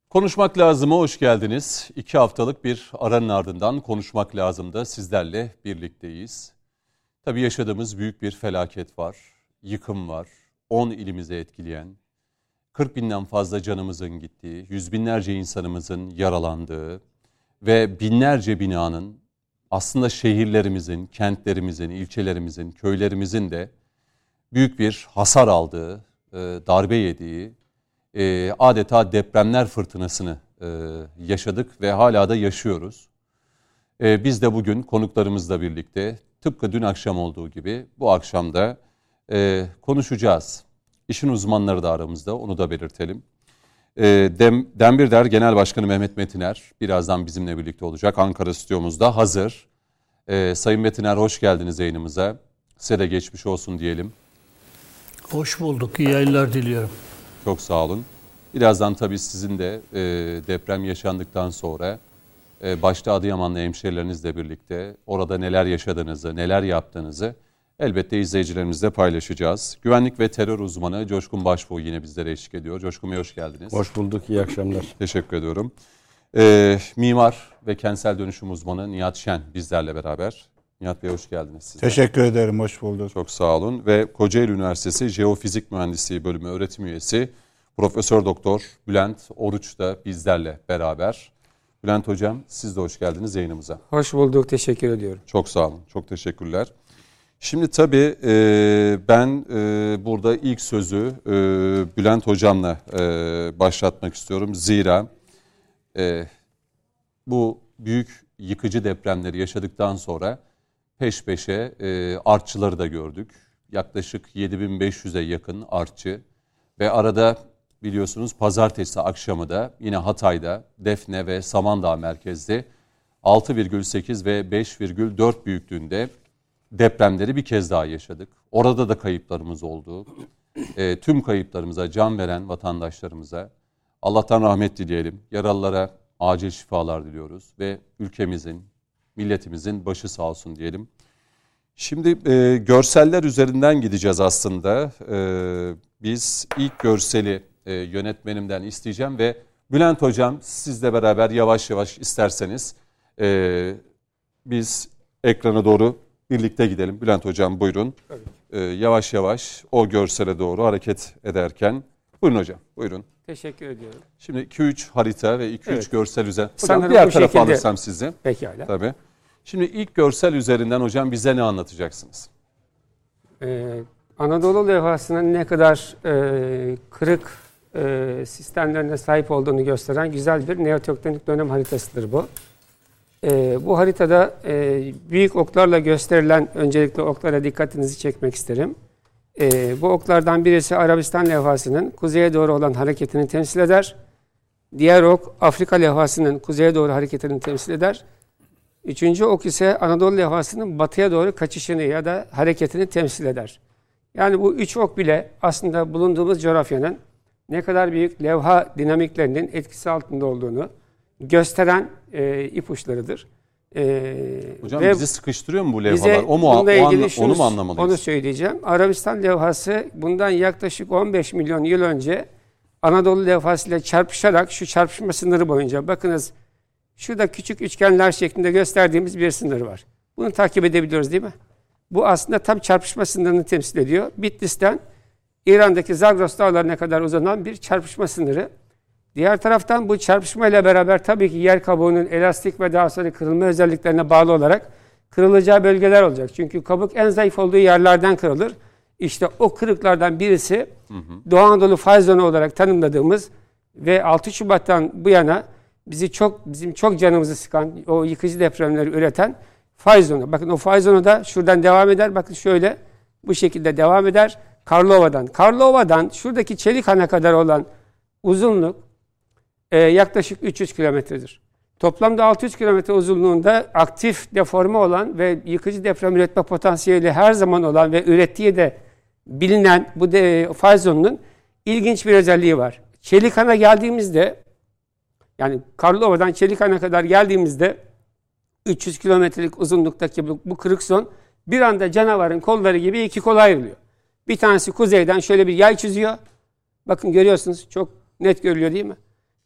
Konuşmak Lazım'a hoş geldiniz. 2 haftalık bir aranın ardından Konuşmak Lazım'da sizlerle birlikteyiz. Tabii yaşadığımız büyük bir felaket var, yıkım var, 10 ilimizi etkileyen, 40 binden fazla canımızın gittiği, yüz binlerce insanımızın yaralandığı ve binlerce binanın aslında şehirlerimizin, kentlerimizin, ilçelerimizin, köylerimizin de büyük bir hasar aldığı, darbe yediği, adeta depremler fırtınasını yaşadık ve hala da yaşıyoruz. Biz de bugün konuklarımızla birlikte tıpkı dün akşam olduğu gibi bu akşam da konuşacağız. İşin uzmanları da aramızda, onu da belirtelim. Dembirder Genel Başkanı Mehmet Metiner birazdan bizimle birlikte olacak. Ankara stüdyomuzda hazır. Sayın Metiner hoş geldiniz yayınımıza. Size de geçmiş olsun diyelim. Hoş bulduk. İyi yayınlar diliyorum. Çok sağ olun. Birazdan tabii sizin de deprem yaşandıktan sonra başta Adıyamanlı hemşerilerinizle birlikte orada neler yaşadığınızı, neler yaptığınızı elbette izleyicilerimizle paylaşacağız. Güvenlik ve terör uzmanı Coşkun Başbuğ yine bizlere eşlik ediyor. Coşkun Bey hoş geldiniz. Hoş bulduk, iyi akşamlar. Teşekkür ediyorum. Mimar ve kentsel dönüşüm uzmanı Nihat Şen bizlerle beraber. Nihat Bey hoş geldiniz. Sizler. Teşekkür ederim, hoş bulduk. Çok sağ olun ve Kocaeli Üniversitesi Jeofizik Mühendisliği Bölümü öğretim üyesi Profesör Doktor Bülent Oruç da bizlerle beraber. Bülent Hocam siz de hoş geldiniz yayınımıza. Hoş bulduk, teşekkür ediyorum. Çok sağ olun, çok teşekkürler. Şimdi tabii ben burada ilk sözü Bülent Hocam'la başlatmak istiyorum. Zira bu büyük yıkıcı depremleri yaşadıktan sonra peş peşe artçıları da gördük. Yaklaşık 7500'e yakın artçı ve arada biliyorsunuz pazartesi akşamı da yine Hatay'da Defne ve Samandağ merkezde 6,8 ve 5,4 büyüklüğünde depremleri bir kez daha yaşadık. Orada da kayıplarımız oldu. Tüm kayıplarımıza, can veren vatandaşlarımıza Allah'tan rahmet dileyelim. Yaralılara acil şifalar diliyoruz ve ülkemizin, milletimizin başı sağ olsun diyelim. Şimdi görseller üzerinden gideceğiz aslında. Biz ilk görseli yönetmenimden isteyeceğim ve Bülent Hocam sizle beraber yavaş yavaş isterseniz biz ekrana doğru birlikte gidelim. Bülent Hocam buyurun. Yavaş yavaş o görsele doğru hareket ederken. Buyurun hocam, buyurun. Teşekkür ediyorum. Şimdi 2-3 harita ve 2-3 görsel üzerinde. Hocam Sanırım diğer tarafa alırsam sizi. Pekala. Tabii. Şimdi ilk görsel üzerinden hocam bize ne anlatacaksınız? Anadolu levhasının ne kadar kırık sistemlerine sahip olduğunu gösteren güzel bir neotektonik dönem haritasıdır bu. Bu haritada büyük oklarla gösterilen, öncelikle oklara dikkatinizi çekmek isterim. Bu oklardan birisi Arabistan levhasının kuzeye doğru olan hareketini temsil eder. Diğer ok Afrika levhasının kuzeye doğru hareketini temsil eder. Üçüncü ok ise Anadolu levhasının batıya doğru kaçışını ya da hareketini temsil eder. Yani bu üç ok bile aslında bulunduğumuz coğrafyanın ne kadar büyük levha dinamiklerinin etkisi altında olduğunu gösteren ipuçlarıdır. Hocam bizi sıkıştırıyor mu bu levhalar? Bize onu mu anlamalıyız? Onu söyleyeceğim. Arabistan levhası bundan yaklaşık 15 milyon yıl önce Anadolu levhası ile çarpışarak şu çarpışma sınırı boyunca bakınız şurada küçük üçgenler şeklinde gösterdiğimiz bir sınır var. Bunu takip edebiliyoruz değil mi? Bu aslında tam çarpışma sınırını temsil ediyor. Bitlis'ten İran'daki Zagros dağlarına kadar uzanan bir çarpışma sınırı. Diğer taraftan bu çarpışmayla beraber tabii ki yer kabuğunun elastik ve daha sonra kırılma özelliklerine bağlı olarak kırılacağı bölgeler olacak. Çünkü kabuk en zayıf olduğu yerlerden kırılır. İşte o kırıklardan birisi Doğu Anadolu fay zonu olarak tanımladığımız ve 6 Şubat'tan bu yana bizim çok canımızı sıkan, o yıkıcı depremleri üreten fay zonu. Bakın o fay zonu da şuradan devam eder. Bakın şöyle bu şekilde devam eder. Karlova'dan şuradaki Çelikhan'a kadar olan uzunluk yaklaşık 300 kilometredir. Toplamda 600 kilometre uzunluğunda aktif deforme olan ve yıkıcı deprem üretme potansiyeli her zaman olan ve ürettiği de bilinen bu fay zonunun ilginç bir özelliği var. Çelikhan'a geldiğimizde, yani Karlova'dan Çelikhan'a kadar geldiğimizde 300 kilometrelik uzunluktaki bu kırık zon bir anda canavarın kolları gibi iki kola ayrılıyor. Bir tanesi kuzeyden şöyle bir yay çiziyor. Bakın görüyorsunuz, çok net görülüyor değil mi?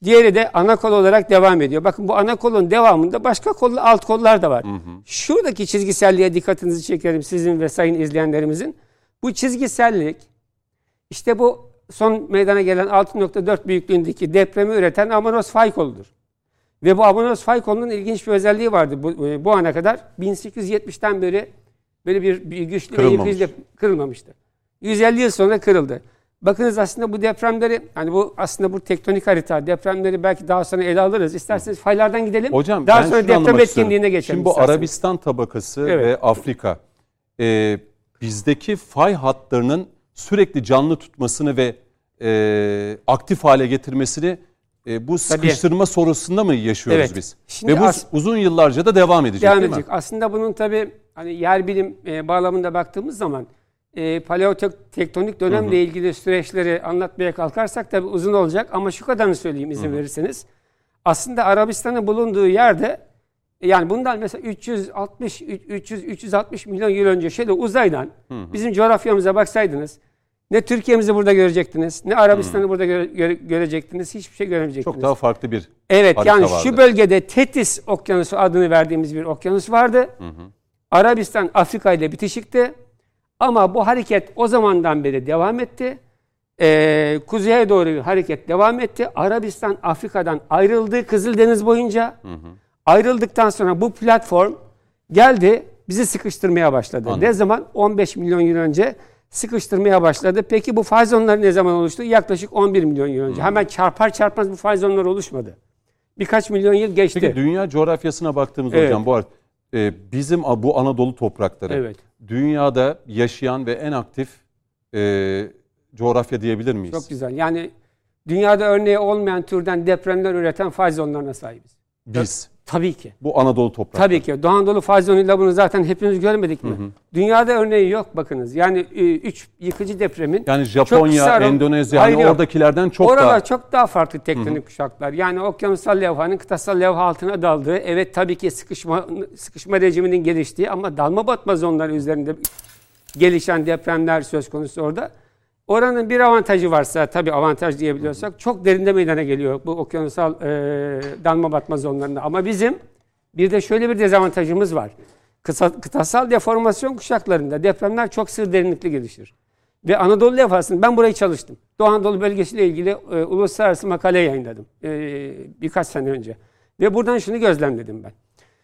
Diğeri de ana kol olarak devam ediyor. Bakın bu ana kolun devamında başka alt kollar da var. Şuradaki çizgiselliğe dikkatinizi çekerim sizin ve sayın izleyenlerimizin. Bu çizgisellik işte bu son meydana gelen 6.4 büyüklüğündeki depremi üreten Amanos fay koludur. Ve bu Amanos fay kolunun ilginç bir özelliği vardı bu ana kadar. 1870'ten beri böyle bir güçlü ve yıkıcı kırılmamıştı. 150 yıl sonra kırıldı. Bakınız aslında bu depremleri, yani bu aslında bu tektonik harita, depremleri belki daha sonra ele alırız. İsterseniz faylardan gidelim. Hocam, daha sonra deprem etkinliğine geçelim. Şimdi bu Arabistan tabakası ve Afrika bizdeki fay hatlarının sürekli canlı tutmasını ve aktif hale getirmesini bu sıkıştırma sorusunda mı yaşıyoruz biz? Şimdi ve bu uzun yıllarca da devam edecek değil mi? Aslında bunun tabii hani yer bilim bağlamında baktığımız zaman paleotektonik dönemle ilgili süreçleri anlatmaya kalkarsak tabii uzun olacak ama şu kadarını söyleyeyim izin verirseniz. Aslında Arabistan'ın bulunduğu yerde yani bundan mesela 360 milyon yıl önce şöyle uzaydan bizim coğrafyamıza baksaydınız ne Türkiye'mizi burada görecektiniz, ne Arabistan'ı burada görecektiniz, hiçbir şey göremeyecektiniz. Çok daha farklı bir yani vardı. Şu bölgede Tetis Okyanusu adını verdiğimiz bir okyanus vardı. Arabistan Afrika ile bitişikti. Ama bu hareket o zamandan beri devam etti. Kuzeye doğru hareket devam etti. Arabistan Afrika'dan ayrıldı Kızıldeniz boyunca. Ayrıldıktan sonra bu platform geldi bizi sıkıştırmaya başladı. Anladım. Ne zaman? 15 milyon yıl önce sıkıştırmaya başladı. Peki bu fay zonları ne zaman oluştu? Yaklaşık 11 milyon yıl önce. Hemen çarpmaz bu fay zonları oluşmadı. Birkaç milyon yıl geçti. Peki dünya coğrafyasına baktığımız hocam bu arada bizim bu Anadolu toprakları dünyada yaşayan ve en aktif coğrafya diyebilir miyiz? Çok güzel. Yani dünyada örneği olmayan türden depremler üreten fay zonlarına sahibiz. Biz. Tabii ki. Bu Anadolu toprakları. Tabii ki. Doğu Anadolu fay zonuyla bunu zaten hepimiz görmedik mi? Dünyada örneği yok bakınız. Yani 3 yıkıcı depremin. Yani Japonya, Endonezya hani oradakilerden çok oralar daha. Oralar çok daha farklı tektonik kuşaklar. Yani okyanusal levhanın kıtasal levha altına daldığı, evet tabii ki sıkışma rejiminin geliştiği ama dalma batma zonları üzerinde gelişen depremler söz konusu orada. Oranın bir avantajı varsa, tabii avantaj diyebiliyorsak, çok derinde meydana geliyor bu okyanusal dalma batma zonlarında. Ama bizim bir de şöyle bir dezavantajımız var. Kıtasal deformasyon kuşaklarında depremler çok sığ derinlikli gelişir. Ve Anadolu levhasını, ben burayı çalıştım. Doğu Anadolu bölgesiyle ilgili uluslararası makale yayınladım birkaç sene önce. Ve buradan şunu gözlemledim ben.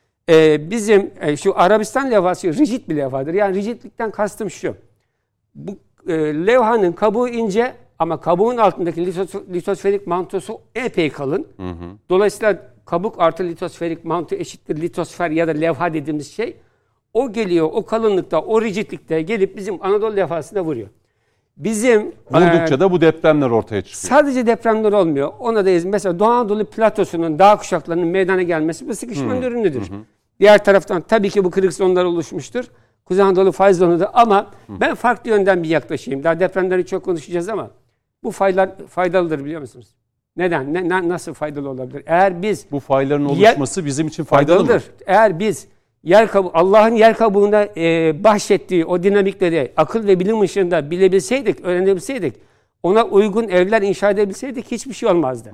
Bizim şu Arabistan levhası rigid bir levhadır. Yani rigidlikten kastım şu. Bu levhanın kabuğu ince ama kabuğun altındaki litosferik mantosu epey kalın. Dolayısıyla kabuk artı litosferik manto eşittir litosfer ya da levha dediğimiz şey. O geliyor o kalınlıkta, o rigidlikte gelip bizim Anadolu levhasına vuruyor. Bizim vurdukça da bu depremler ortaya çıkıyor. Sadece depremler olmuyor. Ona da mesela Doğu Anadolu platosunun dağ kuşaklarının meydana gelmesi bu sıkışmanın ürünüdür. Diğer taraftan tabii ki bu kırık zonlar oluşmuştur. Kuzey Anadolu fay zonudur ama ben farklı yönden bir yaklaşayım. Daha depremleri çok konuşacağız ama bu faylar faydalıdır biliyor musunuz? Neden? Nasıl faydalı olabilir? Eğer biz bu fayların oluşması bizim için faydalıdır. Mı? Eğer biz Allah'ın yer kabuğunda bahşettiği o dinamikleri akıl ve bilim ışığında bilebilseydik, öğrenebilseydik, ona uygun evler inşa edebilseydik hiçbir şey olmazdı.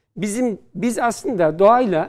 Biz aslında doğayla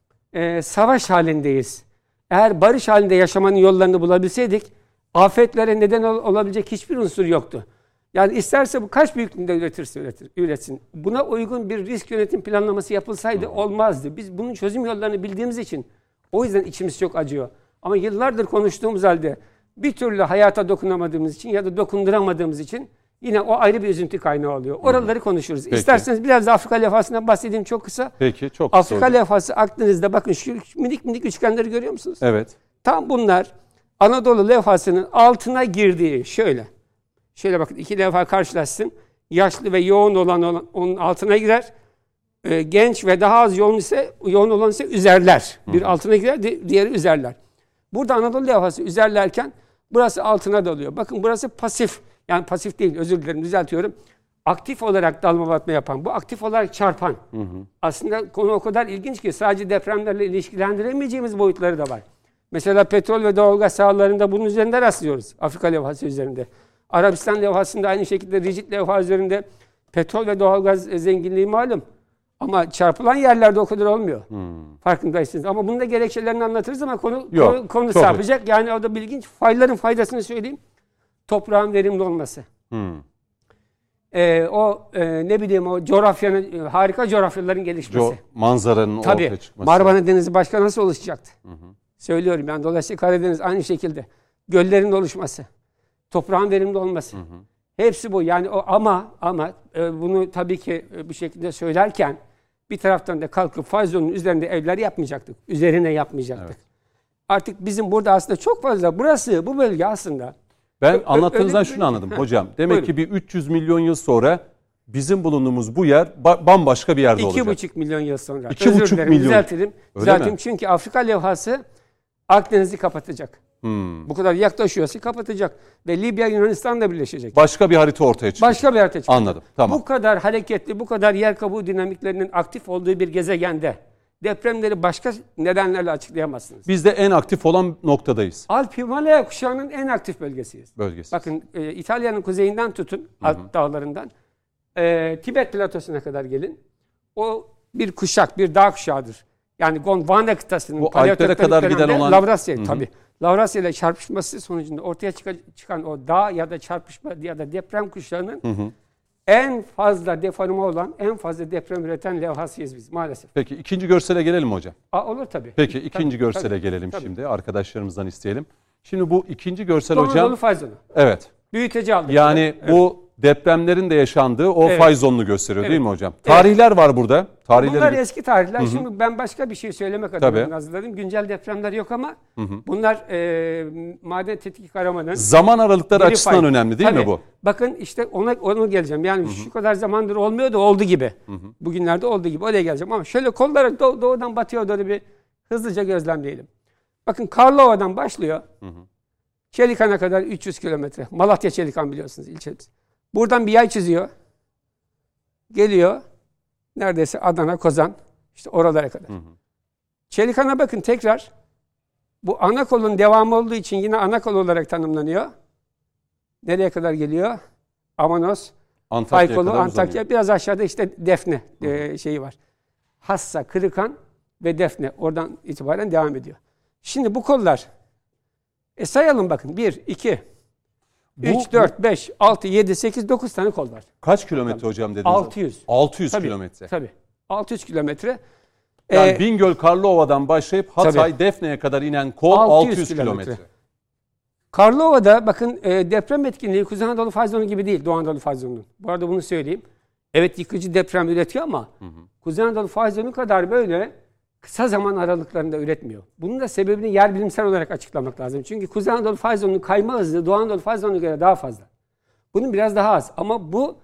savaş halindeyiz. Eğer barış halinde yaşamanın yollarını bulabilseydik, afetlere neden olabilecek hiçbir unsur yoktu. Yani isterse bu kaç büyüklüğünde üretsin. Buna uygun bir risk yönetim planlaması yapılsaydı olmazdı. Biz bunun çözüm yollarını bildiğimiz için o yüzden içimiz çok acıyor. Ama yıllardır konuştuğumuz halde bir türlü hayata dokunamadığımız için ya da dokunduramadığımız için yine o ayrı bir üzüntü kaynağı oluyor. Oraları konuşuruz. Peki. İsterseniz biraz da Afrika levhasından bahsedeyim çok kısa. Peki, çok kısa. Afrika levhası Akdeniz'de bakın şu minik üçgenleri görüyor musunuz? Evet. Tam bunlar Anadolu levhasının altına girdiği şöyle. Şöyle bakın iki levha karşılaşsın. Yaşlı ve yoğun olan onun altına girer. Genç ve daha az yoğun olan ise üzerler. Bir altına girer, diğeri üzerler. Burada Anadolu levhası üzerlerken burası altına dalıyor. Bakın burası pasif. Yani pasif değil, özür dilerim, düzeltiyorum. Aktif olarak dalma batma yapan, bu aktif olarak çarpan. Aslında konu o kadar ilginç ki sadece depremlerle ilişkilendiremeyeceğimiz boyutları da var. Mesela petrol ve doğalgaz sahalarında bunun üzerinde rastlıyoruz. Afrika levhası üzerinde. Arabistan levhasında aynı şekilde rigid levha üzerinde petrol ve doğalgaz zenginliği malum. Ama çarpılan yerlerde o kadar olmuyor. Farkındaysınız. Ama bunun da gerekçelerini anlatırız ama konu sapacak. Yani o da bilginç. Fayların faydasını söyleyeyim. Toprağın verimli olması. O coğrafyanın, harika coğrafyaların gelişmesi. Manzaranın ortaya çıkması. Marmara Denizi başka nasıl oluşacaktı? Söylüyorum yani. Dolayısıyla Karadeniz aynı şekilde. Göllerin oluşması. Toprağın verimli olması. Hepsi bu. Yani ama bunu tabii ki bir şekilde söylerken bir taraftan da kalkıp fay zonunun üzerinde evler yapmayacaktık. Üzerine yapmayacaktık. Evet. Artık bizim burada aslında çok fazla bu bölge aslında. Ben anlattığınızdan şunu anladım hocam. Demek ki bir 300 milyon yıl sonra bizim bulunduğumuz bu yer bambaşka bir yerde olacak. 2,5 milyon yıl sonra. 2,5 milyon. Düzeltelim. Çünkü Afrika levhası Akdeniz'i kapatacak. Bu kadar yaklaşıyorsa kapatacak. Ve Libya Yunanistan'la birleşecek. Başka bir harita ortaya çıkacak. Başka bir harita çıkacak. Anladım. Tamam. Bu kadar hareketli, bu kadar yer kabuğu dinamiklerinin aktif olduğu bir gezegende depremleri başka nedenlerle açıklayamazsınız. Biz de en aktif olan noktadayız. Alp Himalaya kuşağının en aktif bölgesiyiz. Bölgesi. Bakın İtalya'nın kuzeyinden tutun, Alp dağlarından Tibet platosuna kadar gelin. O bir kuşak, bir dağ kuşağıdır. Yani Gondwana kıtasının bu Alplere kadar giden olan Lavrasya tabii. Lavrasya ile çarpışması sonucunda ortaya çıkan o dağ ya da çarpışma ya da deprem kuşağının en fazla deforme olan, en fazla deprem üreten levhasıyız biz maalesef. Peki ikinci görsele gelelim hocam. Olur tabii. Peki ikinci görsele gelelim şimdi. Arkadaşlarımızdan isteyelim. Şimdi bu ikinci görsel hocam. Anadolu fay zonu. Evet. Büyüteci aldık. Yani bu depremlerin de yaşandığı o fay zonunu gösteriyor değil mi hocam? Tarihler var burada. Bunlar eski tarihler. Şimdi ben başka bir şey söylemek adına hazırladım. Güncel depremler yok ama bunlar maden tetkik aramanın zaman aralıkları açısından önemli değil mi bu? Bakın işte ona geleceğim. Yani şu kadar zamandır olmuyor da oldu gibi. Bugünlerde olduğu gibi oraya geleceğim ama şöyle kollarak doğudan batıya doğru bir hızlıca gözlemleyelim. Bakın Karlova'dan başlıyor. Çelikan'a kadar 300 kilometre. Malatya Çelikan biliyorsunuz ilçemiz. Buradan bir yay çiziyor. Geliyor. Neredeyse Adana, Kozan. İşte oralara kadar. Çelikan'a bakın tekrar. Bu ana kolun devamı olduğu için yine ana kol olarak tanımlanıyor. Nereye kadar geliyor? Amanos, Faykolu, Antakya. Uzanıyor. Biraz aşağıda işte Defne şeyi var. Hassa, Kırıkan ve Defne. Oradan itibaren devam ediyor. Şimdi bu kollar sayalım bakın. 1, 2, 3, 4, 5, 6, 7, 8, 9 tane kol var. Kaç kilometre hocam dediniz? 600. 600 kilometre. Tabii. 600 kilometre. Yani Bingöl, Karlova'dan başlayıp Hatay, Defne'ye kadar inen kol 600 kilometre. Karlova'da bakın deprem etkinliği Kuzey Anadolu fay zonu gibi değil. Doğu Anadolu fay zonunun. Bu arada bunu söyleyeyim. Evet yıkıcı deprem üretiyor ama Kuzey Anadolu fay zonu kadar böyle kısa zaman aralıklarında üretmiyor. Bunun da sebebini yer bilimsel olarak açıklamak lazım. Çünkü Kuzey Anadolu fay zonunun kayma hızı Doğu Anadolu fay zonuna göre daha fazla. Bunun biraz daha az. Ama bu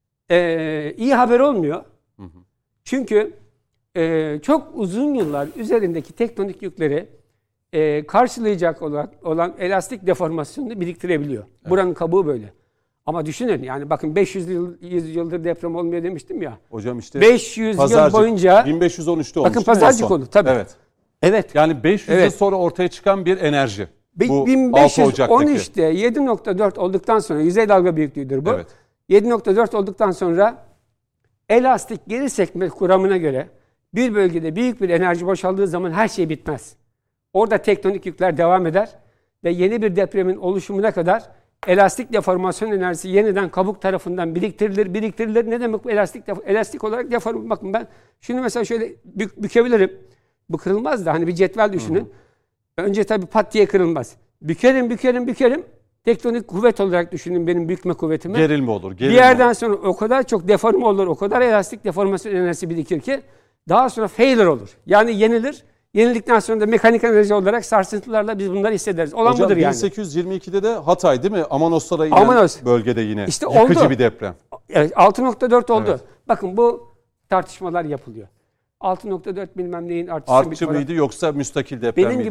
iyi haber olmuyor. Çünkü çok uzun yıllar üzerindeki tektonik yükleri karşılayacak olan elastik deformasyonunu biriktirebiliyor. Evet. Buranın kabuğu böyle. Ama düşünün yani bakın 500 yıldır deprem olmuyor demiştim ya. Hocam işte 500 yıl boyunca 1513'te olmuş. Bakın Pazarcık oldu tabii. Evet. Evet. Yani 500 yıl sonra ortaya çıkan bir enerji. Bu 1513'te 7.4 olduktan sonra yüzey dalga büyüklüğüdür bu. Evet. 7.4 olduktan sonra elastik geri sekme kuramına göre bir bölgede büyük bir enerji boşaldığı zaman her şey bitmez. Orada tektonik yükler devam eder ve yeni bir depremin oluşumuna kadar elastik deformasyon enerjisi yeniden kabuk tarafından biriktirilir. Ne demek bu elastik olarak deform? Bakın ben şunu mesela şöyle bükebilirim. Bu kırılmaz da hani bir cetvel düşünün. Önce tabii pat diye kırılmaz. Bükerim. Tektonik kuvvet olarak düşünün benim bükme kuvvetimi. Gerilme olur. Bir yerden sonra o kadar çok deforme olur, o kadar elastik deformasyon enerjisi birikir ki daha sonra failure olur. Yani yenilir. Yenildikten sonra da mekanik enerji olarak sarsıntılarla biz bunları hissederiz. Olan hocam, budur yani. 1822'de de Hatay değil mi? Amanoslara inen bölgede yine işte yıkıcı oldu. Bir deprem. Evet 6.4 oldu. Evet. Bakın bu tartışmalar yapılıyor. 6.4 bilmem neyin artçı mıydı yoksa müstakil deprem miydi?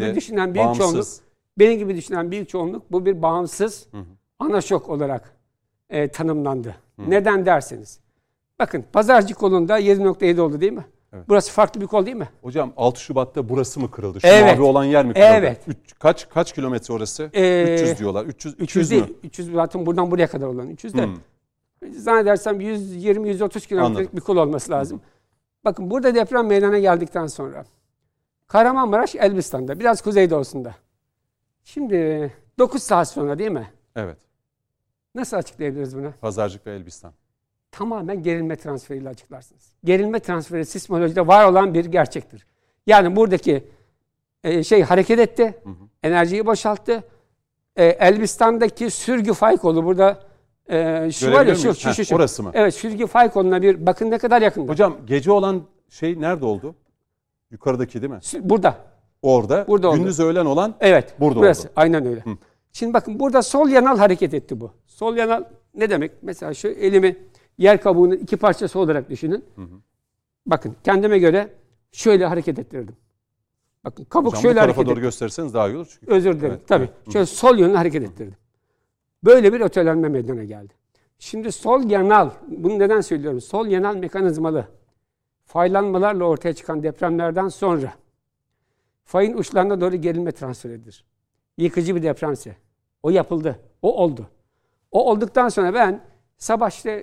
Benim gibi düşünen büyük çoğunluk bu bir bağımsız ana şok olarak tanımlandı. Neden derseniz. Bakın Pazarcık kolunda 7.7 oldu değil mi? Evet. Burası farklı bir kol değil mi? Hocam 6 Şubat'ta burası mı kırıldı? Şu mavi olan yer mi kırıldı? Evet. Kaç kilometre orası? 300 diyorlar. 300 değil. mü? 300 zaten buradan buraya kadar olan 300 de. Zannedersem 120-130 kilometrelik bir kol olması lazım. Bakın burada deprem meydana geldikten sonra Kahramanmaraş Elbistan'da, biraz kuzeydoğusunda. Şimdi 9 saat sonra değil mi? Evet. Nasıl açıklayabiliriz bunu? Pazarcık ve Elbistan. Tamamen gerilme transferiyle açıklarsınız. Gerilme transferi sismolojide var olan bir gerçektir. Yani buradaki hareket etti, enerjiyi boşalttı. Elbistan'daki sürgü fay kolu burada şu var ya şu. Orası mı? Evet, sürgü fay koluna bir bakın ne kadar yakında. Hocam gece olan şey nerede oldu? Yukarıdaki değil mi? Burada. Orada. Burada Gündüz oldu. öğlen olan evet, burada burası. oldu. Aynen öyle. Şimdi bakın burada sol yanal hareket etti bu. Sol yanal ne demek? Mesela şu elimi yer kabuğunun iki parçası olarak düşünün. Bakın kendime göre şöyle hareket ettirdim. Bakın kabuk Hocam, şöyle bu hareket tarafa doğru etti. gösterirseniz daha iyi olur. Çünkü. Özür dilerim. Evet, Tabii. evet. Şöyle sol yönlü hareket ettirdim. Böyle bir ötelenme meydana geldi. Şimdi sol yanal, bunu neden söylüyorum? Sol yanal mekanizmalı faylanmalarla ortaya çıkan depremlerden sonra fayın uçlarına doğru gerilme transfer edilir. Yıkıcı bir depremse. O yapıldı. O oldu. O olduktan sonra ben sabah işte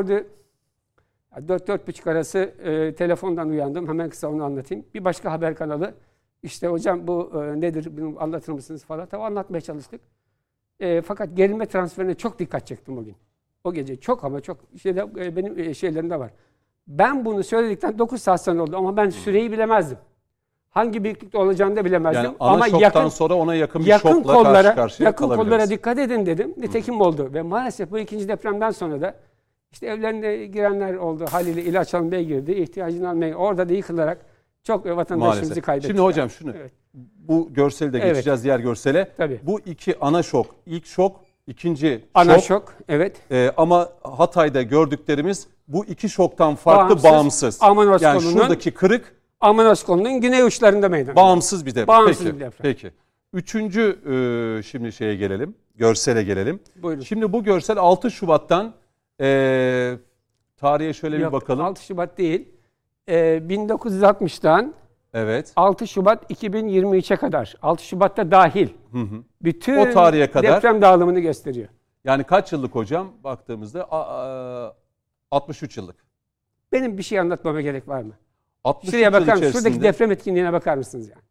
4-4.30 arası telefondan uyandım. Hemen kısa onu anlatayım. Bir başka haber kanalı. İşte hocam bu nedir, bunu anlatır mısınız falan. Tabii anlatmaya çalıştık. Fakat gerilme transferine çok dikkat çektim o gün. O gece çok ama çok benim şeylerimde var. Ben bunu söyledikten 9 saat sonra oldu ama ben süreyi bilemezdim. Hangi büyüklükte olacağını da bilemezdim. Yani ana ama şoktan sonra ona yakın bir şokla karşı karşıya kollara dikkat edin dedim. Nitekim oldu. Ve maalesef bu ikinci depremden sonra da işte evlerine girenler oldu. Haliyle ilaç almaya girdi. İhtiyacını almaya orada da yıkılarak çok vatandaşımızı kaybettik. Şimdi hocam şunu, bu görseli de geçeceğiz diğer görsele. Tabii. Bu iki ana şok, ilk şok, ikinci ana şok, evet. Ama Hatay'da gördüklerimiz bu iki şoktan farklı, bağımsız. Amanos yani kolunun, şuradaki kırık Amanos kolunun güney uçlarında meydana. Bağımsız bir deprem. Bağımsız bir deprem. Peki. Üçüncü şimdi şeye gelelim, görsele gelelim. Buyurun. Şimdi bu görsel 6 Şubat'tan tarihe şöyle bir bakalım. 6 Şubat değil. 1960'tan evet. 6 Şubat 2023'e kadar. 6 Şubat'ta dahil. Bütün o tarihe kadar deprem dağılımını gösteriyor. Yani kaç yıllık hocam baktığımızda 63 yıllık. Benim bir şey anlatmama gerek var mı? 63 Şuraya bakar mısınız? içerisinde... Şuradaki deprem etkinliğine bakar mısınız yani?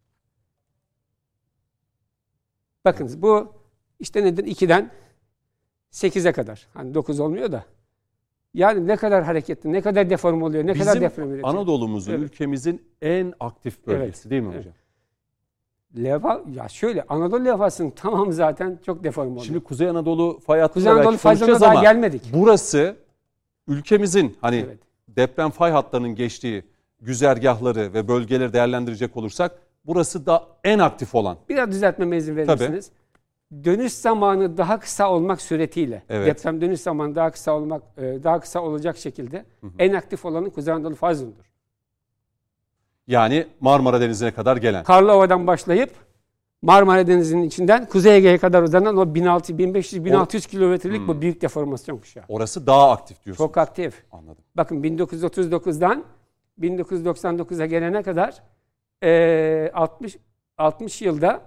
Bakınız bu işte nedir? 2'den 8'e kadar. Hani 9 olmuyor da. Yani ne kadar hareketli, ne kadar deform oluyor, ne kadar deprem üretiyor. Anadolu'muzun, ülkemizin en aktif bölgesi değil mi hocam? Levha, ya şöyle Anadolu levhasının tamamı zaten çok deform oluyor. Şimdi Kuzey Anadolu fay hattına Kuzey Anadolu fay hattına daha gelmedik. Burası ülkemizin deprem fay hatlarının geçtiği güzergahları ve bölgeleri değerlendirecek olursak burası da en aktif olan. Biraz düzeltmeme izin verirsiniz. Dönüş zamanı daha kısa olmak suretiyle, deprem dönüş zamanı daha kısa olacak şekilde en aktif olanın Kuzey Anadolu fay hattındır. Yani Marmara Denizi'ne kadar gelen. Karlova'dan başlayıp Marmara Denizi'nin içinden Kuzey Ege'ye kadar uzanan o 1500 kilometrelik bu büyük deformasyon kuşağı. Orası daha aktif diyorsunuz. Çok aktif. Anladım. Bakın 1939'dan 1999'a gelene kadar 60 yılda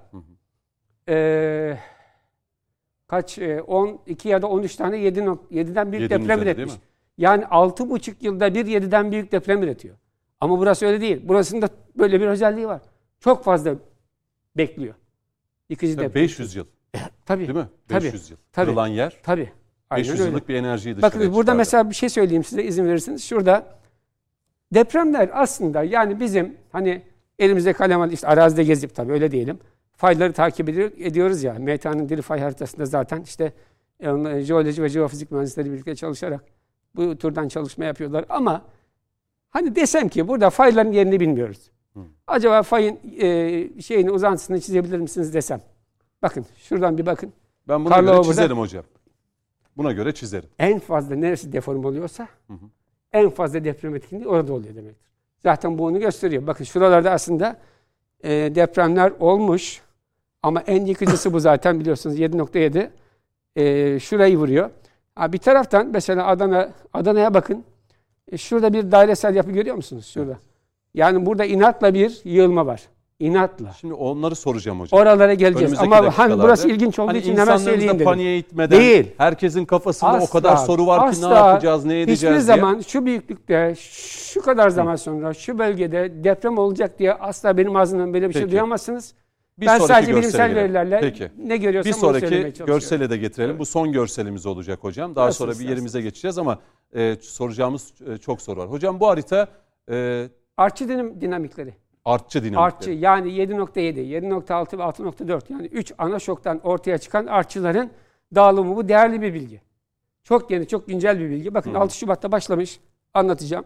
12 ya da 13 tane 7'den büyük deprem üretmiş. Yani 6,5 yılda bir 7'den büyük deprem üretiyor. Ama burası öyle değil. Burasının da böyle bir özelliği var. Çok fazla bekliyor. Yıkıcı deprem. 500 yıl. Tabii. Değil mi? Tabii. 500 yıl. Kırılan yer. Tabii. 500 yıllık bir enerjiyi dışarıya çıkardı. Bakın burada mesela bir şey söyleyeyim size, izin verirsiniz. Şurada depremler aslında yani bizim hani elimizde kalem alıp işte arazide gezip tabii öyle diyelim. Fayları takip ediyoruz ya. MTA'nın dili fay haritasında zaten işte jeoloji ve jeofizik mühendisleri birlikte çalışarak bu türden çalışma yapıyorlar. Ama hani desem ki burada fayların yerini bilmiyoruz. Acaba fayın şeyini, uzantısını çizebilir misiniz desem. Bakın şuradan bir bakın. Ben buna göre çizerim hocam. Buna göre çizerim. En fazla neresi deform oluyorsa en fazla deprem etkinliği orada oluyor demektir. Zaten bu onu gösteriyor. Bakın şuralarda aslında depremler olmuş ama en yıkıcısı bu zaten biliyorsunuz 7.7 şurayı vuruyor. Bir taraftan mesela Adana'ya bakın. Şurada bir dairesel yapı görüyor musunuz? Şurada. Yani burada inatla bir yığılma var. inatla. Şimdi onları soracağım hocam. Oralara geleceğiz. Önümüzdeki Ama hani burası dakikalarda. ilginç olduğu Hani için hemen söyleyeyim insanlarımızı dedim. paniğe itmeden, Değil. herkesin kafasında Asla, o kadar soru var ki ne asla, yapacağız, ne edeceğiz hiçbir diye. zaman şu büyüklükte, şu kadar zaman sonra, şu bölgede deprem olacak diye asla benim ağzımdan böyle bir şey Peki. duyamazsınız. Bir Ben sonraki sadece görsele bilimsel gelelim. verilerle Peki. ne görüyorsam Bir onu söylemeye sonraki çalışıyorum. görsele de getirelim. Bu son görselimiz olacak hocam. Daha Nasıl sonra bir isterseniz. yerimize geçeceğiz ama soracağımız çok soru var. Hocam bu harita Artçı dinamikleri. artçı dinamikleri. Artçı yani 7.7, 7.6 ve 6.4 yani 3 ana şoktan ortaya çıkan artçıların dağılımı, bu değerli bir bilgi. Çok yeni, çok güncel bir bilgi. Bakın 6 Şubat'ta başlamış. Anlatacağım.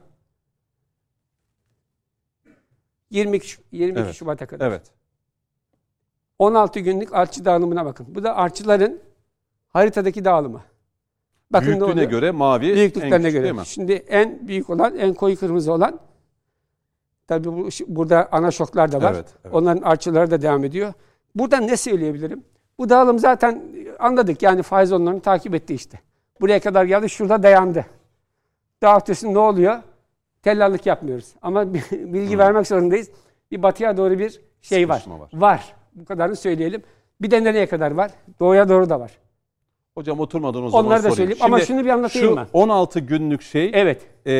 22 Evet. Şubat'a kadar. Evet. 16 günlük artçı dağılımına bakın. Bu da artçıların haritadaki dağılımı. Bakın ne Büyüklüğüne oluyor? göre mavi en Büyüklüklerine küçük göre. değil mi? Şimdi en büyük olan, en koyu kırmızı olan, tabii burada ana şoklar da var. Evet, evet. Onların artçıları da devam ediyor. Buradan ne söyleyebilirim? Bu dağılım zaten anladık. Yani faiz onlarını takip etti işte. Buraya kadar geldi, şurada dayandı. Daha ötesi ne oluyor? Tellallık yapmıyoruz. Ama bilgi vermek zorundayız. Bir batıya doğru bir şey var. Sıkışma var. Var. Bu kadarını söyleyelim. Bir de nereye kadar var? Doğuya doğru da var. Hocam oturmadan o zaman Onları da sorayım. söyleyeyim. Ama Şimdi şunu bir anlatayım şu ben. 16 günlük şey Evet.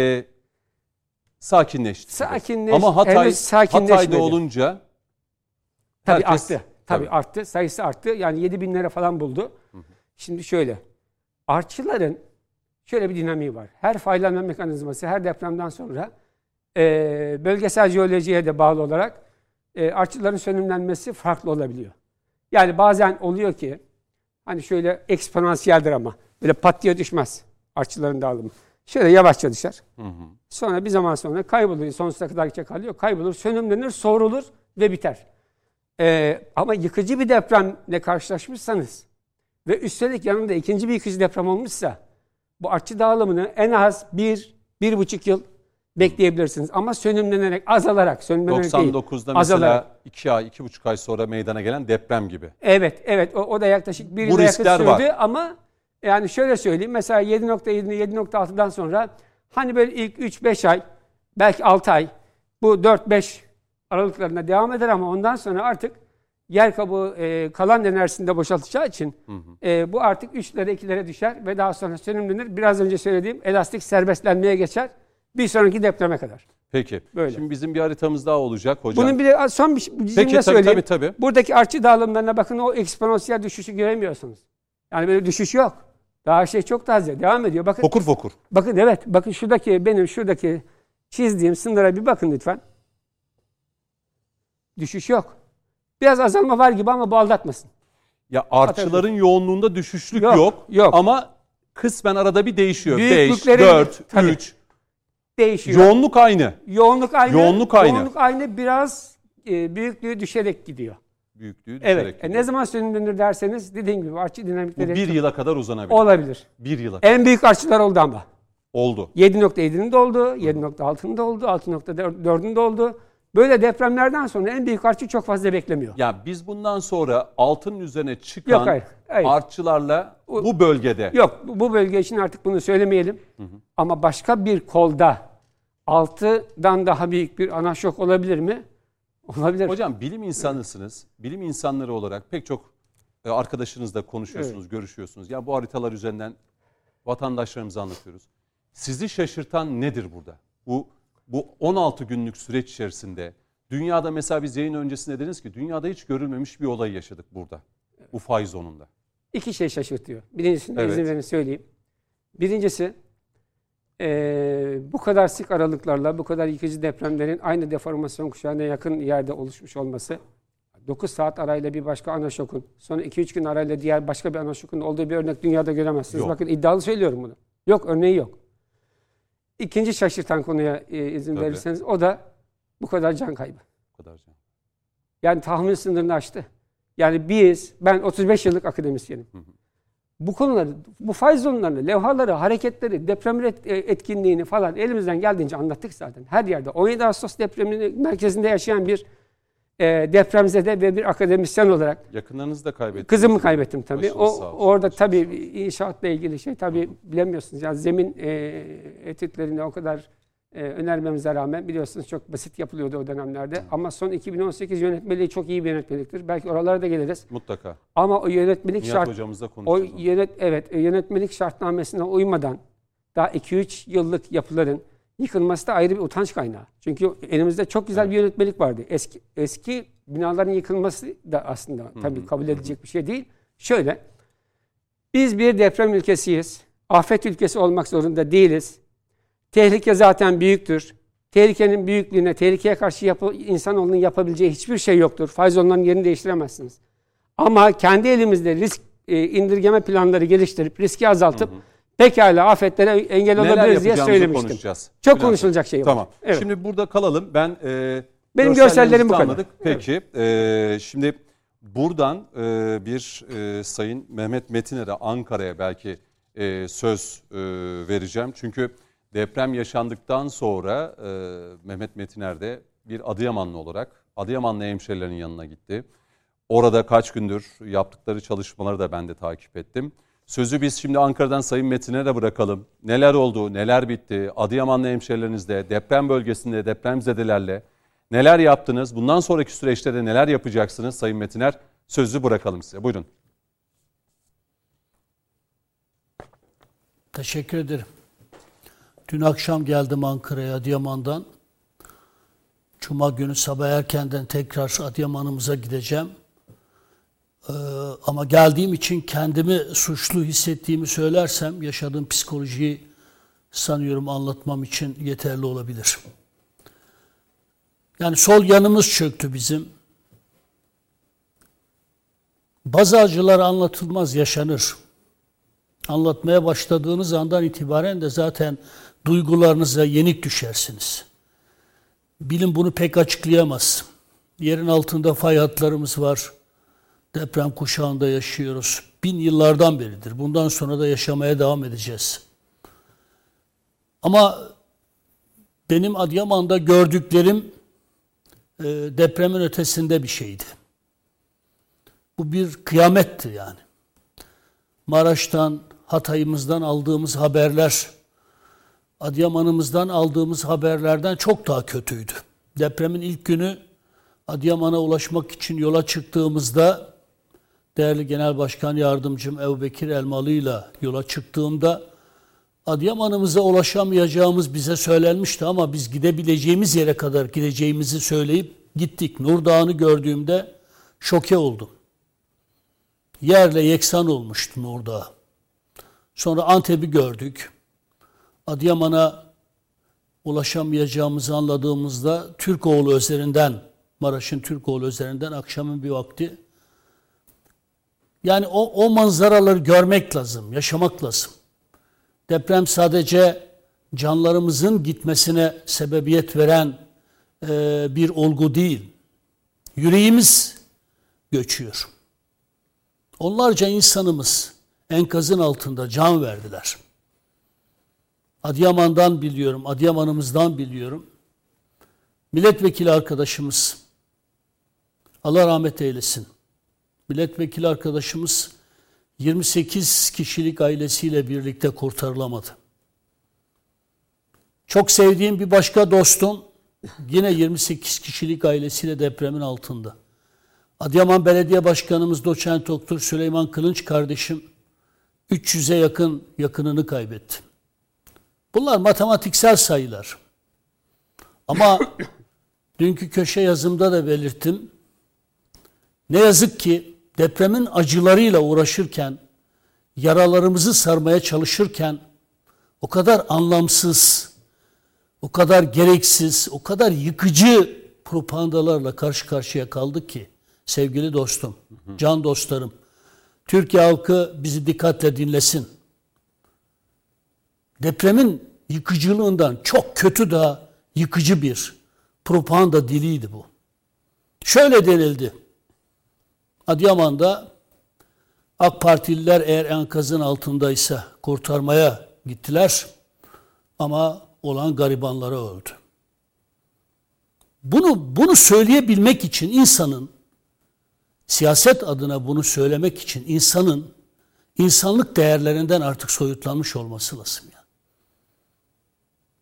sakinleşti. Ama henüz sakinleşmedi. Hatay'da olunca Tabii herkes- arttı. Tabii arttı. Sayısı arttı. Yani 7.000'lere falan buldu. Şimdi şöyle. Artçıların şöyle bir dinamiği var. Her faylanma mekanizması her depremden sonra bölgesel jeolojiye de bağlı olarak artçıların sönümlenmesi farklı olabiliyor. Yani bazen oluyor ki hani şöyle eksponansiyeldir ama böyle pat diye düşmez artçıların dağılımı. Şöyle yavaşça düşer. Sonra bir zaman sonra kaybolur. Sonsuza kadar kalıyor. Kaybolur, sönümlenir, soğurulur ve biter. Ama yıkıcı bir depremle karşılaşmışsanız ve üstelik yanında ikinci bir yıkıcı deprem olmuşsa bu artçı dağılımını en az 1-1,5 yıl bekleyebilirsiniz. Ama sönümlenerek, azalarak, sönümlenerek değil. 99'da mesela azalarak. 2 ay, 2,5 ay sonra meydana gelen deprem gibi. Evet. O da yaklaşık bir Bu yıla yakın riskler sürdü var. ama yani şöyle söyleyeyim. Mesela 7.7, 7.6'dan sonra hani böyle ilk 3-5 ay, belki 6 ay bu 4-5 aralıklarında devam eder ama ondan sonra artık yer kabuğu kalan enerjisinde boşaltacağı için bu artık 3'lere 2'lere düşer ve daha sonra sönümlenir. Biraz önce söylediğim elastik serbestlenmeye geçer. Bir sonraki depreme kadar. Peki. Böyle. Şimdi bizim bir haritamız daha olacak hocam. Bunun bir de son bir cümle Peki söyleyeyim. tabii. Buradaki artçı dağılımlarına bakın, o eksponansiyel düşüşü göremiyorsunuz. Yani böyle düşüş yok. Daha şey çok taze. Devam ediyor. Bakın. Fokur fokur. Bakın evet. Bakın şuradaki çizdiğim sınıra bir bakın lütfen. Düşüş yok. Biraz azalma var gibi ama bu aldatmasın. Ya artçıların yoğunluğunda düşüşlük yok. Yok. Ama kısmen arada bir değişiyor. 5, Büyüklükleri 4, tabii. 3. Değişiyor. Yoğunluk aynı. Yoğunluk aynı. Yoğunluk aynı. Yoğunluk aynı. Biraz büyüklüğü düşerek gidiyor. Büyüklüğü düşerek Evet. gidiyor. Ne zaman sönümlenir derseniz dediğim gibi artçı Bu dinamikleri 1 yıla kadar uzanabilir. olabilir. 1 yıla kadar. En büyük artçılar oldu ama. Oldu. 7.7'nin de oldu, 7.6'nın da oldu, 6.4'ün de oldu. Böyle depremlerden sonra en büyük artçı çok fazla beklemiyor. Ya biz bundan sonra altının üzerine çıkan Yok, hayır. artçılarla bu bölgede Yok, bu bölge için artık bunu söylemeyelim. Ama başka bir kolda 6'dan daha büyük bir ana şok olabilir mi? Olabilir. Hocam bilim insanısınız. Bilim insanları olarak pek çok arkadaşınızla konuşuyorsunuz, görüşüyorsunuz. Ya bu haritalar üzerinden vatandaşlarımıza anlatıyoruz. Sizi şaşırtan nedir burada? Bu 16 günlük süreç içerisinde dünyada mesela biz yayın öncesinde dediniz ki dünyada hiç görülmemiş bir olay yaşadık burada. Bu faiz zonunda. İki şey şaşırtıyor. Birincisini Evet. izin verin söyleyeyim. Birincisi bu kadar sık aralıklarla bu kadar yıkıcı depremlerin aynı deformasyon kuşağına yakın yerde oluşmuş olması, 9 saat arayla bir başka ana şokun, sonra 2-3 gün arayla diğer başka bir ana şokun olduğu bir örnek dünyada göremezsiniz. Yok. Bakın iddialı söylüyorum bunu. Yok, örneği yok. İkinci şaşırtan konuya izin Tabii. verirseniz o da bu kadar can kaybı. Bu kadar can. Yani tahammül sınırını aştı. Yani ben 35 yıllık akademisyenim. Bu konuları, bu faiz zonlarını, levhaları, hareketleri, deprem etkinliğini falan elimizden geldiğince anlattık zaten. Her yerde. 17 Ağustos depreminin merkezinde yaşayan bir depremzede ve bir akademisyen olarak. Yakınlarınızı da kaybettiniz. Kızımı kaybettim tabii. Başınız sağ olsun. Orada tabii inşaatla ilgili şey tabii bilemiyorsunuz. Yani zemin etütlerinde o kadar önermemize rağmen biliyorsunuz çok basit yapılıyordu o dönemlerde. Ama son 2018 yönetmeliği çok iyi bir yönetmeliktir. Belki oralara da geliriz. Mutlaka. Ama o yönetmelik Nihat hocamızla konuşacağız. Yönetmelik şartnamesine uymadan daha 2-3 yıllık yapıların yıkılması da ayrı bir utanç kaynağı. Çünkü elimizde çok güzel bir yönetmelik vardı. Eski binaların yıkılması da aslında tabii kabul edilecek bir şey değil. Şöyle, biz bir deprem ülkesiyiz. Afet ülkesi olmak zorunda değiliz. Tehlike zaten büyüktür. Tehlikenin büyüklüğüne, tehlikeye karşı insanoğlunun yapabileceği hiçbir şey yoktur. Faiz onların yerini değiştiremezsiniz. Ama kendi elimizde risk indirgeme planları geliştirip, riski azaltıp pekala afetlere engel olabiliriz diye söylemiştim. Konuşacağız. Çok konuşulacak şey var. Tamam. Evet. Şimdi burada kalalım. Benim görsellerim bu kadar. Anladık. Peki. Şimdi buradan bir Sayın Mehmet Metiner'e Ankara'ya belki söz vereceğim. Çünkü deprem yaşandıktan sonra Mehmet Metiner de bir Adıyamanlı olarak Adıyamanlı hemşehrilerin yanına gitti. Orada kaç gündür yaptıkları çalışmaları da ben de takip ettim. Sözü biz şimdi Ankara'dan Sayın Metiner'e bırakalım. Neler oldu, neler bitti? Adıyamanlı hemşehrilerinizle, deprem bölgesinde depremzedelerle neler yaptınız? Bundan sonraki süreçte de neler yapacaksınız Sayın Metiner? Sözü bırakalım size. Buyurun. Teşekkür ederim. Dün akşam geldim Ankara'ya Adıyaman'dan. Cuma günü sabah erkenden tekrar Adıyaman'ımıza gideceğim. Ama geldiğim için kendimi suçlu hissettiğimi söylersem yaşadığım psikolojiyi sanıyorum anlatmam için yeterli olabilir. Yani sol yanımız çöktü bizim. Bazı acılar anlatılmaz, yaşanır. Anlatmaya başladığınız andan itibaren de zaten duygularınıza yenik düşersiniz. Bilim bunu pek açıklayamaz. Yerin altında fay hatlarımız var. Deprem kuşağında yaşıyoruz. 1000 yıllardan beridir. Bundan sonra da yaşamaya devam edeceğiz. Ama benim Adıyaman'da gördüklerim depremin ötesinde bir şeydi. Bu bir kıyametti yani. Maraş'tan, Hatay'ımızdan aldığımız haberler, Adıyaman'ımızdan aldığımız haberlerden çok daha kötüydü. Depremin ilk günü Adıyaman'a ulaşmak için yola çıktığımızda, değerli Genel Başkan Yardımcım Ebubekir Elmalı'yla yola çıktığımda Adıyaman'ımıza ulaşamayacağımız bize söylenmişti ama biz gidebileceğimiz yere kadar gideceğimizi söyleyip gittik. Nur Dağı'nı gördüğümde şoke oldum. Yerle yeksan olmuştu Nur Dağı. Sonra Antep'i gördük. Adıyaman'a ulaşamayacağımızı anladığımızda Türkoğlu üzerinden, Maraş'ın Türkoğlu üzerinden akşamın bir vakti, yani o manzaraları görmek lazım, yaşamak lazım. Deprem sadece canlarımızın gitmesine sebebiyet veren bir olgu değil. Yüreğimiz göçüyor. Onlarca insanımız enkazın altında can verdiler. Adıyaman'dan biliyorum, Adıyaman'ımızdan biliyorum. Milletvekili arkadaşımız, Allah rahmet eylesin, milletvekili arkadaşımız 28 kişilik ailesiyle birlikte kurtarılamadı. Çok sevdiğim bir başka dostum yine 28 kişilik ailesiyle depremin altında. Adıyaman Belediye Başkanımız Doçent Doktor Süleyman Kılınç kardeşim 300'e yakın yakınını kaybetti. Bunlar matematiksel sayılar. Ama dünkü köşe yazımda da belirttim. Ne yazık ki depremin acılarıyla uğraşırken, yaralarımızı sarmaya çalışırken o kadar anlamsız, o kadar gereksiz, o kadar yıkıcı propagandalarla karşı karşıya kaldık ki sevgili dostum, can dostlarım, Türkiye halkı bizi dikkatle dinlesin. Depremin yıkıcılığından çok kötü daha yıkıcı bir propaganda diliydi bu. Şöyle denildi. Adıyaman'da AK Partililer eğer enkazın altındaysa kurtarmaya gittiler ama olan garibanlara öldü. Bunu söyleyebilmek için insanın, siyaset adına bunu söylemek için insanın insanlık değerlerinden artık soyutlanmış olması lazım. Yani.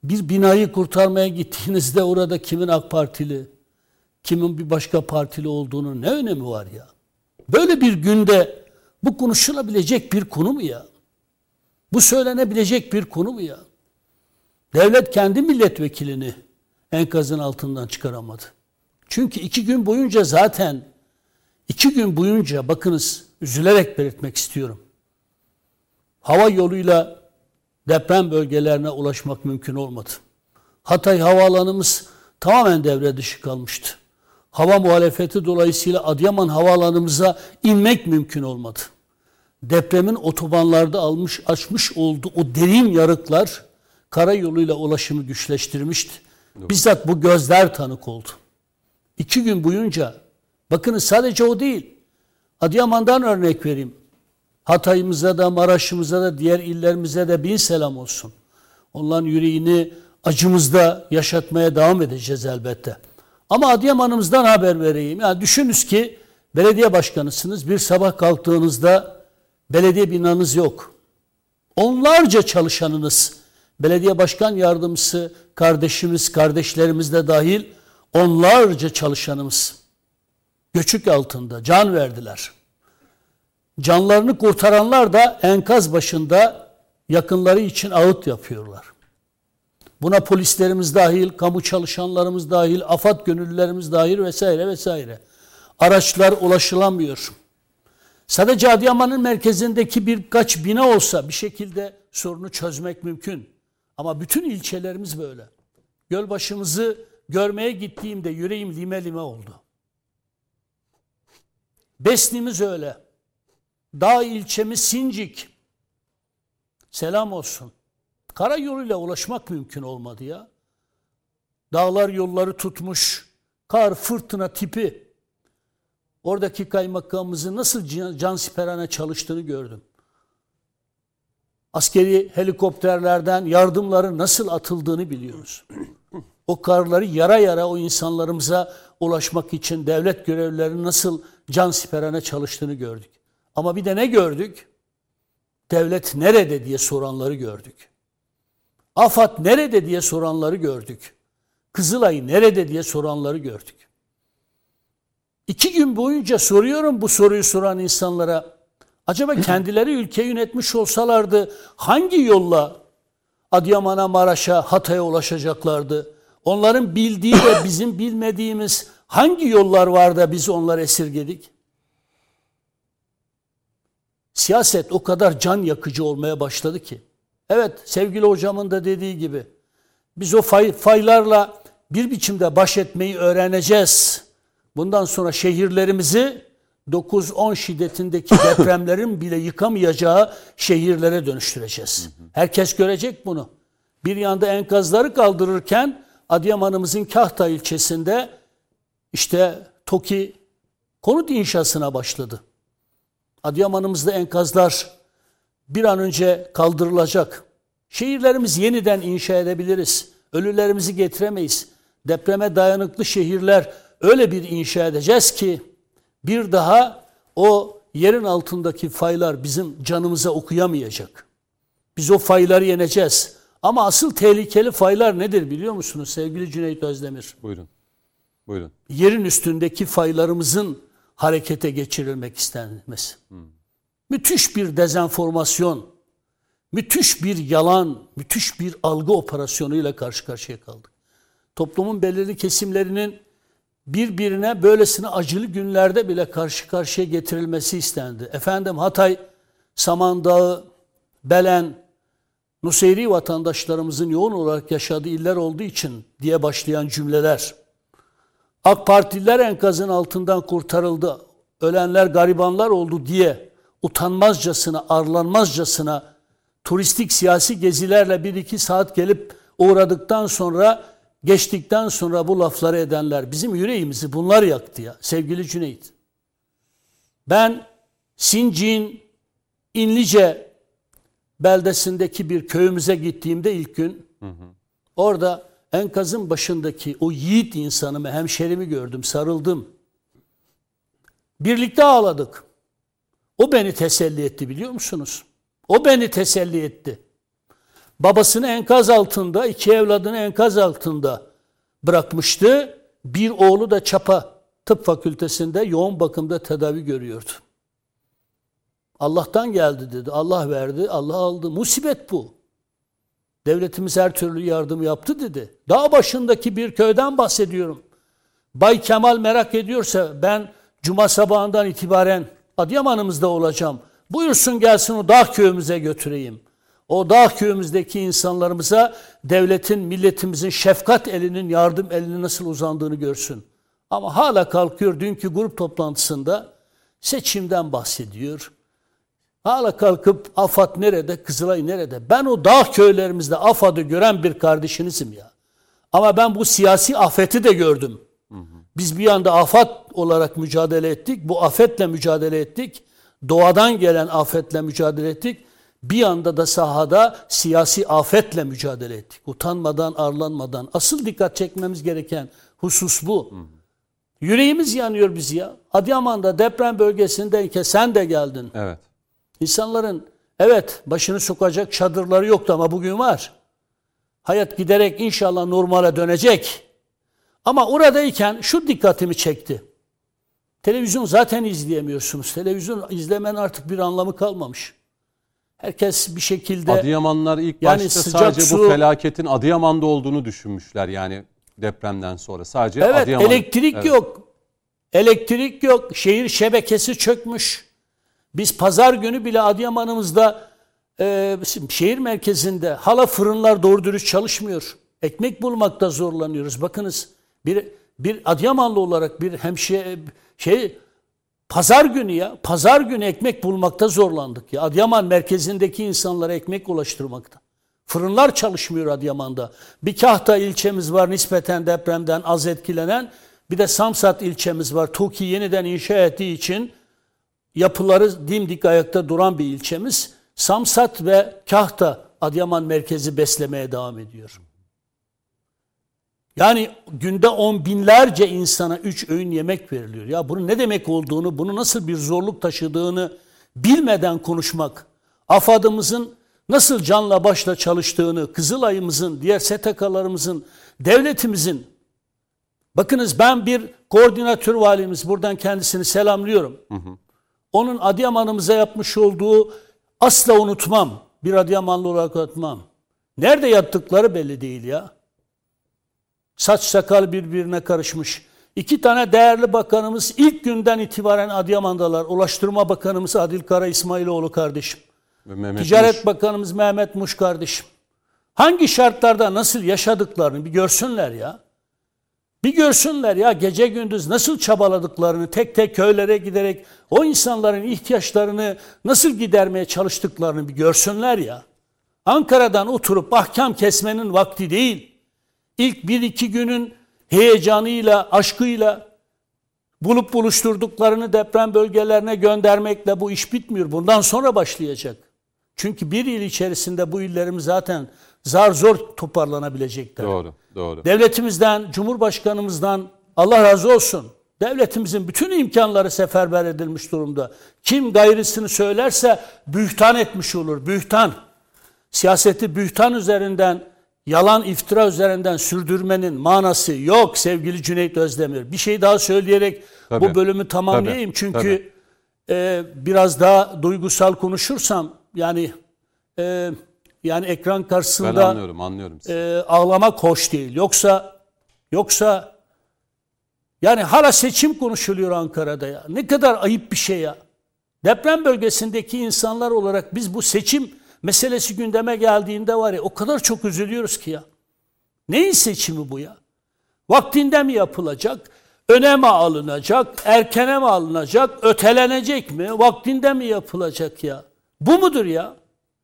Bir binayı kurtarmaya gittiğinizde orada kimin AK Partili, kimin bir başka partili olduğunun ne önemi var ya? Böyle bir günde bu konuşulabilecek bir konu mu ya? Bu söylenebilecek bir konu mu ya? Devlet kendi milletvekilini enkazın altından çıkaramadı. Çünkü 2 gün boyunca zaten 2 gün boyunca bakınız üzülerek belirtmek istiyorum. Hava yoluyla deprem bölgelerine ulaşmak mümkün olmadı. Hatay havaalanımız tamamen devre dışı kalmıştı. Hava muhalefeti dolayısıyla Adıyaman havaalanımıza inmek mümkün olmadı. Depremin otobanlarda açmış olduğu o derin yarıklar karayoluyla ulaşımı güçleştirmişti. Bizzat bu gözler tanık oldu. 2 gün boyunca, bakınız sadece o değil. Adıyaman'dan örnek vereyim. Hatay'ımıza da, Maraş'ımıza da, diğer illerimize de bin selam olsun. Onların yüreğini acımızda yaşatmaya devam edeceğiz elbette. Ama Adıyaman'ımızdan haber vereyim. Yani düşününüz ki belediye başkanısınız. Bir sabah kalktığınızda belediye binanız yok. Onlarca çalışanınız, belediye başkan yardımcısı, kardeşimiz, kardeşlerimiz de dahil onlarca çalışanımız göçük altında can verdiler. Canlarını kurtaranlar da enkaz başında yakınları için ağıt yapıyorlar. Buna polislerimiz dahil, kamu çalışanlarımız dahil, AFAD gönüllülerimiz dahil vesaire vesaire. Araçlar ulaşılamıyor. Sadece Adıyaman'ın merkezindeki birkaç bina olsa bir şekilde sorunu çözmek mümkün. Ama bütün ilçelerimiz böyle. Gölbaşımızı görmeye gittiğimde yüreğim lime lime oldu. Besni'miz öyle. Dağ ilçemiz Sincik. Selam olsun. Karayoluyla ulaşmak mümkün olmadı ya. Dağlar yolları tutmuş. Kar, fırtına tipi. Oradaki kaymakamımızın nasıl cansiperane çalıştığını gördüm. Askeri helikopterlerden yardımların nasıl atıldığını biliyoruz. O karları yara yara o insanlarımıza ulaşmak için devlet görevlilerinin nasıl cansiperane çalıştığını gördük. Ama bir de ne gördük? Devlet nerede diye soranları gördük. AFAD nerede diye soranları gördük. Kızılay nerede diye soranları gördük. 2 gün boyunca soruyorum bu soruyu soran insanlara. Acaba kendileri ülkeyi yönetmiş olsalardı hangi yolla Adıyaman'a, Maraş'a, Hatay'a ulaşacaklardı? Onların bildiği de bizim bilmediğimiz hangi yollar var da biz onları esirgedik? Siyaset o kadar can yakıcı olmaya başladı ki. Evet, sevgili hocamın da dediği gibi biz o faylarla bir biçimde baş etmeyi öğreneceğiz. Bundan sonra şehirlerimizi 9-10 şiddetindeki depremlerin bile yıkamayacağı şehirlere dönüştüreceğiz. Herkes görecek bunu. Bir yanda enkazları kaldırırken Adıyaman'ımızın Kahta ilçesinde işte TOKİ konut inşasına başladı. Adıyaman'ımızda enkazlar bir an önce kaldırılacak. Şehirlerimizi yeniden inşa edebiliriz. Ölülerimizi getiremeyiz. Depreme dayanıklı şehirler öyle bir inşa edeceğiz ki bir daha o yerin altındaki faylar bizim canımıza okuyamayacak. Biz o fayları yeneceğiz. Ama asıl tehlikeli faylar nedir biliyor musunuz sevgili Cüneyt Özdemir? Buyurun. Buyurun. Yerin üstündeki faylarımızın harekete geçirilmek istenmesi. Müthiş bir dezenformasyon, müthiş bir yalan, müthiş bir algı operasyonuyla karşı karşıya kaldık. Toplumun belirli kesimlerinin birbirine böylesine acılı günlerde bile karşı karşıya getirilmesi istendi. Efendim Hatay, Samandağ, Belen, Nuseyri vatandaşlarımızın yoğun olarak yaşadığı iller olduğu için diye başlayan cümleler. AK Partililer enkazın altından kurtarıldı, ölenler garibanlar oldu diye utanmazcasına, arlanmazcasına turistik siyasi gezilerle 1-2 saat gelip uğradıktan sonra, geçtikten sonra bu lafları edenler bizim yüreğimizi bunlar yaktı ya sevgili Cüneyt. Ben Sincik'in İnlice beldesindeki bir köyümüze gittiğimde ilk gün orada enkazın başındaki o yiğit insanımı, hemşerimi gördüm, sarıldım. Birlikte ağladık. O beni teselli etti biliyor musunuz? O beni teselli etti. Babasını enkaz altında, 2 evladını enkaz altında bırakmıştı. Bir oğlu da Çapa Tıp Fakültesi'nde yoğun bakımda tedavi görüyordu. Allah'tan geldi dedi. Allah verdi, Allah aldı. Musibet bu. Devletimiz her türlü yardım yaptı dedi. Dağ başındaki bir köyden bahsediyorum. Bay Kemal merak ediyorsa ben cuma sabahından itibaren Adıyaman'ımızda olacağım. Buyursun gelsin o dağ köyümüze götüreyim. O dağ köyümüzdeki insanlarımıza devletin, milletimizin şefkat elinin, yardım elinin nasıl uzandığını görsün. Ama hala kalkıyor dünkü grup toplantısında seçimden bahsediyor. Hala kalkıp AFAD nerede, Kızılay nerede? Ben o dağ köylerimizde AFAD'ı gören bir kardeşinizim ya. Ama ben bu siyasi afeti de gördüm. Biz bir yanda afet olarak mücadele ettik. Bu afetle mücadele ettik. Doğadan gelen afetle mücadele ettik. Bir yanda da sahada siyasi afetle mücadele ettik. Utanmadan, arlanmadan. Asıl dikkat çekmemiz gereken husus bu. Yüreğimiz yanıyor biz ya. Adıyaman'da deprem bölgesindeyken sen de geldin. Evet. İnsanların evet başını sokacak çadırları yoktu ama bugün var. Hayat giderek inşallah normale dönecek. Ama oradayken şu dikkatimi çekti. Televizyon zaten izleyemiyorsunuz. Televizyon izlemenin artık bir anlamı kalmamış. Herkes bir şekilde... Adıyamanlar ilk yani başta sadece bu felaketin Adıyaman'da olduğunu düşünmüşler yani depremden sonra. Sadece evet, Adıyaman. Elektrik yok. Elektrik yok. Şehir şebekesi çökmüş. Biz pazar günü bile Adıyaman'ımızda şehir merkezinde hala fırınlar doğru dürüst çalışmıyor. Ekmek bulmakta zorlanıyoruz. Bakınız bir Adıyamanlı olarak bir pazar günü ekmek bulmakta zorlandık ya. Adıyaman merkezindeki insanlara ekmek ulaştırmakta. Fırınlar çalışmıyor Adıyaman'da. Bir Kahta ilçemiz var nispeten depremden az etkilenen. Bir de Samsat ilçemiz var. TOKİ yeniden inşa ettiği için yapıları dimdik ayakta duran bir ilçemiz. Samsat ve Kahta Adıyaman merkezi beslemeye devam ediyor. Yani günde 10 binlerce insana 3 öğün yemek veriliyor. Ya bunun ne demek olduğunu, bunu nasıl bir zorluk taşıdığını bilmeden konuşmak, AFAD'ımızın nasıl canla başla çalıştığını, Kızılay'ımızın, diğer STK'larımızın, devletimizin, bakınız ben bir koordinatör valimiz, buradan kendisini selamlıyorum. Onun Adıyaman'ımıza yapmış olduğu asla unutmam. Bir Adıyamanlı olarak unutmam. Nerede yattıkları belli değil ya. Saç sakal birbirine karışmış. 2 tane değerli bakanımız ilk günden itibaren Adıyaman'dalar. Ulaştırma Bakanımız Adil Kara İsmailoğlu kardeşim. Ticaret Bakanımız Mehmet Muş kardeşim. Hangi şartlarda nasıl yaşadıklarını bir görsünler ya. Bir görsünler ya gece gündüz nasıl çabaladıklarını, tek tek köylere giderek o insanların ihtiyaçlarını nasıl gidermeye çalıştıklarını bir görsünler ya. Ankara'dan oturup ahkam kesmenin vakti değil. İlk 1-2 günün heyecanıyla, aşkıyla bulup buluşturduklarını deprem bölgelerine göndermekle bu iş bitmiyor. Bundan sonra başlayacak. Çünkü bir yıl içerisinde bu illerimiz zaten zar zor toparlanabilecekler. Doğru. Devletimizden, Cumhurbaşkanımızdan Allah razı olsun. Devletimizin bütün imkanları seferber edilmiş durumda. Kim gayrısını söylerse bühtan etmiş olur. Bühtan. Siyaseti bühtan üzerinden, yalan iftira üzerinden sürdürmenin manası yok sevgili Cüneyt Özdemir. Bir şey daha söyleyerek bu bölümü tamamlayayım. Çünkü biraz daha duygusal konuşursam yani ekran karşısında ben anlıyorum ağlamak hoş değil. Yoksa yani hala seçim konuşuluyor Ankara'da ya. Ne kadar ayıp bir şey ya. Deprem bölgesindeki insanlar olarak biz bu seçim meselesi gündeme geldiğinde var ya o kadar çok üzülüyoruz ki ya. Neyin seçimi bu ya? Vaktinde mi yapılacak? Öne mi alınacak? Erkene mi alınacak? Ötelenecek mi? Vaktinde mi yapılacak ya? Bu mudur ya?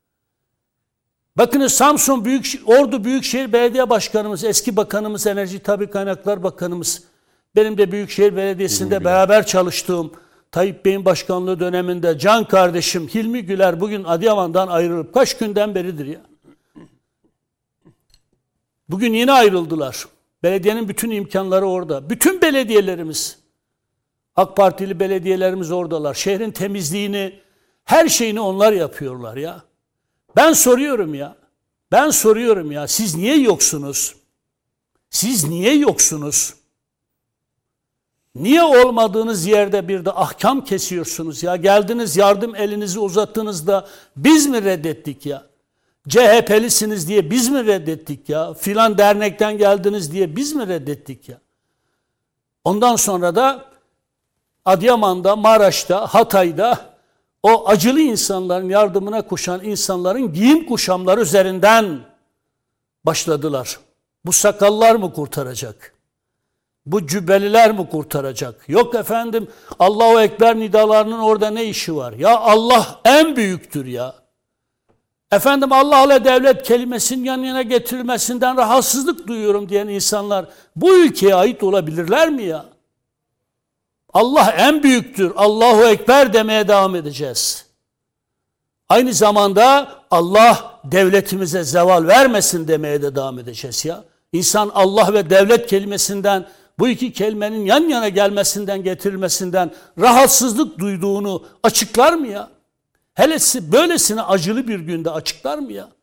Bakınız Samsun Ordu Büyükşehir Belediye Başkanımız, eski bakanımız, Enerji Tabii Kaynaklar Bakanımız, benim de Büyükşehir Belediyesi'nde beraber çalıştığım Tayyip Bey'in başkanlığı döneminde can kardeşim Hilmi Güler bugün Adıyaman'dan ayrılıp kaç günden beridir ya. Bugün yine ayrıldılar. Belediyenin bütün imkanları orada. Bütün belediyelerimiz, AK Partili belediyelerimiz oradalar. Şehrin temizliğini, her şeyini onlar yapıyorlar ya. Ben soruyorum ya. Ben soruyorum ya, siz niye yoksunuz? Siz niye yoksunuz? Niye olmadığınız yerde bir de ahkam kesiyorsunuz ya? Geldiniz, yardım elinizi uzattığınızda biz mi reddettik ya? CHP'lisiniz diye biz mi reddettik ya? Filan dernekten geldiniz diye biz mi reddettik ya? Ondan sonra da Adıyaman'da, Maraş'ta, Hatay'da o acılı insanların yardımına koşan insanların giyim kuşamları üzerinden başladılar. Bu sakallar mı kurtaracak? Bu cübbeliler mi kurtaracak? Yok efendim, Allahu Ekber nidalarının orada ne işi var? Ya Allah en büyüktür ya. Efendim Allah ile devlet kelimesinin yan yana getirilmesinden rahatsızlık duyuyorum diyen insanlar bu ülkeye ait olabilirler mi ya? Allah en büyüktür. Allahu Ekber demeye devam edeceğiz. Aynı zamanda Allah devletimize zeval vermesin demeye de devam edeceğiz ya. İnsan Allah ve devlet kelimesinden, bu iki kelimenin yan yana gelmesinden, getirilmesinden rahatsızlık duyduğunu açıklar mı ya? Hele böylesine acılı bir günde açıklar mı ya?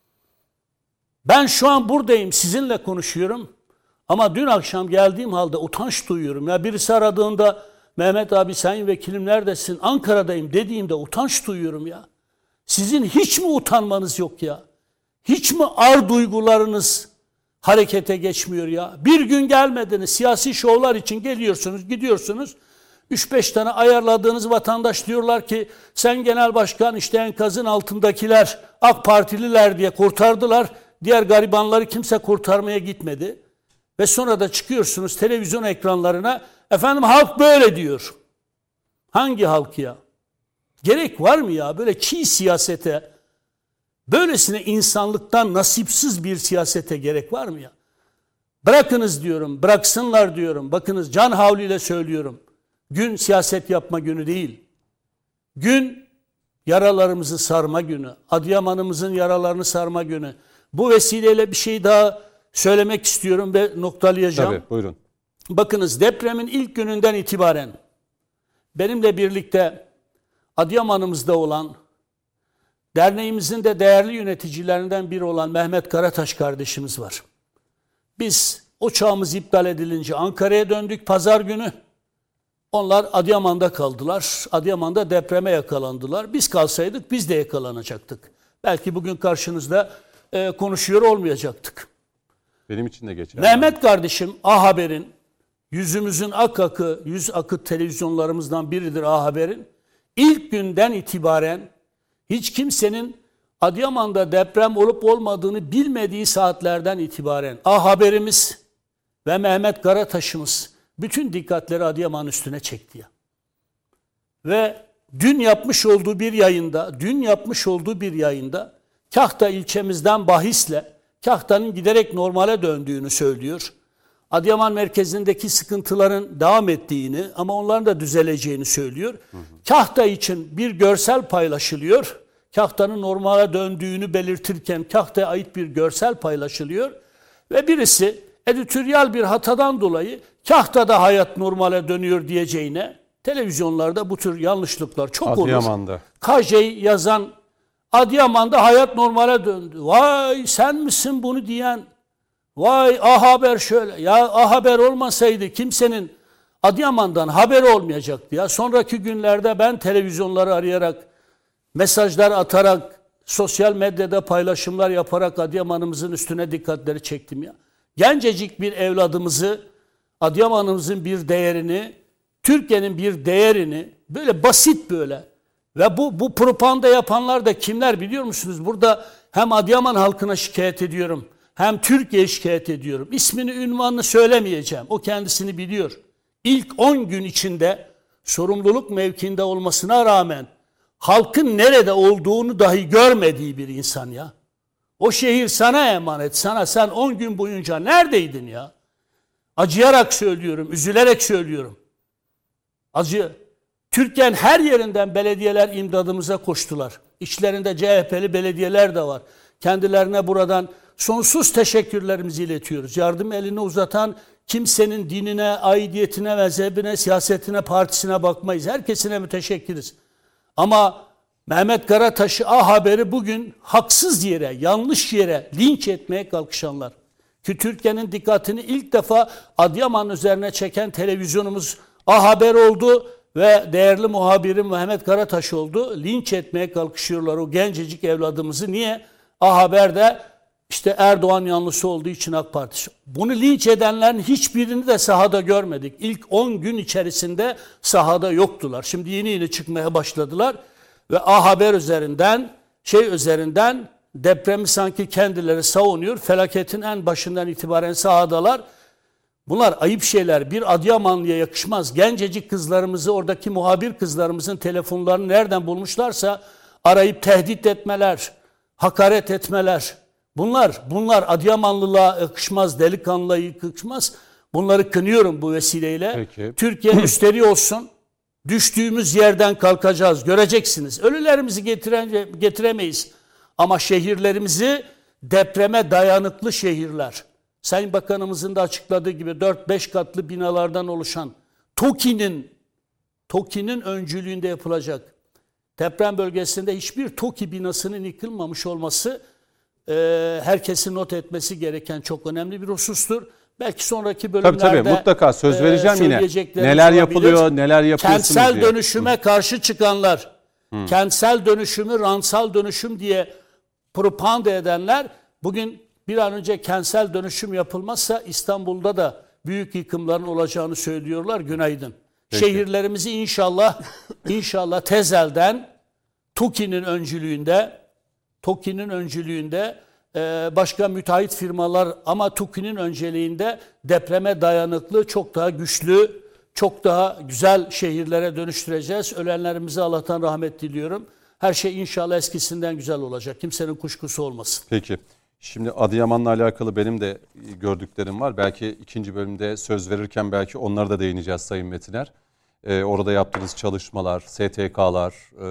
Ben şu an buradayım, sizinle konuşuyorum. Ama dün akşam geldiğim halde utanç duyuyorum. Ya birisi aradığında Mehmet abi sayın vekilim neredesin? Ankara'dayım dediğimde utanç duyuyorum ya. Sizin hiç mi utanmanız yok ya? Hiç mi ar duygularınız harekete geçmiyor ya? Bir gün gelmediniz, siyasi şovlar için geliyorsunuz, gidiyorsunuz. 3-5 tane ayarladığınız vatandaş diyorlar ki sen genel başkan işte enkazın altındakiler AK Partililer diye kurtardılar. Diğer garibanları kimse kurtarmaya gitmedi. Ve sonra da çıkıyorsunuz televizyon ekranlarına, efendim halk böyle diyor. Hangi halk ya? Gerek var mı ya böyle çiğ siyasete, böylesine insanlıktan nasipsiz bir siyasete gerek var mı ya? Bırakınız diyorum, bıraksınlar diyorum. Bakınız can havliyle söylüyorum. Gün siyaset yapma günü değil. Gün yaralarımızı sarma günü. Adıyaman'ımızın yaralarını sarma günü. Bu vesileyle bir şey daha söylemek istiyorum ve noktalayacağım. Tabii, buyurun. Bakınız depremin ilk gününden itibaren benimle birlikte Adıyaman'ımızda olan, derneğimizin de değerli yöneticilerinden biri olan Mehmet Karataş kardeşimiz var. Biz uçağımız iptal edilince Ankara'ya döndük pazar günü. Onlar Adıyaman'da kaldılar. Adıyaman'da depreme yakalandılar. Biz kalsaydık biz de yakalanacaktık. Belki bugün karşınızda konuşuyor olmayacaktık. Benim için de geçerli. Mehmet kardeşim A Haber'in, yüzümüzün ak akı, yüz akı televizyonlarımızdan biridir A Haber'in. İlk günden itibaren hiç kimsenin Adıyaman'da deprem olup olmadığını bilmediği saatlerden itibaren A Haber'imiz ve Mehmet Karataş'ımız bütün dikkatleri Adıyaman üstüne çekti ya. Ve dün yapmış olduğu bir yayında Kahta ilçemizden bahisle Kahta'nın giderek normale döndüğünü söylüyor. Adıyaman merkezindeki sıkıntıların devam ettiğini ama onların da düzeleceğini söylüyor. Kahta için bir görsel paylaşılıyor. Kahta'nın normale döndüğünü belirtirken Kahta'ya ait bir görsel paylaşılıyor. Ve birisi editoryal bir hatadan dolayı Kahta'da hayat normale dönüyor diyeceğine, televizyonlarda bu tür yanlışlıklar çok olur. Adıyaman'da. Kajey yazan Adıyaman'da hayat normale döndü. Vay sen misin bunu diyen? Vay A Haber şöyle. Ya A Haber olmasaydı kimsenin Adıyaman'dan haber olmayacaktı ya. Sonraki günlerde ben televizyonları arayarak, mesajlar atarak, sosyal medyada paylaşımlar yaparak Adıyaman'ımızın üstüne dikkatleri çektim ya. Gencecik bir evladımızı, Adıyaman'ımızın bir değerini, Türkiye'nin bir değerini böyle basit böyle ve bu propaganda yapanlar da kimler biliyor musunuz? Burada hem Adıyaman halkına şikayet ediyorum, hem Türkiye'ye şikayet ediyorum. İsmini, ünvanını söylemeyeceğim. O kendisini biliyor. İlk 10 gün içinde sorumluluk mevkiinde olmasına rağmen halkın nerede olduğunu dahi görmediği bir insan ya. O şehir sana emanet, sana. Sen 10 gün boyunca neredeydin ya? Acıyarak söylüyorum, üzülerek söylüyorum. Acı. Türkiye'nin her yerinden belediyeler imdadımıza koştular. İçlerinde CHP'li belediyeler de var. Kendilerine buradan sonsuz teşekkürlerimizi iletiyoruz. Yardım elini uzatan kimsenin dinine, aidiyetine, mezhebine, siyasetine, partisine bakmayız. Herkesine müteşekkiriz. Ama Mehmet Karataş'ı A Haber'i bugün haksız yere, yanlış yere linç etmeye kalkışanlar. Ki Türkiye'nin dikkatini ilk defa Adıyaman üzerine çeken televizyonumuz A Haber oldu ve değerli muhabirim Mehmet Karataş oldu. Linç etmeye kalkışıyorlar o gencecik evladımızı. Niye? A Haber'de işte Erdoğan yanlısı olduğu için AK Parti. Bunu linç edenlerin hiçbirini de sahada görmedik. İlk 10 gün içerisinde sahada yoktular. Şimdi yeni çıkmaya başladılar. Ve A Haber üzerinden depremi sanki kendileri savunuyor. Felaketin en başından itibaren sahadalar. Bunlar ayıp şeyler. Bir Adıyamanlı'ya yakışmaz. Gencecik kızlarımızı, oradaki muhabir kızlarımızın telefonlarını nereden bulmuşlarsa arayıp tehdit etmeler, hakaret etmeler. Bunlar Adıyamanlılığa yakışmaz, delikanlılığa yakışmaz. Bunları kınıyorum bu vesileyle. Peki. Türkiye müşteri olsun. Düştüğümüz yerden kalkacağız. Göreceksiniz. Ölülerimizi getiremeyiz. Ama şehirlerimizi depreme dayanıklı şehirler. Sayın Bakanımızın da açıkladığı gibi 4-5 katlı binalardan oluşan TOKİ'nin öncülüğünde yapılacak. Deprem bölgesinde hiçbir TOKİ binasının yıkılmamış olması herkesin not etmesi gereken çok önemli bir husustur. Belki sonraki bölümlerde tabii mutlaka söz vereceğim yine. Neler yapılıyor, neler yapıyorsunuz kentsel diye. dönüşüme karşı çıkanlar, kentsel dönüşümü rantsal dönüşüm diye propaganda edenler bugün bir an önce kentsel dönüşüm yapılmazsa İstanbul'da da büyük yıkımların olacağını söylüyorlar. Günaydın. Peki. Şehirlerimizi inşallah tezelden TOKİ'nin öncülüğünde başka müteahhit firmalar ama TOKİ'nin önceliğinde depreme dayanıklı, çok daha güçlü, çok daha güzel şehirlere dönüştüreceğiz. Ölenlerimize Allah'tan rahmet diliyorum. Her şey inşallah eskisinden güzel olacak. Kimsenin kuşkusu olmasın. Peki. Şimdi Adıyaman'la alakalı benim de gördüklerim var. Belki ikinci bölümde söz verirken belki onlara da değineceğiz Sayın Metiner. Orada yaptığınız çalışmalar, STK'lar,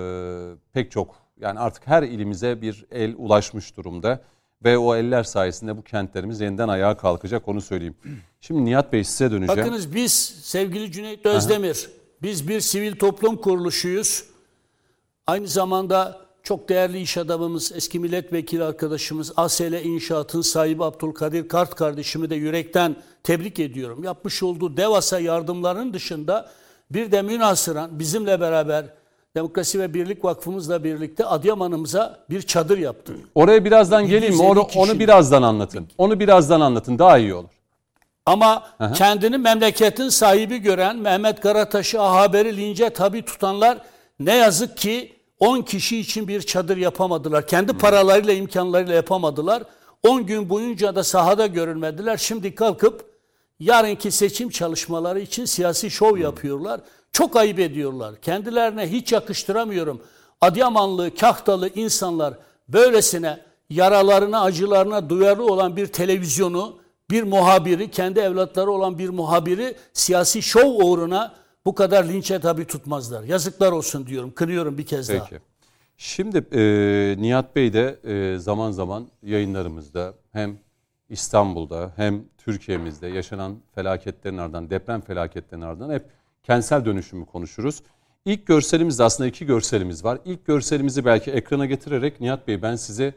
pek çok yani artık her ilimize bir el ulaşmış durumda. Ve o eller sayesinde bu kentlerimiz yeniden ayağa kalkacak, onu söyleyeyim. Şimdi Nihat Bey size döneceğim. Bakınız biz sevgili Cüneyt Özdemir, biz bir sivil toplum kuruluşuyuz. Aynı zamanda çok değerli iş adamımız, eski milletvekili arkadaşımız ASL İnşaat'ın sahibi Abdülkadir Kart kardeşimi de yürekten tebrik ediyorum. Yapmış olduğu devasa yardımların dışında bir de münhasıran bizimle beraber Demokrasi ve Birlik Vakfımızla birlikte Adıyaman'ımıza bir çadır yaptı. Oraya birazdan geleyim mi? Onu birazdan anlatın. Onu birazdan anlatın. Daha iyi olur. Ama kendini memleketin sahibi gören Mehmet Karataş'ı A Haber'i lince tabi tutanlar ne yazık ki 10 kişi için bir çadır yapamadılar. Kendi paralarıyla, imkanlarıyla yapamadılar. 10 gün boyunca da sahada görünmediler. Şimdi kalkıp yarınki seçim çalışmaları için siyasi şov yapıyorlar. Çok ayıp ediyorlar. Kendilerine hiç yakıştıramıyorum. Adıyamanlı, Kahtalı insanlar böylesine yaralarına, acılarına duyarlı olan bir televizyonu, bir muhabiri, kendi evlatları olan bir muhabiri siyasi şov uğruna bu kadar linçe tabi tutmazlar. Yazıklar olsun diyorum. Kınıyorum bir kez daha. Peki. Şimdi Nihat Bey de zaman zaman yayınlarımızda hem İstanbul'da hem Türkiye'mizde yaşanan felaketlerin ardından, deprem felaketlerinin ardından hep kentsel dönüşümü konuşuruz. İlk görselimizde aslında 2 görselimiz var. İlk görselimizi belki ekrana getirerek Nihat Bey ben sizi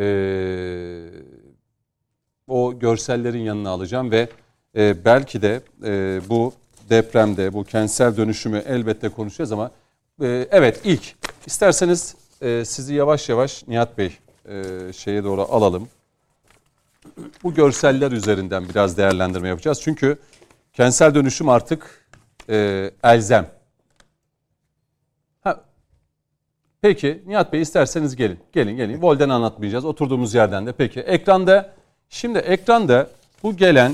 o görsellerin yanına alacağım ve belki de bu depremde bu kentsel dönüşümü elbette konuşacağız ama evet ilk isterseniz sizi yavaş yavaş Nihat Bey şeye doğru alalım. Bu görseller üzerinden biraz değerlendirme yapacağız. Çünkü kentsel dönüşüm artık elzem. Peki Nihat Bey isterseniz gelin. Gelin. Vol'den anlatmayacağız. Oturduğumuz yerden de. Peki ekranda bu gelen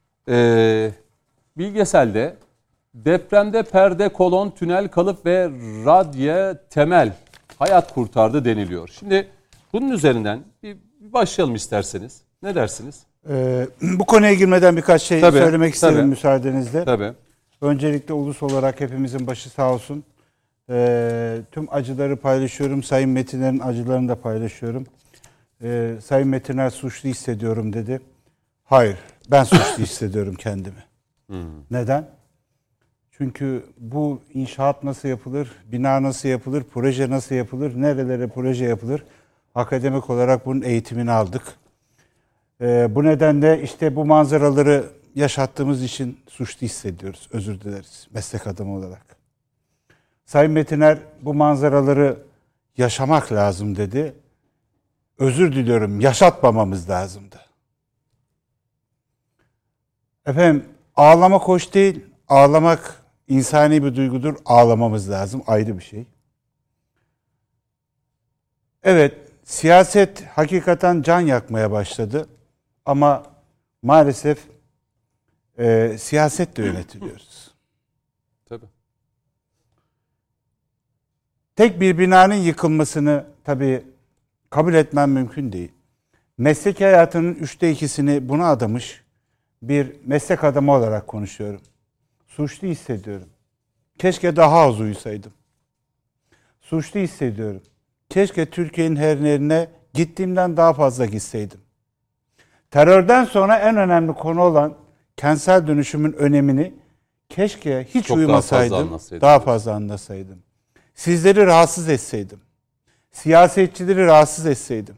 bilgeselde depremde perde, kolon, tünel, kalıp ve radye temel hayat kurtardı deniliyor. Şimdi bunun üzerinden bir başlayalım isterseniz. Ne dersiniz? Bu konuya girmeden birkaç şey söylemek isterim müsaadenizle. Tabii. Öncelikle ulus olarak hepimizin başı sağ olsun. Tüm acıları paylaşıyorum. Sayın Metiner'in acılarını da paylaşıyorum. Sayın Metiner suçlu hissediyorum dedi. Hayır, ben suçlu hissediyorum kendimi. Neden? Çünkü bu inşaat nasıl yapılır, bina nasıl yapılır, proje nasıl yapılır, nerelere proje yapılır? Akademik olarak bunun eğitimini aldık. Bu nedenle işte bu manzaraları yaşattığımız için suçlu hissediyoruz. Özür dileriz meslek adamı olarak. Sayın Metiner bu manzaraları yaşamak lazım dedi. Özür diliyorum, yaşatmamamız lazımdı. Efendim, ağlamak hoş değil. Ağlamak insani bir duygudur. Ağlamamız lazım. Ayrı bir şey. Evet, siyaset hakikaten can yakmaya başladı. Ama maalesef siyasetle yönetiliyoruz. Tabii. Tek bir binanın yıkılmasını tabii kabul etmem mümkün değil. Meslek hayatının 2/3'ünü buna adamış bir meslek adamı olarak konuşuyorum. Suçlu hissediyorum. Keşke daha az uyusaydım. Suçlu hissediyorum. Keşke Türkiye'nin her yerine gittiğimden daha fazla gitseydim. Terörden sonra en önemli konu olan kentsel dönüşümün önemini keşke hiç Çok uyumasaydım, daha fazla anlasaydım. Sizleri rahatsız etseydim. Siyasetçileri rahatsız etseydim.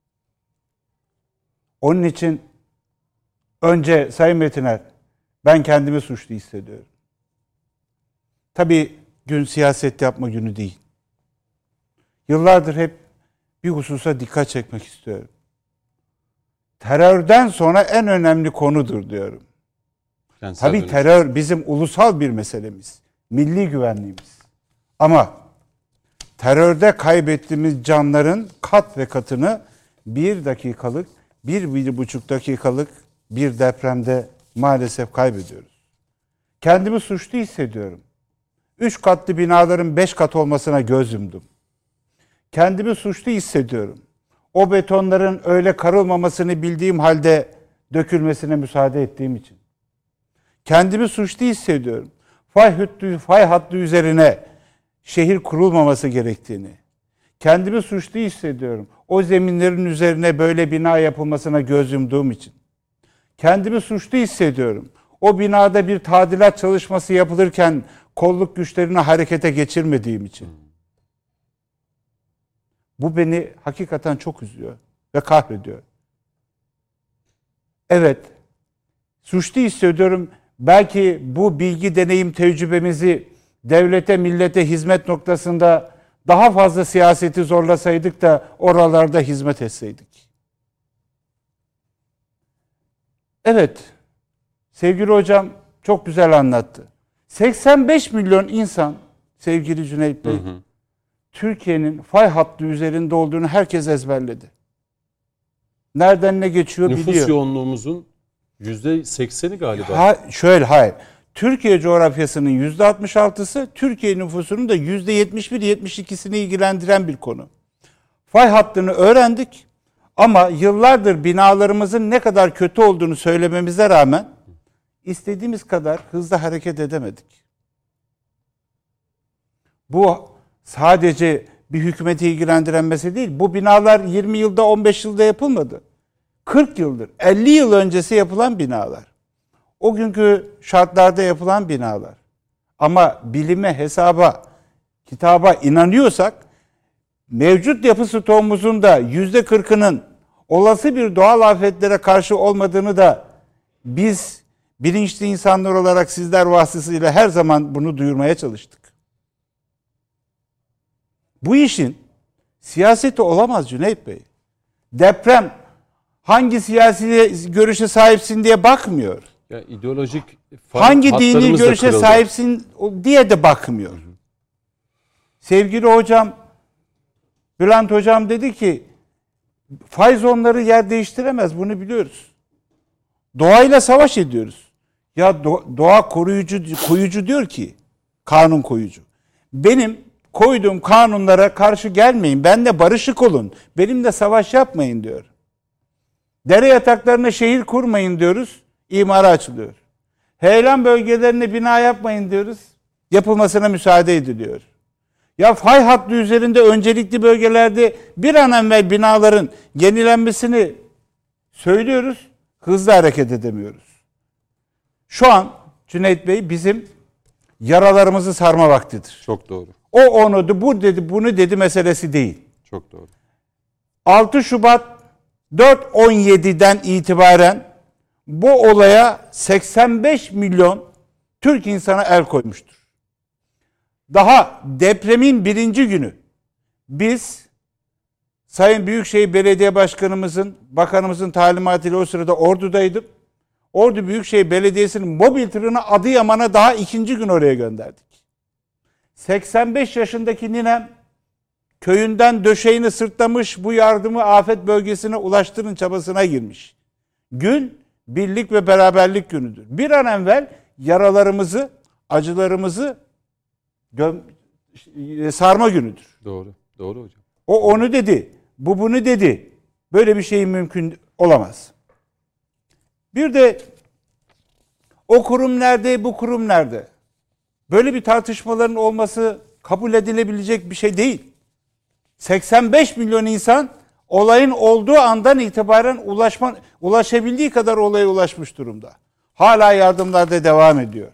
Onun için önce Sayın Metiner, ben kendimi suçlu hissediyorum. Tabii gün siyaset yapma günü değil. Yıllardır hep bir hususa dikkat çekmek istiyorum. Terörden sonra en önemli konudur diyorum. Tabii terör bizim ulusal bir meselemiz. Milli güvenliğimiz. Ama terörde kaybettiğimiz canların kat ve katını 1 dakikalık, 1,5 dakikalık bir depremde maalesef kaybediyoruz. Kendimi suçlu hissediyorum. 3 katlı binaların 5 kat olmasına göz yumdum. Kendimi suçlu hissediyorum. O betonların öyle karılmamasını bildiğim halde dökülmesine müsaade ettiğim için. Kendimi suçlu hissediyorum. Fay hattı üzerine şehir kurulmaması gerektiğini. Kendimi suçlu hissediyorum. O zeminlerin üzerine böyle bina yapılmasına göz yumduğum için. Kendimi suçlu hissediyorum. O binada bir tadilat çalışması yapılırken kolluk güçlerini harekete geçirmediğim için. Bu beni hakikaten çok üzüyor ve kahrediyor. Evet, suçlu hissediyorum. Belki bu bilgi, deneyim, tecrübemizi devlete, millete hizmet noktasında daha fazla siyaseti zorlasaydık da oralarda hizmet etseydik. Evet, sevgili hocam çok güzel anlattı. 85 milyon insan, sevgili Cüneyt Bey, Türkiye'nin fay hattı üzerinde olduğunu herkes ezberledi. Nereden ne geçiyor biliyor. Nüfus yoğunluğumuzun %80'i galiba. Hayır. Türkiye coğrafyasının %66'sı, Türkiye nüfusunun da %71-72'sini ilgilendiren bir konu. Fay hattını öğrendik ama yıllardır binalarımızın ne kadar kötü olduğunu söylememize rağmen istediğimiz kadar hızlı hareket edemedik. Bu sadece bir hükümeti ilgilendiren mesele değil. Bu binalar 20 yılda, 15 yılda yapılmadı. 40 yıldır, 50 yıl öncesi yapılan binalar. O günkü şartlarda yapılan binalar. Ama bilime, hesaba, kitaba inanıyorsak mevcut yapı stoğumuzun da %40'ının olası bir doğal afetlere karşı olmadığını da biz bilinçli insanlar olarak sizler vasıtasıyla her zaman bunu duyurmaya çalıştık. Bu işin siyaseti olamaz Cüneyt Bey. Deprem hangi siyasi görüşe sahipsin diye bakmıyor. Ya ideolojik hangi dini görüşe sahipsin diye de bakmıyor. Sevgili hocam, Bülent hocam dedi ki fay zonları yer değiştiremez, bunu biliyoruz. Doğayla savaş ediyoruz. Ya doğa koyucu diyor ki, kanun koyucu. Benim koyduğum kanunlara karşı gelmeyin, benimle barışık olun, benimle savaş yapmayın diyor. Dere yataklarına şehir kurmayın diyoruz, imara açılıyor. Heyelan bölgelerine bina yapmayın diyoruz, yapılmasına müsaade ediliyor. Ya fay hattı üzerinde öncelikli bölgelerde bir an evvel binaların yenilenmesini söylüyoruz, hızlı hareket edemiyoruz. Şu an Cüneyt Bey bizim yaralarımızı sarma vaktidir. Çok doğru. O onu bu dedi, bunu dedi meselesi değil. Çok doğru. 6 Şubat 4.17'den itibaren bu olaya 85 milyon Türk insana el koymuştur. Daha depremin 1. günü biz Sayın Büyükşehir Belediye Başkanımızın, bakanımızın talimatıyla o sırada Ordu'daydım. Ordu Büyükşehir Belediyesi'nin mobil tırını Adıyaman'a daha 2. gün oraya gönderdik. 85 yaşındaki ninem köyünden döşeğini sırtlamış, bu yardımı afet bölgesine ulaştırın çabasına girmiş. Gün birlik ve beraberlik günüdür. Bir an evvel yaralarımızı, acılarımızı sarma günüdür. Doğru. Doğru hocam. O onu dedi, bu bunu dedi. Böyle bir şey mümkün olamaz. Bir de o kurum nerede, bu kurum nerede? Böyle bir tartışmaların olması kabul edilebilecek bir şey değil. 85 milyon insan olayın olduğu andan itibaren ulaşabildiği kadar olaya ulaşmış durumda. Hala yardımlar da devam ediyor.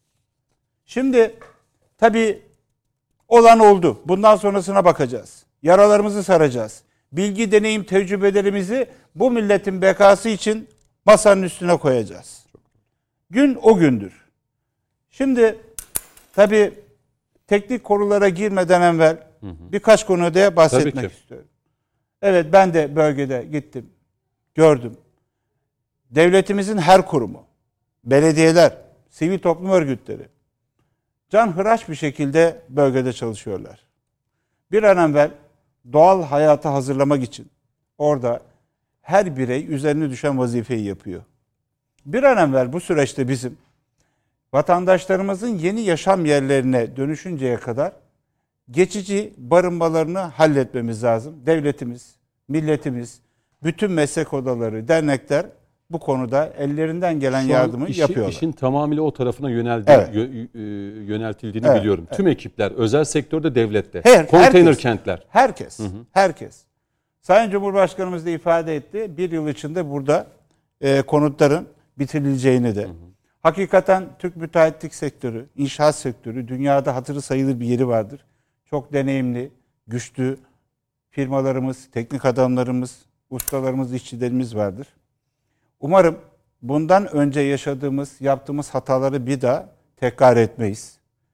Şimdi tabii olan oldu. Bundan sonrasına bakacağız. Yaralarımızı saracağız. Bilgi, deneyim, tecrübelerimizi bu milletin bekası için masanın üstüne koyacağız. Gün o gündür. Şimdi tabii teknik konulara girmeden evvel birkaç konuda bahsetmek istiyorum. Evet, ben de bölgede gittim, gördüm. Devletimizin her kurumu, belediyeler, sivil toplum örgütleri canhıraş bir şekilde bölgede çalışıyorlar. Bir an evvel doğal hayata hazırlamak için orada her birey üzerine düşen vazifeyi yapıyor. Bir an evvel bu süreçte bizim vatandaşlarımızın yeni yaşam yerlerine dönüşünceye kadar geçici barınmalarını halletmemiz lazım. Devletimiz, milletimiz, bütün meslek odaları, dernekler bu konuda ellerinden gelen yardımı yapıyorlar. İşin tamamıyla o tarafına yöneltildiğini biliyorum. Evet. Tüm ekipler, özel sektörde, devlette, konteyner kentler. Herkes. Sayın Cumhurbaşkanımız da ifade etti. Bir yıl içinde burada konutların bitirileceğini de. Hakikaten Türk müteahhitlik sektörü, inşaat sektörü dünyada hatırı sayılır bir yeri vardır. Çok deneyimli, güçlü firmalarımız, teknik adamlarımız, ustalarımız, işçilerimiz vardır. Umarım bundan önce yaptığımız hataları bir daha tekrar etmeyiz.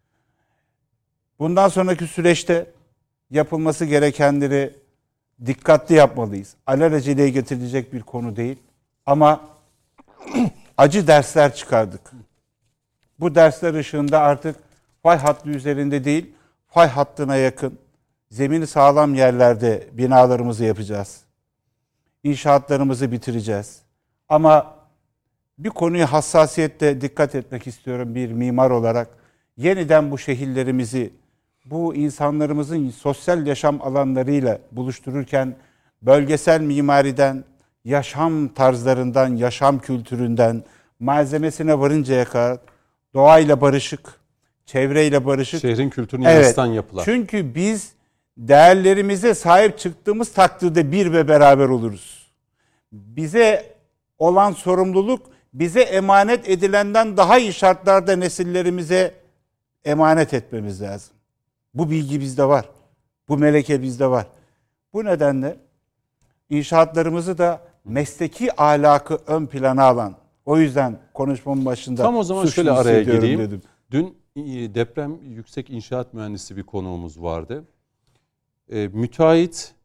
Bundan sonraki süreçte yapılması gerekenleri dikkatli yapmalıyız. Alelacele getirilecek bir konu değil. Ama acı dersler çıkardık. Bu dersler ışığında artık fay hattı üzerinde değil, fay hattına yakın, zemini sağlam yerlerde binalarımızı yapacağız. İnşaatlarımızı bitireceğiz. Ama bir konuya hassasiyetle dikkat etmek istiyorum bir mimar olarak. Yeniden bu şehirlerimizi, bu insanlarımızın sosyal yaşam alanlarıyla buluştururken bölgesel mimariden, yaşam tarzlarından, yaşam kültüründen, malzemesine varıncaya kadar doğayla barışık, çevreyle barışık. Şehrin kültürünü yansıtan yapılar. Çünkü biz değerlerimize sahip çıktığımız takdirde bir ve beraber oluruz. Bize olan sorumluluk, bize emanet edilenden daha iyi şartlarda nesillerimize emanet etmemiz lazım. Bu bilgi bizde var. Bu meleke bizde var. Bu nedenle inşaatlarımızı da mesleki ahlakı ön plana alan, o yüzden konuşmamın başında tam o zaman şöyle araya gireyim. Dedim. Dün deprem yüksek inşaat mühendisi bir konuğumuz vardı. Müteahhit,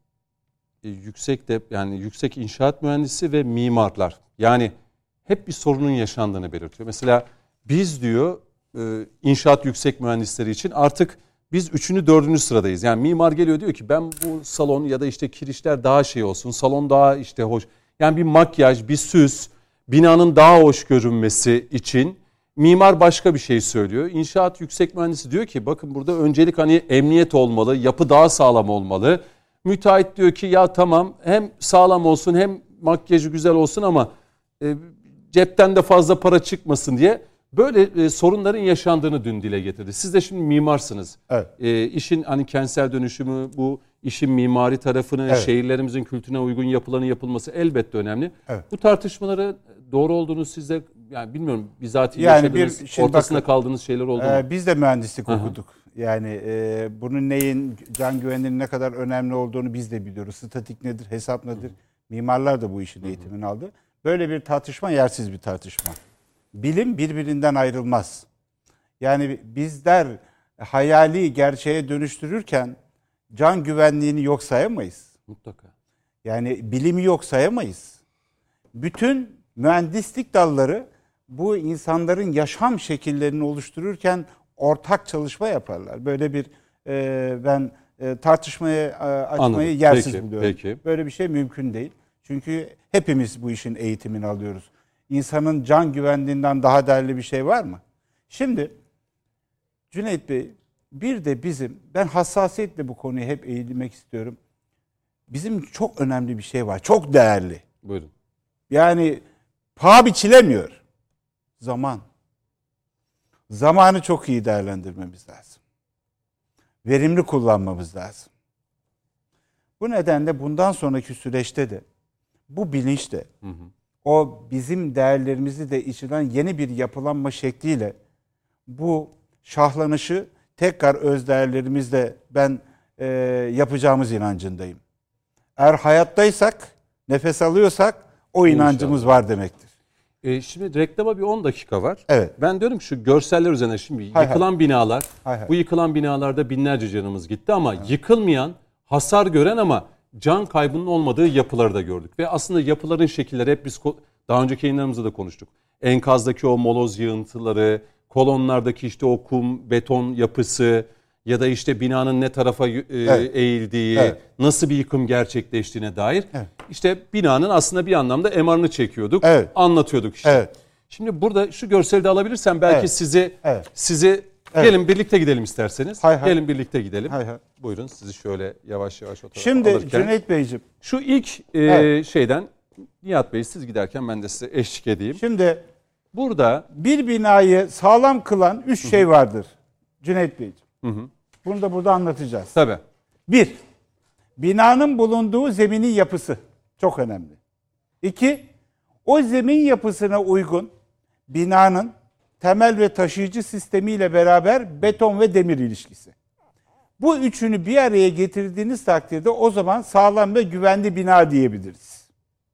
yüksek inşaat mühendisi ve mimarlar. Yani hep bir sorunun yaşandığını belirtiyor. Mesela biz diyor inşaat yüksek mühendisleri için artık biz 3. 4. sıradayız. Yani mimar geliyor diyor ki ben bu salon ya da işte kirişler daha şey olsun, salon daha işte hoş. Yani bir makyaj, bir süs, binanın daha hoş görünmesi için mimar başka bir şey söylüyor. İnşaat yüksek mühendisi diyor ki bakın burada öncelik hani emniyet olmalı, yapı daha sağlam olmalı. Müteahhit diyor ki ya tamam hem sağlam olsun hem makyajı güzel olsun ama cepten de fazla para çıkmasın diye böyle sorunların yaşandığını dün dile getirdi. Siz de şimdi mimarsınız. Evet. İşin hani kentsel dönüşümü, bu işin mimari tarafını, şehirlerimizin kültürüne uygun yapılanın yapılması elbette önemli. Evet. Bu tartışmaları doğru olduğunu siz de yani bilmiyorum bizatihi Yani yaşadınız, ortasında kaldığınız şeyler oldu mu? Biz de mühendislik okuduk. Yani bunun neyin can güvenliğinin ne kadar önemli olduğunu biz de biliyoruz. Statik nedir, hesap nedir? Mimarlar da bu işin eğitimini aldı. Böyle bir tartışma yersiz bir tartışma. Bilim birbirinden ayrılmaz. Yani bizler hayali gerçeğe dönüştürürken can güvenliğini yok sayamayız. Mutlaka. Yani bilimi yok sayamayız. Bütün mühendislik dalları bu insanların yaşam şekillerini oluştururken ortak çalışma yaparlar. Böyle bir ben tartışmayı açmayı yersiz buluyorum. Peki. Böyle bir şey mümkün değil. Çünkü hepimiz bu işin eğitimini alıyoruz. İnsanın can güvenliğinden daha değerli bir şey var mı? Şimdi Cüneyt Bey, bir de ben hassasiyetle bu konuyu hep eğilmek istiyorum. Bizim çok önemli bir şey var. Çok değerli. Buyurun. Yani paha biçilemiyor. Zaman. Zamanı çok iyi değerlendirmemiz lazım. Verimli kullanmamız lazım. Bu nedenle bundan sonraki süreçte de bu bilinçle o bizim değerlerimizi de içeren yeni bir yapılanma şekliyle bu şahlanışı tekrar öz değerlerimizle ben yapacağımız inancındayım. Eğer hayattaysak, nefes alıyorsak o inancımız var demektir. Şimdi reklama bir 10 dakika var. Evet. Ben diyorum ki şu görseller üzerine şimdi yıkılan binalar, bu yıkılan binalarda binlerce canımız gitti ama yıkılmayan, hasar gören ama can kaybının olmadığı yapıları da gördük. Ve aslında yapıların şekilleri hep biz daha önceki yayınlarımızda da konuştuk. Enkazdaki o moloz yığıntıları, kolonlardaki işte o kum, beton yapısı ya da işte binanın ne tarafa eğildiği, nasıl bir yıkım gerçekleştiğine dair işte binanın aslında bir anlamda MR'ını çekiyorduk, anlatıyorduk işte. Evet. Şimdi burada şu görseli de alabilirsem belki sizi gelin birlikte gidelim isterseniz. Gelin birlikte gidelim. Buyurun sizi şöyle yavaş yavaş Şimdi alırken. Cüneyt Beyciğim. Şu ilk şeyden Nihat Bey siz giderken ben de size eşlik edeyim. Şimdi burada bir binayı sağlam kılan 3 şey vardır Cüneyt Beyciğim. Bunu da burada anlatacağız. Tabii. 1. Binanın bulunduğu zeminin yapısı. Çok önemli. 2. O zemin yapısına uygun binanın temel ve taşıyıcı sistemiyle beraber beton ve demir ilişkisi. Bu üçünü bir araya getirdiğiniz takdirde o zaman sağlam ve güvenli bina diyebiliriz.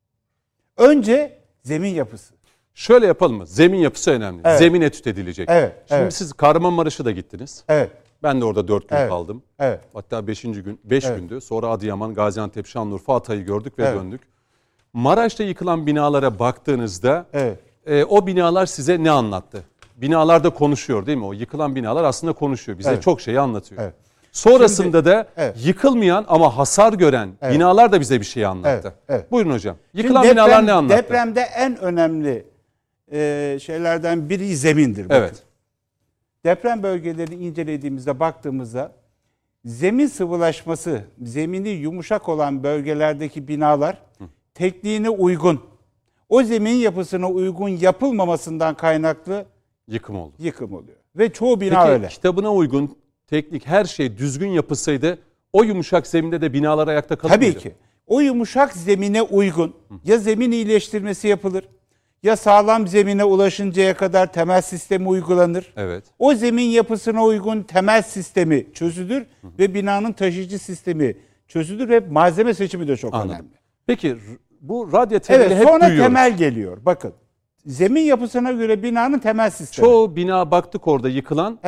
Önce zemin yapısı. Şöyle yapalım mı? Zemin yapısı önemli. Evet. Zemin etüt edilecek. Şimdi siz Kahramanmaraş'a da gittiniz. Evet. Ben de orada 4 gün kaldım. Evet. Hatta 5. gün, 5 gündü. Sonra Adıyaman, Gaziantep, Şanlıurfa, Hatay'ı gördük ve döndük. Maraş'ta yıkılan binalara baktığınızda o binalar size ne anlattı? Binalar da konuşuyor değil mi? O yıkılan binalar aslında konuşuyor. Bize çok şeyi anlatıyor. Evet. Sonrasında da yıkılmayan ama hasar gören binalar da bize bir şey anlattı. Buyurun hocam. Yıkılan binalar ne anlattı? Depremde en önemli şeylerden biri zemindir. Bakın. Evet. Deprem bölgelerini incelediğimizde baktığımızda zemin sıvılaşması, zemini yumuşak olan bölgelerdeki binalar tekniğine uygun, o zemin yapısına uygun yapılmamasından kaynaklı yıkım oldu. Yıkım oluyor. Ve çoğu bina Peki, öyle. kitabına uygun, teknik her şey düzgün yapılsaydı o yumuşak zeminde de binalar ayakta kalır Tabii mıydı? ki. O yumuşak zemine uygun ya zemin iyileştirmesi yapılır ya sağlam zemine ulaşıncaya kadar temel sistemi uygulanır. Evet. O zemin yapısına uygun temel sistemi çözülür ve binanın taşıyıcı sistemi çözülür ve malzeme seçimi de çok önemli. Peki bu radyo temeli hep sonra duyuyoruz. temel geliyor. Bakın. Zemin yapısına göre binanın temel sistemi. Çoğu bina baktık orada yıkılan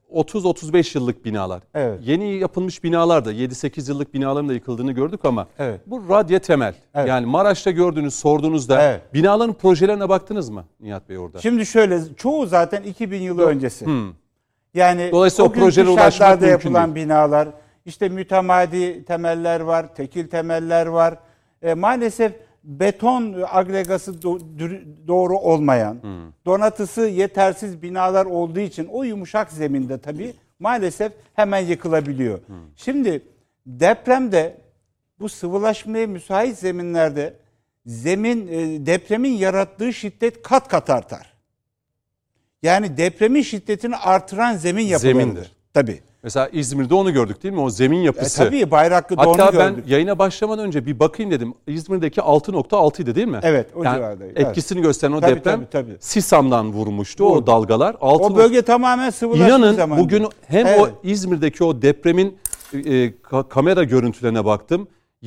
30-35 yıllık binalar. Evet. Yeni yapılmış binalar da 7-8 yıllık binaların da yıkıldığını gördük ama bu radyo temel. Yani Maraş'ta gördüğünüz, sorduğunuzda binaların projelerine baktınız mı Nihat Bey orada? Şimdi şöyle çoğu zaten 2000 yılı öncesi. Yani dolayısıyla o projelere ulaşmak şartlarda mümkün yapılan değil. binalar, işte mütemadi temeller var, tekil temeller var. Maalesef beton agregası doğru olmayan, donatısı yetersiz binalar olduğu için o yumuşak zeminde tabii maalesef hemen yıkılabiliyor. Şimdi depremde bu sıvılaşmaya müsait zeminlerde depremin yarattığı şiddet kat kat artar. Yani depremin şiddetini artıran zemin yapılarıdır. Zemindir. Tabii. Mesela İzmir'de onu gördük değil mi? O zemin yapısı. Tabii Bayraklı'da onu gördük. Hatta ben yayına başlamadan önce bir bakayım dedim. İzmir'deki 6.6'ydı değil mi? Evet, o civardaydı. Etkisini gösteren o tabii, deprem tabii. Sisam'dan vurmuştu o dalgalar. O bölge tamamen sıvılaşmış İnanın zamanında. bugün hem o İzmir'deki o depremin kamera görüntülerine baktım.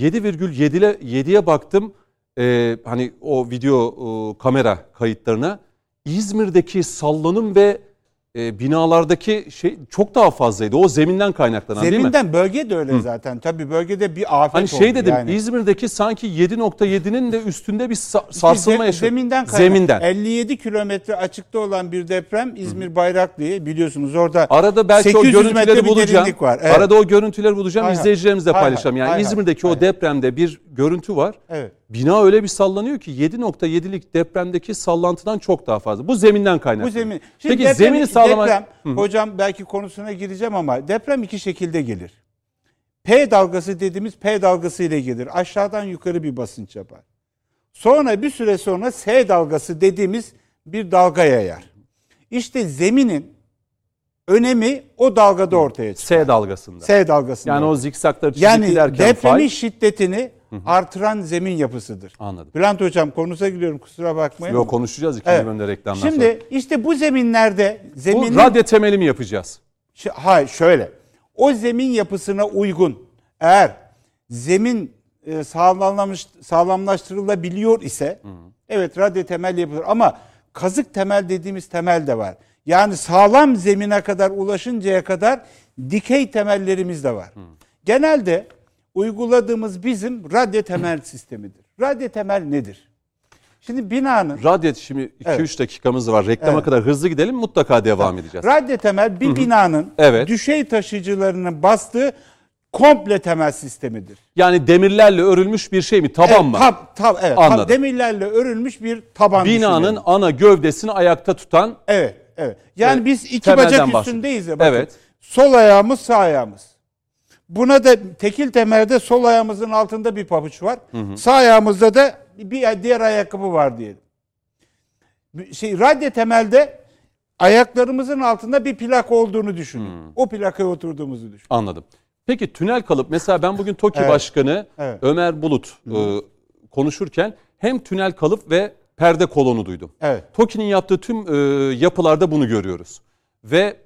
7,7'ye baktım. Hani o video kamera kayıtlarına. İzmir'deki sallanım ve binalardaki şey çok daha fazlaydı. O zeminden kaynaklanan değil mi? Zeminden, bölge de öyle zaten. Tabii bölgede bir afet hani oldu. şey dedim yani. İzmir'deki sanki 7.7'nin de üstünde bir sarsılma yaşadı. Zeminden. 57 kilometre açıkta olan bir deprem İzmir Bayraklı'yı biliyorsunuz orada. Arada belki o görüntüleri bulacağım. Var. Evet. Arada o görüntüleri bulacağım. İzleyicilerimizle paylaşacağım. Yani hay, İzmir'deki o depremde bir görüntü var. Evet. Bina öyle bir sallanıyor ki 7.7'lik depremdeki sallantıdan çok daha fazla. Bu zeminden kaynaklı. Bu zemin. Peki zemini sağlamak... Hocam belki konusuna gireceğim ama deprem iki şekilde gelir. P dalgası dediğimiz P dalgası ile gelir. Aşağıdan yukarı bir basınç yapar. Sonra bir süre sonra S dalgası dediğimiz bir dalga yayar. İşte zeminin önemi o dalgada ortaya çıkar. S dalgasında. S dalgasında. Yani o zikzakları çizip yani giderken depremin şiddetini artıran zemin yapısıdır. Anladım. Bülent Hocam konusuna giriyorum, kusura bakmayın. Yok, konuşacağız ikinci bölümde reklamdan sonra. Şimdi işte bu zeminlerde bu radyo temeli mi yapacağız? Hayır, şöyle. O zemin yapısına uygun eğer zemin sağlamlaştırılabiliyor ise evet radyo temel yapılır ama kazık temel dediğimiz temel de var. Yani sağlam zemine kadar ulaşıncaya kadar dikey temellerimiz de var. Genelde uyguladığımız bizim radyo temel sistemidir. Radyo temel nedir? Şimdi binanın... Şimdi 2-3 dakikamız var. Reklama kadar hızlı gidelim, mutlaka devam edeceğiz. Radyo temel bir binanın düşey taşıyıcılarının bastığı komple temel sistemidir. Yani demirlerle örülmüş bir şey mi? Taban mı? Evet. Anladım. Demirlerle örülmüş bir taban binanın düşünelim. ana gövdesini ayakta tutan... Evet. Yani biz iki bacak üstündeyiz ya. Bakın. Evet. Sol ayağımız, sağ ayağımız. Buna da tekil temelde sol ayağımızın altında bir pabuç var. Sağ ayağımızda da bir diğer ayakkabı var diyelim. Radyo temelde ayaklarımızın altında bir plak olduğunu düşünün. O plakaya oturduğumuzu düşünün. Anladım. Peki tünel kalıp, mesela ben bugün TOKİ Başkanı Ömer Bulut konuşurken hem tünel kalıp ve perde kolonu duydum. Evet. TOKİ'nin yaptığı tüm yapılarda bunu görüyoruz. Ve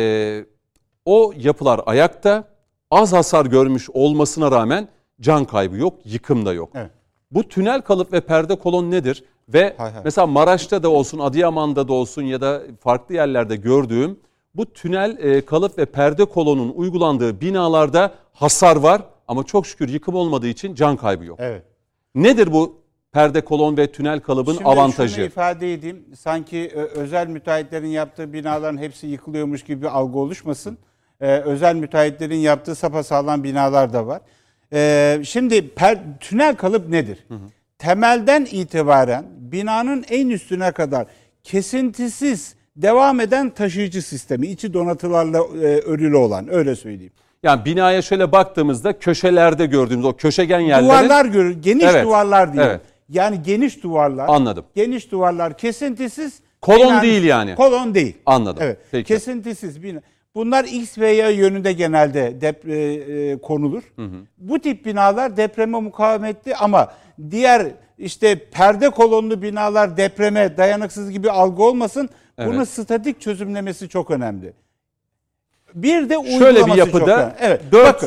o yapılar ayakta, az hasar görmüş olmasına rağmen can kaybı yok, yıkım da yok. Evet. Bu tünel kalıp ve perde kolon nedir? Ve mesela Maraş'ta da olsun, Adıyaman'da da olsun ya da farklı yerlerde gördüğüm bu tünel kalıp ve perde kolonun uygulandığı binalarda hasar var ama çok şükür yıkım olmadığı için can kaybı yok. Evet. Nedir bu perde kolon ve tünel kalıbın avantajı? Şunu ifade edeyim. Sanki özel müteahhitlerin yaptığı binaların hepsi yıkılıyormuş gibi bir algı oluşmasın. Özel müteahhitlerin yaptığı sapasağlam binalar da var. Şimdi tünel kalıp nedir? Temelden itibaren binanın en üstüne kadar kesintisiz devam eden taşıyıcı sistemi. İçi donatılarla örülü olan, öyle söyleyeyim. Yani binaya şöyle baktığımızda köşelerde gördüğümüz o köşegen yerlerin... Duvarlar geniş duvarlar diye. Evet. Yani geniş duvarlar. Anladım. Geniş duvarlar kesintisiz. Kolon değil yani. Kolon değil. Anladım. Evet. Peki. Kesintisiz bina. Bunlar X ve Y yönünde genelde konulur. Bu tip binalar depreme mukavemetli ama diğer perde kolonlu binalar depreme dayanıksız gibi algı olmasın. Evet. Bunun statik çözümlemesi çok önemli. Bir de uygulaması şöyle bir yapıda evet.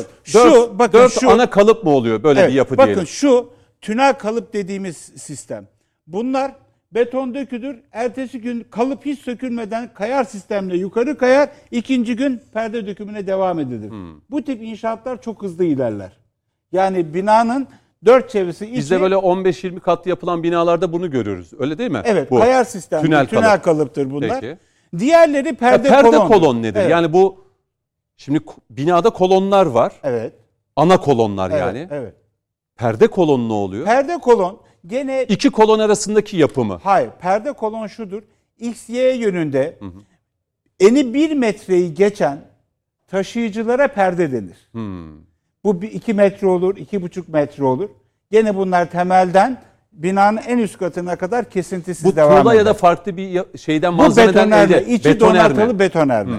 Dört ana kalıp mı oluyor böyle bir yapı diyelim? Bakın şu tünel kalıp dediğimiz sistem. Bunlar beton dökülür. Ertesi gün kalıp hiç sökülmeden kayar sistemle yukarı kayar. İkinci gün perde dökümüne devam edilir. Bu tip inşaatlar çok hızlı ilerler. Yani binanın dört çevresi içi... Bizde böyle 15-20 katlı yapılan binalarda bunu görüyoruz. Öyle değil mi? Evet. Kayar sistem. Tünel kalıptır bunlar. Peki. Diğerleri perde kolon nedir? Evet. Yani bu şimdi binada kolonlar var. Evet. Ana kolonlar yani. Evet. Perde kolon ne oluyor? Perde kolon gene... İki kolon arasındaki yapı mı? Hayır. Perde kolon şudur. X, Y yönünde eni 1 metreyi geçen taşıyıcılara perde denir. Bu 2 metre olur, 2,5 metre olur. Gene bunlar temelden binanın en üst katına kadar kesintisiz devam eder. Bu tuğla ya da farklı bir şeyden malzemeden elde. İçi donatılı betonerle.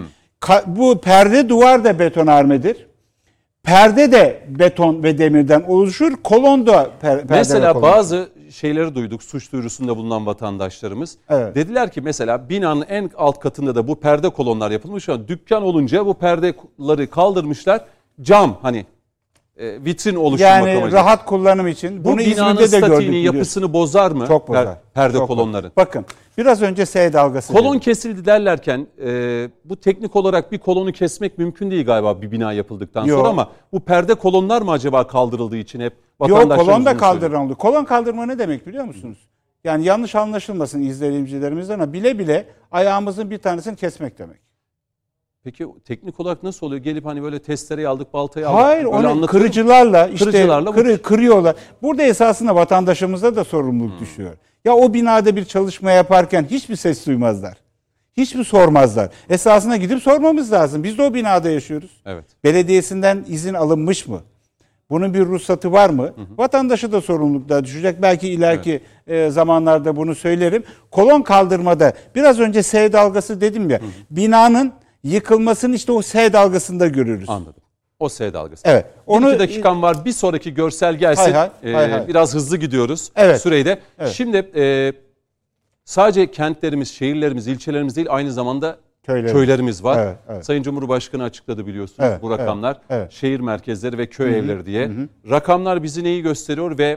Bu perde duvar da betonarmedir. Perde de beton ve demirden oluşur. Kolon da perde mesela ve kolon. Bazı şeyleri duyduk suç duyurusunda bulunan vatandaşlarımız. Evet. Dediler ki mesela binanın en alt katında da bu perde kolonlar yapılmış ama dükkan olunca bu perdeleri kaldırmışlar. Cam hani vitrin oluşturmak yani amacıyla. rahat kullanım için. Bu Bunu binanın İzmir'de de gördük. statiğini, yapısını bozar mı? Çok bozar. Perde Çok kolonları. bozar. Bakın biraz önce S dalgası Kolon dedim. kesildi derlerken bu teknik olarak bir kolonu kesmek mümkün değil galiba bir bina yapıldıktan Yok. sonra ama bu perde kolonlar mı acaba kaldırıldığı için hep Yok, vatandaşlarımız kolon da bunu söylüyor? kaldırıldı. Kolon kaldırma ne demek biliyor musunuz? Yani yanlış anlaşılmasın izleyicilerimizden ama bile bile ayağımızın bir tanesini kesmek demek. Peki teknik olarak nasıl oluyor? Gelip hani böyle testereyi aldık, baltayı aldık. Hayır, böyle onu anlatıyor. kırıcılarla işte Kırıcılarla kırıyorlar. Burada esasında vatandaşımıza da sorumluluk düşüyor. Ya o binada bir çalışma yaparken hiçbir ses duymazlar. Hiçbir sormazlar. Esasında gidip sormamız lazım. Biz de o binada yaşıyoruz. Evet. Belediyesinden izin alınmış mı? Bunun bir ruhsatı var mı? Vatandaşı da sorumluluklar düşecek. Belki ileriki zamanlarda bunu söylerim. Kolon kaldırmada biraz önce S dalgası dedim ya. Binanın yıkılmasını işte o S dalgasında görürüz. Anladım. O S dalgası. Evet. Onu 2 dakikam var. Bir sonraki görsel gelsin. Hay. Biraz hızlı gidiyoruz. Evet. Süreyi de. Evet. Şimdi sadece kentlerimiz, şehirlerimiz, ilçelerimiz değil aynı zamanda Köylerimiz. köylerimiz var. Evet, evet. Sayın Cumhurbaşkanı açıkladı biliyorsunuz Evet, bu rakamlar. evet. Şehir merkezleri ve köy evleri diye. Rakamlar bizi neyi gösteriyor ve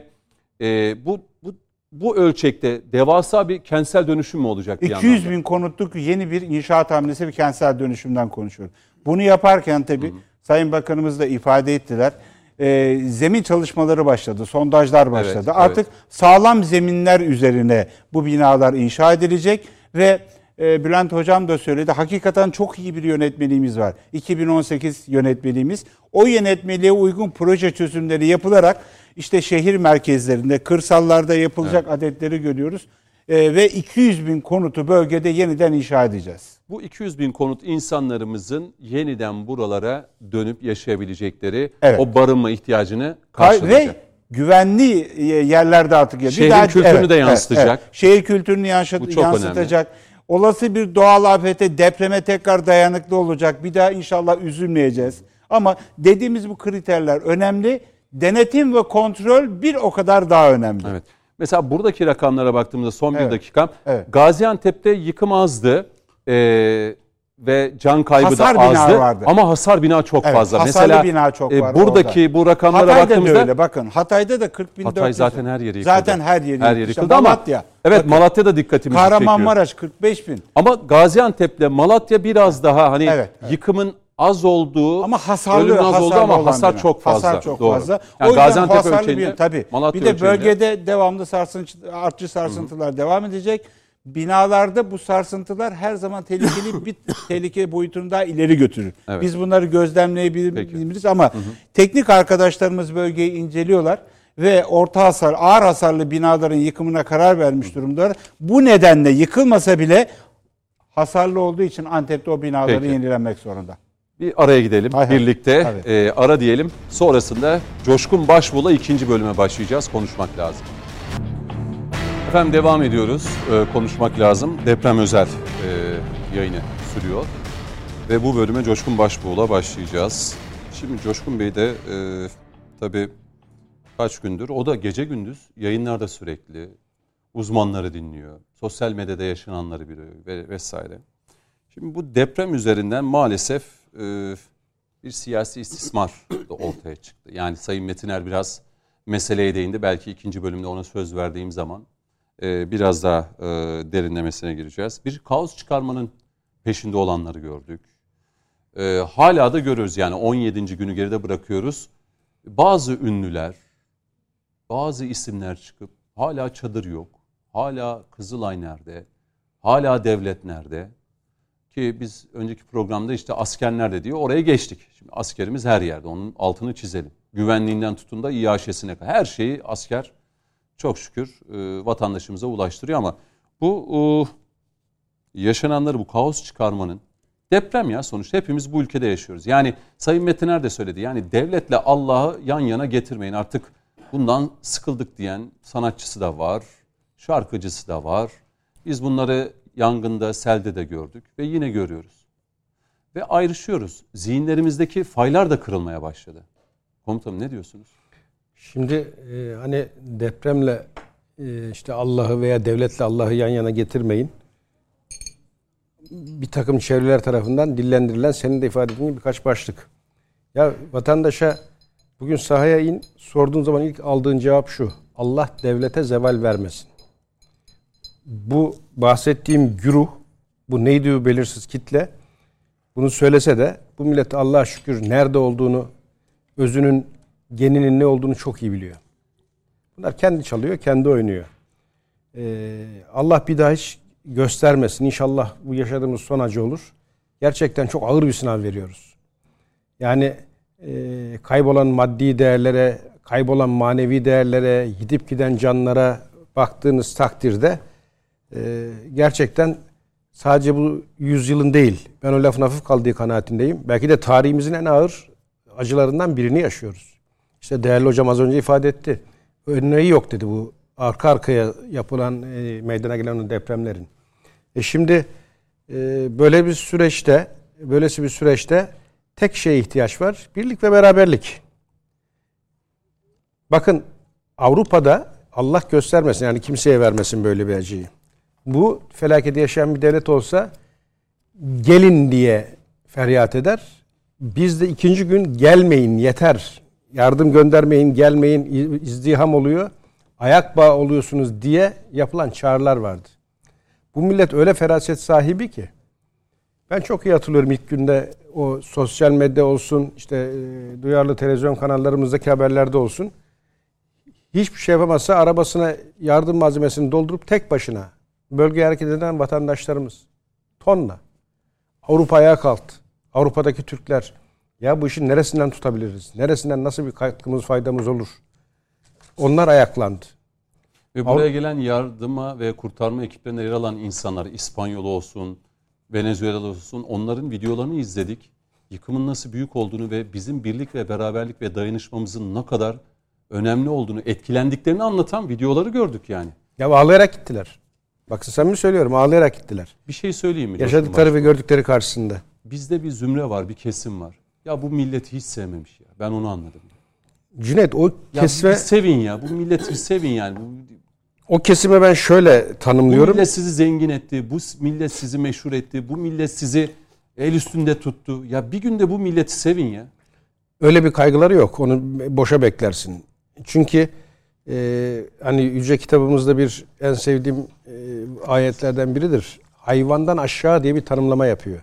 bu ölçekte devasa bir kentsel dönüşüm mü olacak bir 200 yandan da? bin konutluk yeni bir inşaat hamlesi, bir kentsel dönüşümden konuşuyoruz. Bunu yaparken tabii Sayın Bakanımız da ifade ettiler. Zemin çalışmaları başladı, sondajlar başladı. Evet, Artık sağlam zeminler üzerine bu binalar inşa edilecek ve Bülent Hocam da söyledi. Hakikaten çok iyi bir yönetmeliğimiz var. 2018 yönetmeliğimiz. O yönetmeliğe uygun proje çözümleri yapılarak işte şehir merkezlerinde, kırsallarda yapılacak adetleri görüyoruz. Ve 200 bin konutu bölgede yeniden inşa edeceğiz. Bu 200 bin konut insanlarımızın yeniden buralara dönüp yaşayabilecekleri o barınma ihtiyacını karşılayacak. Ve güvenli yerlerde artık. Şehrin kültürünü de yansıtacak. Şehir kültürünü yansıtacak. Önemli. Olası bir doğal afete, depreme tekrar dayanıklı olacak. Bir daha inşallah üzülmeyeceğiz. Ama dediğimiz bu kriterler önemli. Denetim ve kontrol bir o kadar daha önemli. Evet. Mesela buradaki rakamlara baktığımızda son bir dakikam. Evet. Gaziantep'te yıkım azdı ve can kaybı Hasar da bina azdı. vardı. Ama hasar bina çok fazla. Hasarlı Mesela bina çok var buradaki orada. bu rakamlara Hatay'da baktığımızda da öyle bakın. Hatay'da da 40.400. Hatay zaten her yeri yıkıldı. Zaten her yeri yıkıldı İşte ama Malatya. evet Bakın, Malatya'da dikkatimizi çekiyor. Kahramanmaraş 45.000. Ama Gaziantep'le Malatya biraz daha hani Evet. yıkımın az olduğu, Ama hasarlı, ölümün az olduğu ama olan hasar bina. çok fazla. Hasar çok Doğru. fazla. Yani O yüzden Gaziantep hasarlı ölçeğinde, bir tabii. Malatya Bir de ölçeğinde. bölgede devamlı artçı sarsıntılar devam edecek. Binalarda bu sarsıntılar her zaman tehlikeli bir tehlike boyutunu daha ileri götürür. Evet. Biz bunları gözlemleyebiliriz ama teknik arkadaşlarımız bölgeyi inceliyorlar ve orta hasar, ağır hasarlı binaların yıkımına karar vermiş durumdalar. Bu nedenle yıkılmasa bile hasarlı olduğu için Antep'te o binaların Peki. yenilenmek zorunda. Bir araya gidelim birlikte. Ara diyelim. Sonrasında Coşkun Başbuğ'la 2. bölüme başlayacağız. Konuşmak lazım. Efendim devam ediyoruz. Konuşmak lazım. Deprem özel yayını sürüyor. Ve bu bölüme Coşkun Başbuğ'la başlayacağız. Şimdi Coşkun Bey de tabii kaç gündür, o da gece gündüz yayınlarda sürekli uzmanları dinliyor. Sosyal medyada yaşananları biliyor vesaire. Şimdi bu deprem üzerinden maalesef bir siyasi istismar da ortaya çıktı. Yani Sayın Metiner biraz meseleye değindi. Belki 2. bölümde ona söz verdiğim zaman biraz daha derinlemesine gireceğiz. Bir kaos çıkarmanın peşinde olanları gördük. Hala da görüyoruz, yani 17. günü geride bırakıyoruz. Bazı ünlüler, bazı isimler çıkıp hala çadır yok, hala Kızılay nerede, hala devlet nerede? Ki biz önceki programda işte asker nerede diyor, oraya geçtik. Şimdi askerimiz her yerde, onun altını çizelim. Güvenliğinden tutun da İAŞ'sine kadar her şeyi asker çok şükür vatandaşımıza ulaştırıyor ama bu yaşananları, bu kaos çıkarmanın, deprem ya sonuçta hepimiz bu ülkede yaşıyoruz. Yani Sayın Metiner de söyledi, yani devletle Allah'ı yan yana getirmeyin, artık bundan sıkıldık diyen sanatçısı da var, şarkıcısı da var. Biz bunları yangında, selde de gördük ve yine görüyoruz. ve ayrışıyoruz. Zihinlerimizdeki faylar da kırılmaya başladı. Komutanım ne diyorsunuz? Şimdi hani depremle işte Allah'ı veya devletle Allah'ı yan yana getirmeyin. Bir takım çevreler tarafından dillendirilen, senin de ifade ettiğin birkaç başlık. Ya vatandaşa bugün sahaya in, sorduğun zaman ilk aldığın cevap şu: Allah devlete zeval vermesin. Bu bahsettiğim güruh, bu neydi belirsiz kitle, bunu söylese de bu millet Allah'a şükür nerede olduğunu, özünün, geninin ne olduğunu çok iyi biliyor. Bunlar kendi çalıyor, kendi oynuyor. Allah bir daha hiç göstermesin. İnşallah bu yaşadığımız son acı olur. Gerçekten çok ağır bir sınav veriyoruz. Yani kaybolan maddi değerlere, kaybolan manevi değerlere, gidip giden canlara baktığınız takdirde gerçekten sadece bu yüzyılın değil, ben o lafın hafif kaldığı kanaatindeyim. Belki de tarihimizin en ağır acılarından birini yaşıyoruz. İşte değerli hocam az önce ifade etti. Örneği yok dedi bu arka arkaya yapılan meydana gelen depremlerin. Şimdi böylesi bir süreçte tek şeye ihtiyaç var: birlik ve beraberlik. Bakın Avrupa'da Allah göstermesin, yani kimseye vermesin böyle bir acıyı. Bu felaketi yaşayan bir devlet olsa gelin diye feryat eder. Biz de ikinci gün gelmeyin yeter, yardım göndermeyin, gelmeyin, izdiham oluyor, ayak bağı oluyorsunuz diye yapılan çağrılar vardı. Bu millet öyle feraset sahibi ki, ben çok iyi hatırlıyorum ilk günde o sosyal medya olsun, işte duyarlı televizyon kanallarımızdaki haberlerde olsun, hiçbir şey yapamazsa arabasına yardım malzemesini doldurup tek başına bölgeye hareket eden vatandaşlarımız tonla. Avrupa ayağa kalktı. Avrupa'daki Türkler, ya bu işin neresinden tutabiliriz? Neresinden nasıl bir katkımız, faydamız olur? Onlar ayaklandı. Ve buraya gelen yardıma ve kurtarma ekiplerine yer alan insanlar, İspanyol olsun, Venezuela olsun, onların videolarını izledik. Yıkımın nasıl büyük olduğunu ve bizim birlik ve beraberlik ve dayanışmamızın ne kadar önemli olduğunu, etkilendiklerini anlatan videoları gördük yani. Ya ağlayarak gittiler. Bakın samimi söylüyorum, ağlayarak gittiler. Bir şey söyleyeyim mi? Yaşadıkları ve gördükleri karşısında. Bizde bir zümre var, bir kesim var. Ya bu milleti hiç sevmemiş ya. Ben onu anladım. Cüneyt, o kesime... Ya sevin ya. Bu milleti sevin yani. O kesime ben şöyle tanımlıyorum. Bu millet sizi zengin etti. Bu millet sizi meşhur etti. Bu millet sizi el üstünde tuttu. Ya bir günde bu milleti sevin ya. Öyle bir kaygıları yok. Onu boşa beklersin. Çünkü hani Yüce kitabımızda bir en sevdiğim ayetlerden biridir. Hayvandan aşağı diye bir tanımlama yapıyor.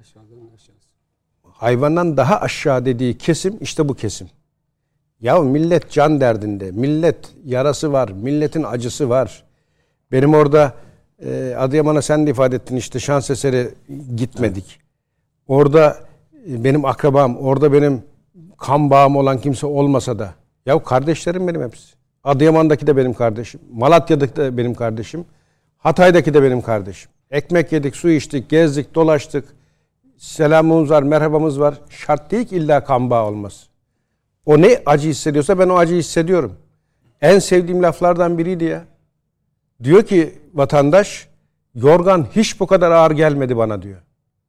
Hayvandan daha aşağı dediği kesim işte bu kesim. Ya millet can derdinde, millet yarası var, milletin acısı var. Benim orada Adıyaman'a sen de ifade ettin, işte şans eseri gitmedik. Evet. Orada benim akrabam, orada benim kan bağım olan kimse olmasa da, ya kardeşlerim benim hepsi. Adıyaman'daki de benim kardeşim, Malatya'daki de benim kardeşim, Hatay'daki de benim kardeşim. Ekmek yedik, su içtik, gezdik, dolaştık. Selamımız var, merhabamız var. Şart değil ki illa kan bağı olması. O ne acı hissediyorsa ben o acıyı hissediyorum. En sevdiğim laflardan biriydi ya. Diyor ki vatandaş, yorgan hiç bu kadar ağır gelmedi bana diyor.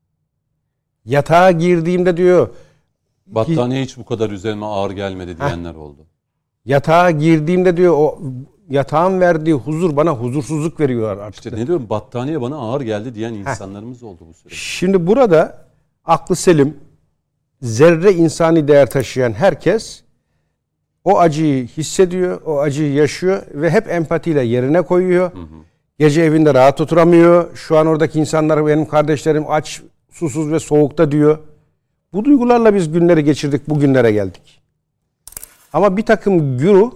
Yatağa girdiğimde diyor, battaniye hiç bu kadar üzerime ağır gelmedi diyenler oldu. Yatağa girdiğimde diyor, o yatağın verdiği huzur bana huzursuzluk veriyor artık. İşte ne diyorum, battaniye bana ağır geldi diyen insanlarımız oldu bu süreçte. Şimdi burada aklı selim, zerre insani değer taşıyan herkes o acıyı hissediyor, o acıyı yaşıyor ve hep empatiyle yerine koyuyor. Gece evinde rahat oturamıyor. Şu an oradaki insanlar benim kardeşlerim aç, susuz ve soğukta diyor. Bu duygularla biz günleri geçirdik, bugünlere geldik. Ama bir takım güruh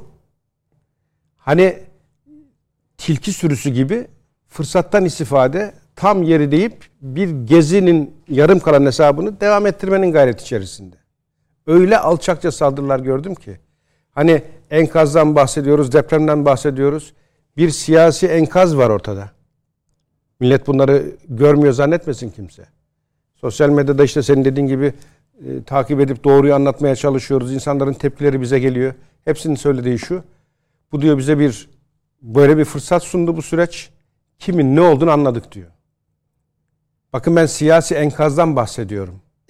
hani tilki sürüsü gibi fırsattan istifade, tam yeri deyip bir gezinin yarım kalan hesabını devam ettirmenin gayreti içerisinde. Öyle alçakça saldırılar gördüm ki. Hani enkazdan bahsediyoruz, depremden bahsediyoruz. Bir siyasi enkaz var ortada. Millet bunları görmüyor zannetmesin kimse. Sosyal medyada işte senin dediğin gibi takip edip doğruyu anlatmaya çalışıyoruz. İnsanların tepkileri bize geliyor. Hepsinin söylediği şu. Bu diyor bize böyle bir fırsat sundu bu süreç. Kimin ne olduğunu anladık diyor. Bakın ben siyasi enkazdan bahsediyorum.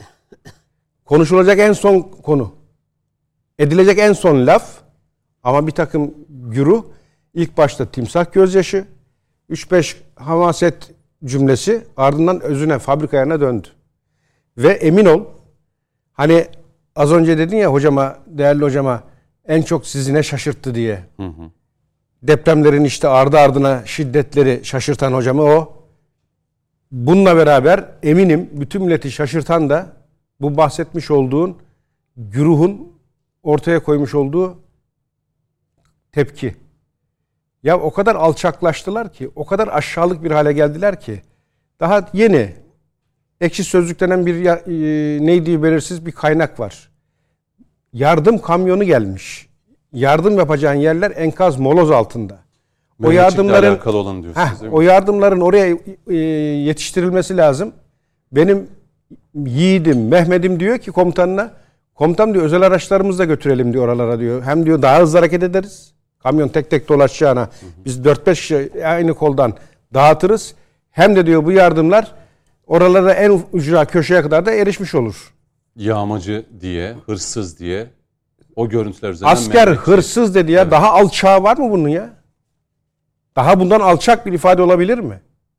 konuşulacak en son konu, edilecek en son laf, ama bir takım güruh ilk başta timsah gözyaşı, 3-5 hamaset cümlesi, ardından özüne, fabrika ayarına döndü. Ve emin ol, hani az önce dedin ya hocama, değerli hocama, en çok sizi ne şaşırttı diye. Depremlerin işte ardı ardına şiddetleri şaşırtan hocamı o. Bununla beraber eminim bütün milleti şaşırtan da bu bahsetmiş olduğun güruhun ortaya koymuş olduğu tepki. Ya o kadar alçaklaştılar ki, o kadar aşağılık bir hale geldiler ki, daha yeni Ekşi Sözlük denen bir neydi belirsiz bir kaynak var. Yardım kamyonu gelmiş. Yardım yapacağın yerler enkaz, moloz altında. O yardımların alakalı olan diyorsunuz, değil mi? O yardımların oraya yetiştirilmesi lazım. Benim yiğidim Mehmet'im diyor ki komutanına, komutan diyor özel araçlarımızla götürelim diyor oralara diyor. Hem diyor daha hızlı hareket ederiz. Kamyon tek tek dolaşacağına biz 4-5 kişi aynı koldan dağıtırız. Hem de diyor bu yardımlar oralara en ucra köşeye kadar da erişmiş olur. Yağmacı diye, hırsız diye o görüntüler üzerinden... Asker hırsız dedi ya. Evet. Daha alçağı var mı bunun ya? Daha bundan alçak bir ifade olabilir mi?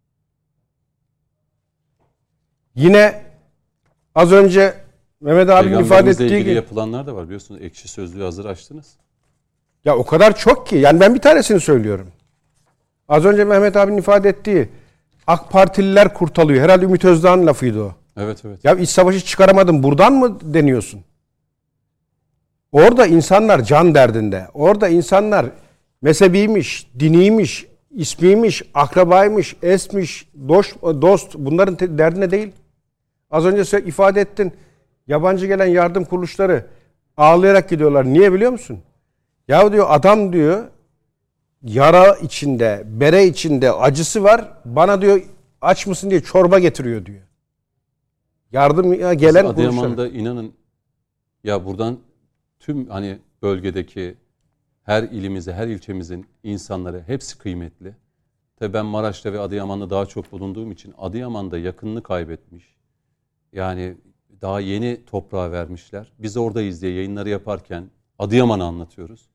Yine az önce Mehmet abinin ifade ettiği gibi yapılanlar da var biliyorsunuz. Ekşi Sözlüğü hazır açtınız. Ya o kadar çok ki. Yani ben bir tanesini söylüyorum. Az önce Mehmet abinin ifade ettiği AK Partililer kurtarılıyor. Herhalde Ümit Özdağ'ın lafıydı o. Evet evet. Ya iç savaşı çıkaramadın buradan mı deniyorsun? Orada insanlar can derdinde. Orada insanlar mezhebiymiş, diniymiş, ismiymiş, akrabaymış, esmiş, dost bunların derdine değil. Az önce ifade ettin. Yabancı gelen yardım kuruluşları ağlayarak gidiyorlar. Niye biliyor musun? Ya diyor adam diyor yara içinde, bere içinde acısı var. Bana diyor aç mısın diye çorba getiriyor diyor. Yardım gelen Adıyaman'da inanın ya buradan tüm hani bölgedeki her ilimize, her ilçemizin insanları hepsi kıymetli. Tabii ben Maraş'ta ve Adıyaman'da daha çok bulunduğum için Adıyaman'da yakınını kaybetmiş. Yani daha yeni toprağa vermişler. Biz oradayız diye yayınları yaparken Adıyaman'ı anlatıyoruz.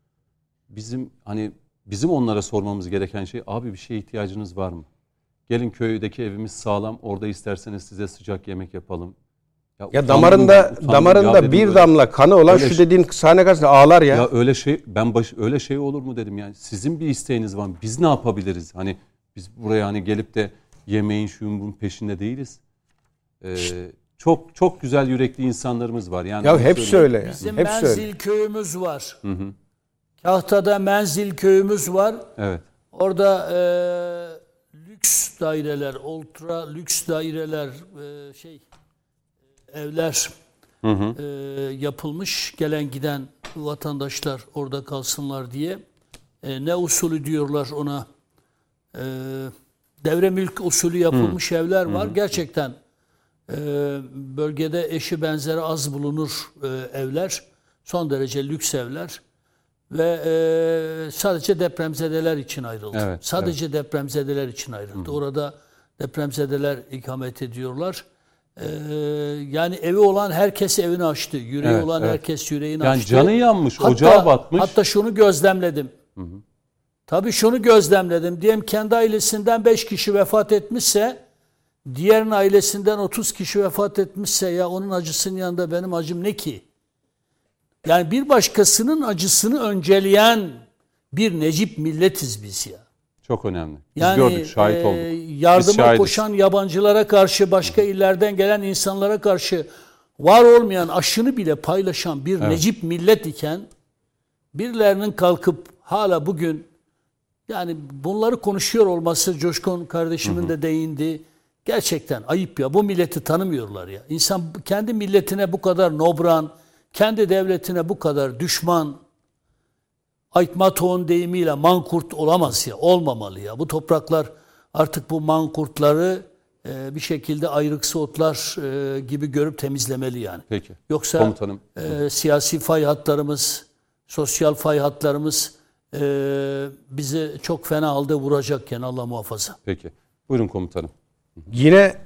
Bizim onlara sormamız gereken şey abi bir şeye ihtiyacınız var mı? Gelin köydeki evimiz sağlam. Orada isterseniz size sıcak yemek yapalım. Ya damarında bir damla kanı olan şu dediğin sahne karşısında ağlar ya. Ya öyle şey olur mu dedim yani. Sizin bir isteğiniz var mı? Biz ne yapabiliriz? Hani biz buraya hani gelip de yemeğin şuyun bunun peşinde değiliz. Çok çok güzel yürekli insanlarımız var. Yani ya hepsi öyle ya. Bizim hepsi Menzil öyle. Köyümüz var. Kahta'da Menzil Köyümüz var. Evet. Orada lüks daireler, ultra lüks daireler, evler yapılmış. Gelen giden vatandaşlar orada kalsınlar diye. Ne usulü diyorlar ona? Devre mülk usulü yapılmış evler var. Gerçekten bölgede eşi benzeri az bulunur evler. Son derece lüks evler. Ve sadece depremzedeler için ayrıldı. Evet, sadece depremzedeler için ayrıldı. Orada depremzedeler ikamet ediyorlar. Yani evi olan herkes evini açtı. Yüreği olan herkes yüreğini açtı. Yani canı yanmış, ocağa batmış. Hatta şunu gözlemledim. Tabii şunu gözlemledim. Diyelim kendi ailesinden 5 kişi vefat etmişse, diğerinin ailesinden 30 kişi vefat etmişse ya onun acısının yanında benim acım ne ki? Yani bir başkasının acısını önceleyen bir necip milletiz biz ya. Çok önemli. Biz yani, gördük, şahit olduk. Yardıma koşan yabancılara karşı, başka illerden gelen insanlara karşı var olmayan aşını bile paylaşan bir necip millet iken birilerinin kalkıp hala bugün yani bunları konuşuyor olması Coşkun kardeşimin de değindi. Gerçekten ayıp ya. Bu milleti tanımıyorlar ya. İnsan kendi milletine bu kadar nobran, kendi devletine bu kadar düşman, Aytmatoğlu'nun deyimiyle mankurt olamaz ya, olmamalı ya. Bu topraklar artık bu mankurtları bir şekilde ayrıksı otlar gibi görüp temizlemeli yani. Peki. Yoksa komutanım. Siyasi fay hatlarımız, sosyal fay hatlarımız bizi çok fena halde vuracakken Allah muhafaza. Peki. Buyurun komutanım. Yine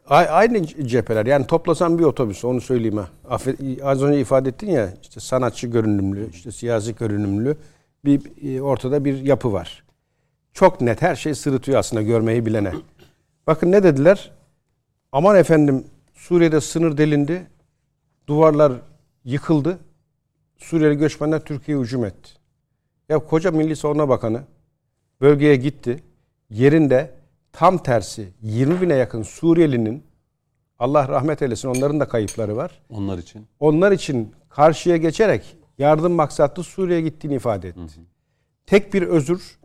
Aynı cepheler. Yani toplasan bir otobüs, onu söyleyeyim ha. Az önce ifade ettin ya, işte sanatçı görünümlü, işte siyasi görünümlü bir ortada bir yapı var. Çok net, her şey sırıtıyor aslında görmeyi bilene. Bakın ne dediler? Aman efendim, Suriye'de sınır delindi. Duvarlar yıkıldı. Suriyeli göçmenler Türkiye'ye hücum etti. Ya koca Milli Savunma Bakanı bölgeye gitti. Yerinde tam tersi 20 bine yakın Suriyelinin, Allah rahmet eylesin, onların da kayıpları var. Onlar için karşıya geçerek yardım maksatlı Suriye'ye gittiğini ifade etti. Tek bir özür,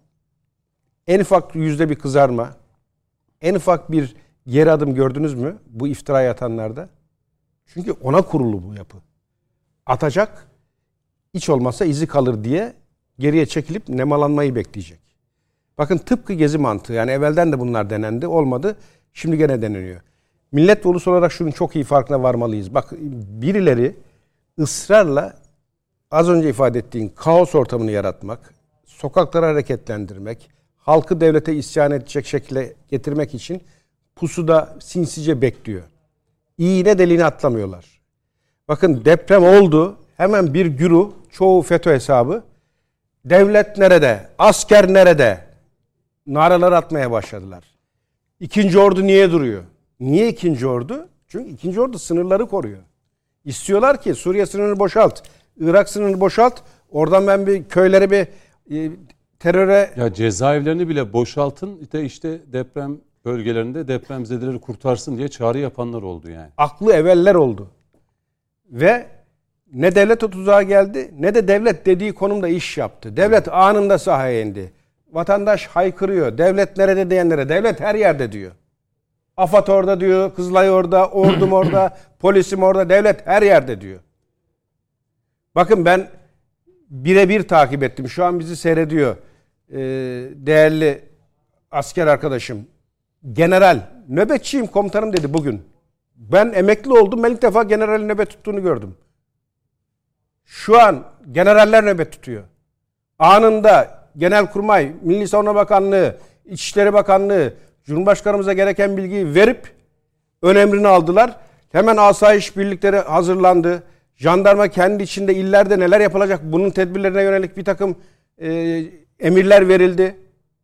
en ufak yüzde bir kızarma, en ufak bir geri adım gördünüz mü bu iftirayı atanlarda? Çünkü ona kurulu bu yapı. Atacak, hiç olmazsa izi kalır diye geriye çekilip nemalanmayı bekleyecek. Bakın tıpkı Gezi mantığı. Yani evvelden de bunlar denendi. Olmadı. Şimdi gene deneniyor. Millet ve ulus olarak şunun çok iyi farkına varmalıyız. Bak, birileri ısrarla az önce ifade ettiğin kaos ortamını yaratmak, sokakları hareketlendirmek, halkı devlete isyan edecek şekilde getirmek için pusuda sinsice bekliyor. İğne deliğine atlamıyorlar. Bakın deprem oldu. Hemen bir güruh, çoğu FETÖ hesabı, devlet nerede, asker nerede naralar atmaya başladılar. İkinci ordu niye duruyor? Niye ikinci ordu? Çünkü ikinci ordu sınırları koruyor. İstiyorlar ki Suriye sınırını boşalt, Irak sınırını boşalt, oradan ben bir köylere bir teröre... Ya cezaevlerini bile boşaltın, işte deprem bölgelerinde depremzedeleri kurtarsın diye çağrı yapanlar oldu yani. Aklı eveller oldu. Ve ne devlet o tuzağa geldi, ne de devlet dediği konumda iş yaptı. Devlet anında sahaya indi. Vatandaş haykırıyor. Devlet nerede diyenlere, devlet her yerde diyor. AFAD orada diyor, Kızılay orada, ordum orada, polisim orada, devlet her yerde diyor. Bakın ben birebir takip ettim. Şu an bizi seyrediyor. Değerli asker arkadaşım. General, nöbetçiyim komutanım dedi bugün. Ben emekli oldum. Ben ilk defa generalin nöbet tuttuğunu gördüm. Şu an generaller nöbet tutuyor. Anında Genelkurmay, Milli Savunma Bakanlığı, İçişleri Bakanlığı, Cumhurbaşkanımıza gereken bilgiyi verip ön emrini aldılar. Hemen asayiş birlikleri hazırlandı. Jandarma kendi içinde illerde neler yapılacak bunun tedbirlerine yönelik bir takım emirler verildi.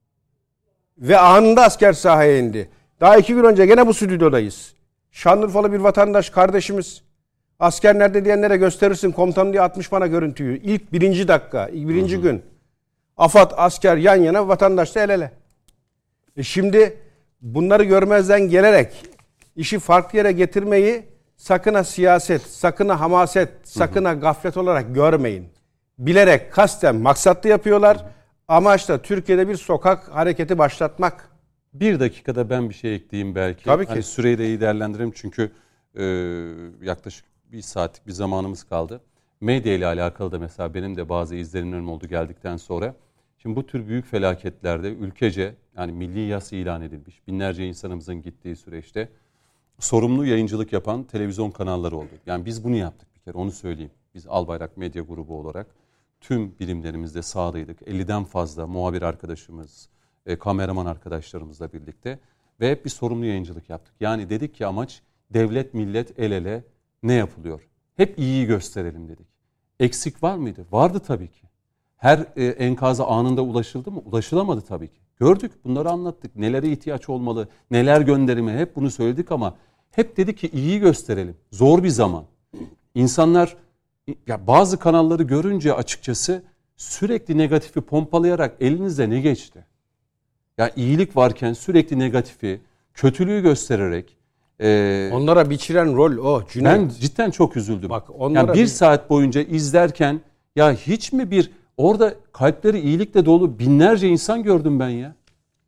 Ve anında asker sahaya indi. Daha 2 gün önce gene bu stüdyodayız. Şanlıurfalı bir vatandaş kardeşimiz, asker nerede diyenlere gösterirsin komutanım diye atmış bana görüntüyü. İlk 1. dakika, 1. gün. AFAD, asker yan yana, vatandaş da el ele. Şimdi bunları görmezden gelerek işi farklı yere getirmeyi sakın ha siyaset, sakın ha hamaset, sakın ha gaflet olarak görmeyin. Bilerek, kasten, maksatlı yapıyorlar. Amaç da Türkiye'de bir sokak hareketi başlatmak. 1 dakikada ben bir şey ekleyeyim belki. Tabii ki. Hani süreyi de iyi değerlendirelim çünkü yaklaşık 1 saatlik bir zamanımız kaldı. Medya ile alakalı da mesela benim de bazı izlenimlerim oldu geldikten sonra. Şimdi bu tür büyük felaketlerde ülkece, yani milli yas ilan edilmiş, binlerce insanımızın gittiği süreçte sorumlu yayıncılık yapan televizyon kanalları oldu. Yani biz bunu yaptık bir kere, onu söyleyeyim. Biz Albayrak Medya Grubu olarak tüm birimlerimizde sahadaydık. 50'den fazla muhabir arkadaşımız, kameraman arkadaşlarımızla birlikte ve hep bir sorumlu yayıncılık yaptık. Yani dedik ki amaç devlet millet el ele ne yapılıyor? Hep iyiyi gösterelim dedik. Eksik var mıydı? Vardı tabii ki. Her enkaza anında ulaşıldı mı? Ulaşılamadı tabii ki. Gördük, bunları anlattık. Nelere ihtiyaç olmalı, neler gönderimi, hep bunu söyledik ama hep dedik ki iyiyi gösterelim. Zor bir zaman. İnsanlar ya bazı kanalları görünce açıkçası sürekli negatifi pompalayarak elinize ne geçti? Ya iyilik varken sürekli negatifi, kötülüğü göstererek onlara biçilen rol o. Cüneyt. Ben cidden çok üzüldüm. Bak, onlara yani 1 saat boyunca izlerken ya hiç mi orada kalpleri iyilikle dolu binlerce insan gördüm ben ya.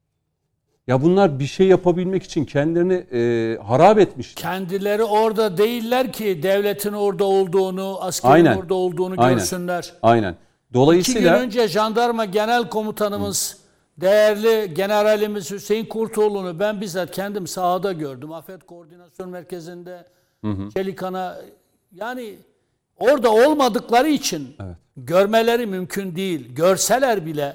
Ya bunlar bir şey yapabilmek için kendilerini harap etmişler. Kendileri orada değiller ki devletin orada olduğunu, askerin orada olduğunu görsünler. Aynen. Dolayısıyla 2 gün önce Jandarma Genel Komutanımız, değerli Generalimiz Hüseyin Kurtoğlu'nu ben bizzat kendim sahada gördüm. Afet Koordinasyon Merkezi'nde, Çelikan'a, yani orada olmadıkları için görmeleri mümkün değil. Görseler bile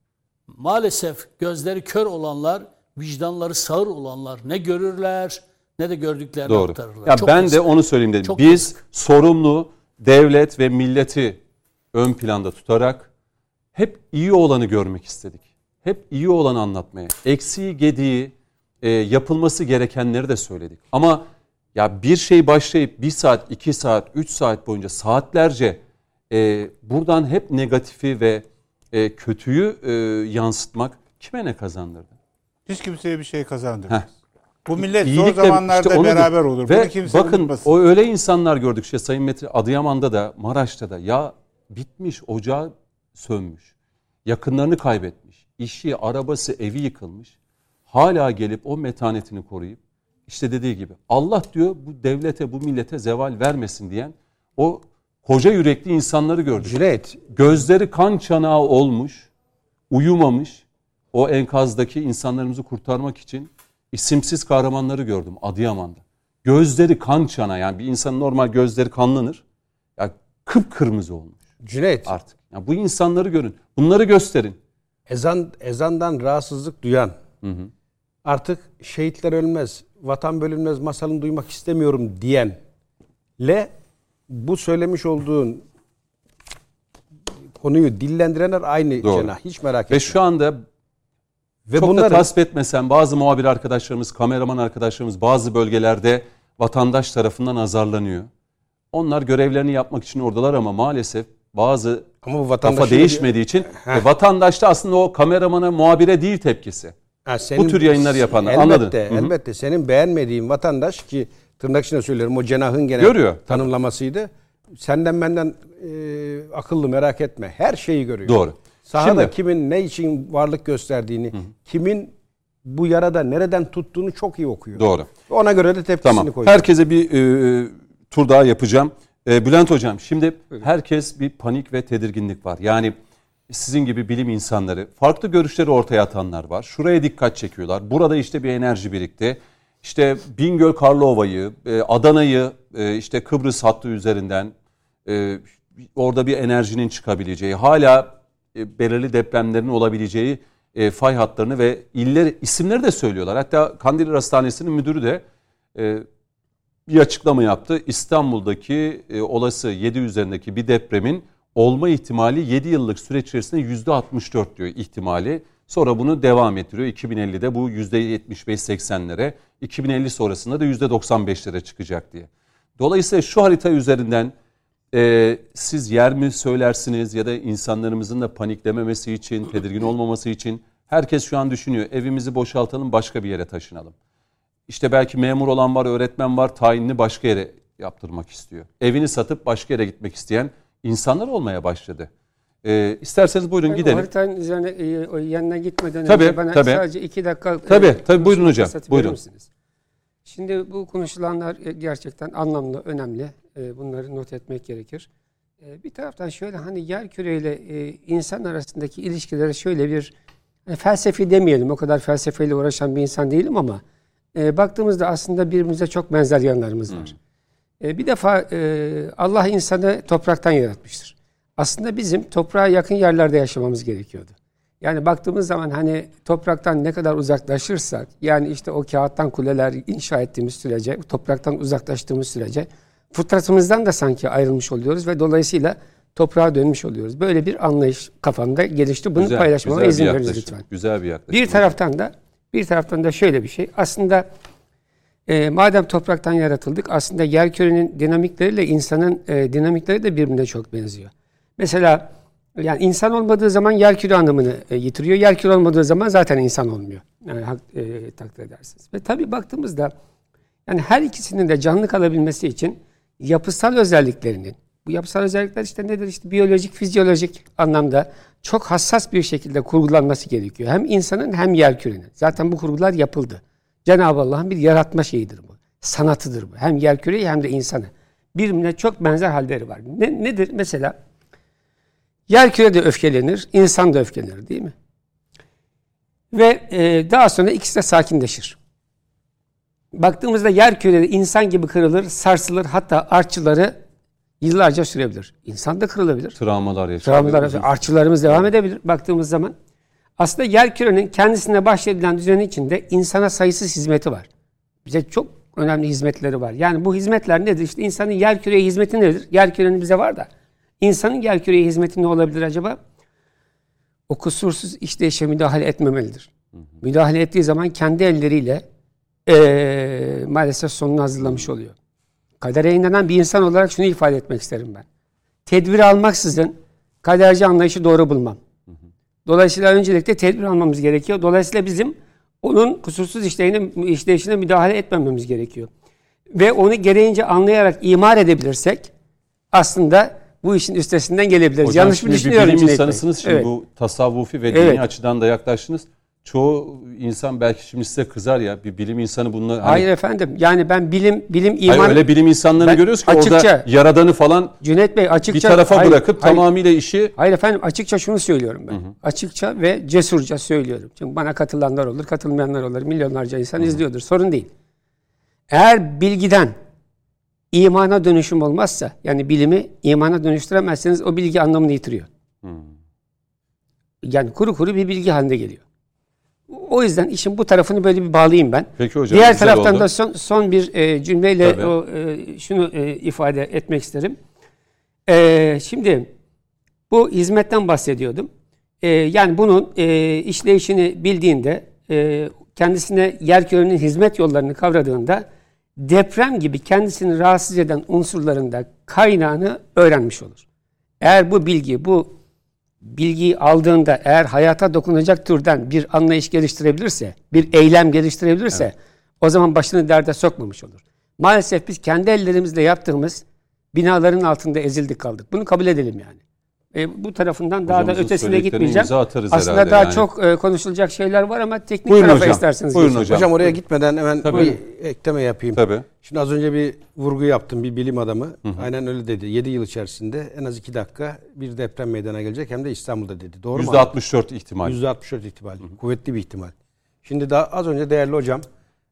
maalesef gözleri kör olanlar, vicdanları sağır olanlar ne görürler ne de gördüklerini Doğru. aktarırlar. Ya Çok ben yazık. de onu söyleyeyim dedim. Çok Biz yazık. sorumlu devlet ve milleti ön planda tutarak hep iyi olanı görmek istedik. Hep iyi olanı anlatmaya, eksiği, gediği, yapılması gerekenleri de söyledik. Ama ya bir şey başlayıp 1 saat, 2 saat, 3 saat boyunca saatlerce buradan hep negatifi ve kötüyü yansıtmak kime ne kazandırdı? Hiç kimseye bir şey kazandırmaz. Heh. Bu millet zor İyilikle zamanlarda işte beraber olur. Ve Bunu kimse bakın unutmasın. o öyle insanlar gördük işte Sayın Metin Adıyaman'da da Maraş'ta da ya bitmiş, ocağı sönmüş, yakınlarını kaybetmiş, işi, arabası, evi yıkılmış. Hala gelip o metanetini koruyup işte dediği gibi Allah diyor bu devlete, bu millete zeval vermesin diyen o koca yürekli insanları gördük. Cüneyt, Gözleri kan çanağı olmuş, uyumamış, o enkazdaki insanlarımızı kurtarmak için isimsiz kahramanları gördüm Adıyaman'da. Gözleri kan çanağı, yani bir insanın normal gözleri kanlanır. Ya kıpkırmızı olmuş Cüneyt, artık. Ya bu insanları görün. Bunları gösterin. ezandan rahatsızlık duyan, artık şehitler ölmez, vatan bölünmez masalını duymak istemiyorum diyenle bu söylemiş olduğun konuyu dillendirenler aynı Doğru. cenah. Hiç merak etme. Ve şu anda Ve çok da bunların tasvip etmesem bazı muhabir arkadaşlarımız, kameraman arkadaşlarımız bazı bölgelerde vatandaş tarafından azarlanıyor. Onlar görevlerini yapmak için oradalar ama maalesef bazı ama bu kafa vatandaşın değişmediği için vatandaş da aslında o kameramana, muhabire değil tepkisi. Bu tür yayınları yapanlar. Anladın? Elbette. Senin beğenmediğin vatandaş, ki tırnak içinde söylüyorum, o cenahın genel Görüyor. tanımlamasıydı. Senden benden akıllı, merak etme. Her şeyi görüyor. Doğru. Sahada Şimdi- kimin ne için varlık gösterdiğini, kimin bu yarada nereden tuttuğunu çok iyi okuyor. Doğru. Ona göre de tepkisini Tamam. koyuyor. Herkese bir tur daha yapacağım. Bülent Hocam, şimdi herkes bir panik ve tedirginlik var. Yani sizin gibi bilim insanları, farklı görüşleri ortaya atanlar var. Şuraya dikkat çekiyorlar. Burada işte bir enerji birikti. İşte Bingöl Karlova'yı, Adana'yı, işte Kıbrıs hattı üzerinden orada bir enerjinin çıkabileceği, hala belirli depremlerin olabileceği fay hatlarını ve iller isimleri de söylüyorlar. Hatta Kandilli Hastanesi'nin müdürü de bir açıklama yaptı. İstanbul'daki olası 7 üzerindeki bir depremin olma ihtimali 7 yıllık süreç içerisinde %64 diyor ihtimali. Sonra bunu devam ettiriyor. 2050'de bu %75-80'lere, 2050 sonrasında da %95'lere çıkacak diye. Dolayısıyla şu harita üzerinden siz yer mi söylersiniz ya da insanlarımızın da paniklememesi için, tedirgin olmaması için herkes şu an düşünüyor. Evimizi boşaltalım, başka bir yere taşınalım. İşte belki memur olan var, öğretmen var, tayinini başka yere yaptırmak istiyor. Evini satıp başka yere gitmek isteyen insanlar olmaya başladı. İsterseniz buyurun gidelim. Haritanın üzerine o yanına gitmeden Tabii, önce bana tabii. sadece 2 dakika Tabii buyurun hocam. fırsatı Buyurun. verir misiniz? Şimdi bu konuşulanlar gerçekten anlamlı, önemli. Bunları not etmek gerekir. Bir taraftan şöyle, hani yerküre ile insan arasındaki ilişkilere şöyle bir felsefi demeyelim, o kadar felsefeyle uğraşan bir insan değilim ama baktığımızda aslında birbirimize çok benzer yanlarımız var. Bir defa Allah insanı topraktan yaratmıştır. Aslında bizim toprağa yakın yerlerde yaşamamız gerekiyordu. Yani baktığımız zaman hani topraktan ne kadar uzaklaşırsak, yani işte o kağıttan kuleler inşa ettiğimiz sürece, topraktan uzaklaştığımız sürece fıtratımızdan da sanki ayrılmış oluyoruz ve dolayısıyla toprağa dönmüş oluyoruz. Böyle bir anlayış kafamda gelişti. Bunu paylaşmama izin veriniz lütfen. Güzel bir yaklaşım. Bir taraftan da şöyle bir şey. Aslında madem topraktan yaratıldık, aslında yerkürenin dinamikleriyle insanın dinamikleri de birbirine çok benziyor. Mesela yani insan olmadığı zaman yerküre anlamını yitiriyor. Yerküre olmadığı zaman zaten insan olmuyor. Yani takdir edersiniz. Ve tabii baktığımızda yani her ikisinin de canlı kalabilmesi için yapısal özelliklerinin, bu yapısal özellikler işte nedir? İşte biyolojik, fizyolojik anlamda çok hassas bir şekilde kurgulanması gerekiyor. Hem insanın hem yerkürenin. Zaten bu kurgular yapıldı. Cenab-ı Allah'ın bir yaratma şeyidir bu. Sanatıdır bu. Hem yerküreyi hem de insanı. Birbirine çok benzer halleri var. Nedir? Mesela yerküre de öfkelenir, insan da öfkelenir, değil mi? Ve daha sonra ikisi de sakinleşir. Baktığımızda yerkürede insan gibi kırılır, sarsılır, hatta artçıları yıllarca sürebilir. İnsan da kırılabilir. Travmalar yaşanıyor. Artçılarımız devam edebilir baktığımız zaman. Aslında yerkürenin kendisine bahşedilen düzeni içinde insana sayısız hizmeti var. Bize çok önemli hizmetleri var. Yani bu hizmetler nedir? İşte insanın yerküreye hizmeti nedir? Yerkürenin bize var da. İnsanın yerküreye hizmeti ne olabilir acaba? O kusursuz işleyişe müdahale etmemelidir. Müdahale ettiği zaman kendi elleriyle maalesef sonunu hazırlamış oluyor. Kadere inanan bir insan olarak şunu ifade etmek isterim ben. Tedbir almaksızın kaderci anlayışı doğru bulmam. Dolayısıyla öncelikle tedbir almamız gerekiyor. Dolayısıyla bizim onun kusursuz işleyişine müdahale etmememiz gerekiyor. Ve onu gereğince anlayarak imar edebilirsek aslında bu işin üstesinden gelebiliriz. Hocam, yanlış mı düşünüyorum? Bir bilim insanısınız. Şimdi evet. Bu tasavvufi ve dini açıdan da yaklaştınız. Çoğu insan belki şimdi size kızar ya, bir bilim insanı bununla... Hayır efendim, yani ben bilim iman... Hayır, öyle bilim insanlarını görüyoruz ki açıkça, orada Yaradan'ı falan Cüneyt Bey, açıkça, bir tarafa bırakıp tamamıyla işi... Hayır efendim, açıkça şunu söylüyorum ben. Açıkça ve cesurca söylüyorum. Çünkü bana katılanlar olur, katılmayanlar olur. Milyonlarca insan izliyordur. Sorun değil. Eğer bilgiden imana dönüşüm olmazsa, yani bilimi imana dönüştüremezseniz o bilgi anlamını yitiriyor. Yani kuru kuru bir bilgi haline geliyor. O yüzden işin bu tarafını böyle bir bağlayayım ben. Peki hocam, diğer taraftan oldu. da son bir cümleyle şunu ifade etmek isterim. Şimdi bu hizmetten bahsediyordum. Yani bunun işleyişini bildiğinde, kendisine yerkürenin hizmet yollarını kavradığında deprem gibi kendisini rahatsız eden unsurların da kaynağını öğrenmiş olur. Eğer bu bilgiyi aldığında eğer hayata dokunacak türden bir anlayış geliştirebilirse, bir eylem geliştirebilirse o zaman başını derde sokmamış olur. Maalesef biz kendi ellerimizle yaptığımız binaların altında ezildik kaldık. Bunu kabul edelim yani. Bu tarafından daha da ötesine gitmeyeceğim. Aslında daha çok konuşulacak şeyler var ama teknik buyurun tarafa hocam. isterseniz. Buyurun hocam. Hocam oraya gitmeden hemen Tabii. bir ekleme yapayım. Tabii. Şimdi az önce bir vurgu yaptım, bir bilim adamı. Aynen öyle dedi. 7 yıl içerisinde en az 2 dakika bir deprem meydana gelecek, hem de İstanbul'da dedi. Doğru mu? %64 ihtimal. %64 ihtimal. Kuvvetli bir ihtimal. Şimdi daha az önce değerli hocam,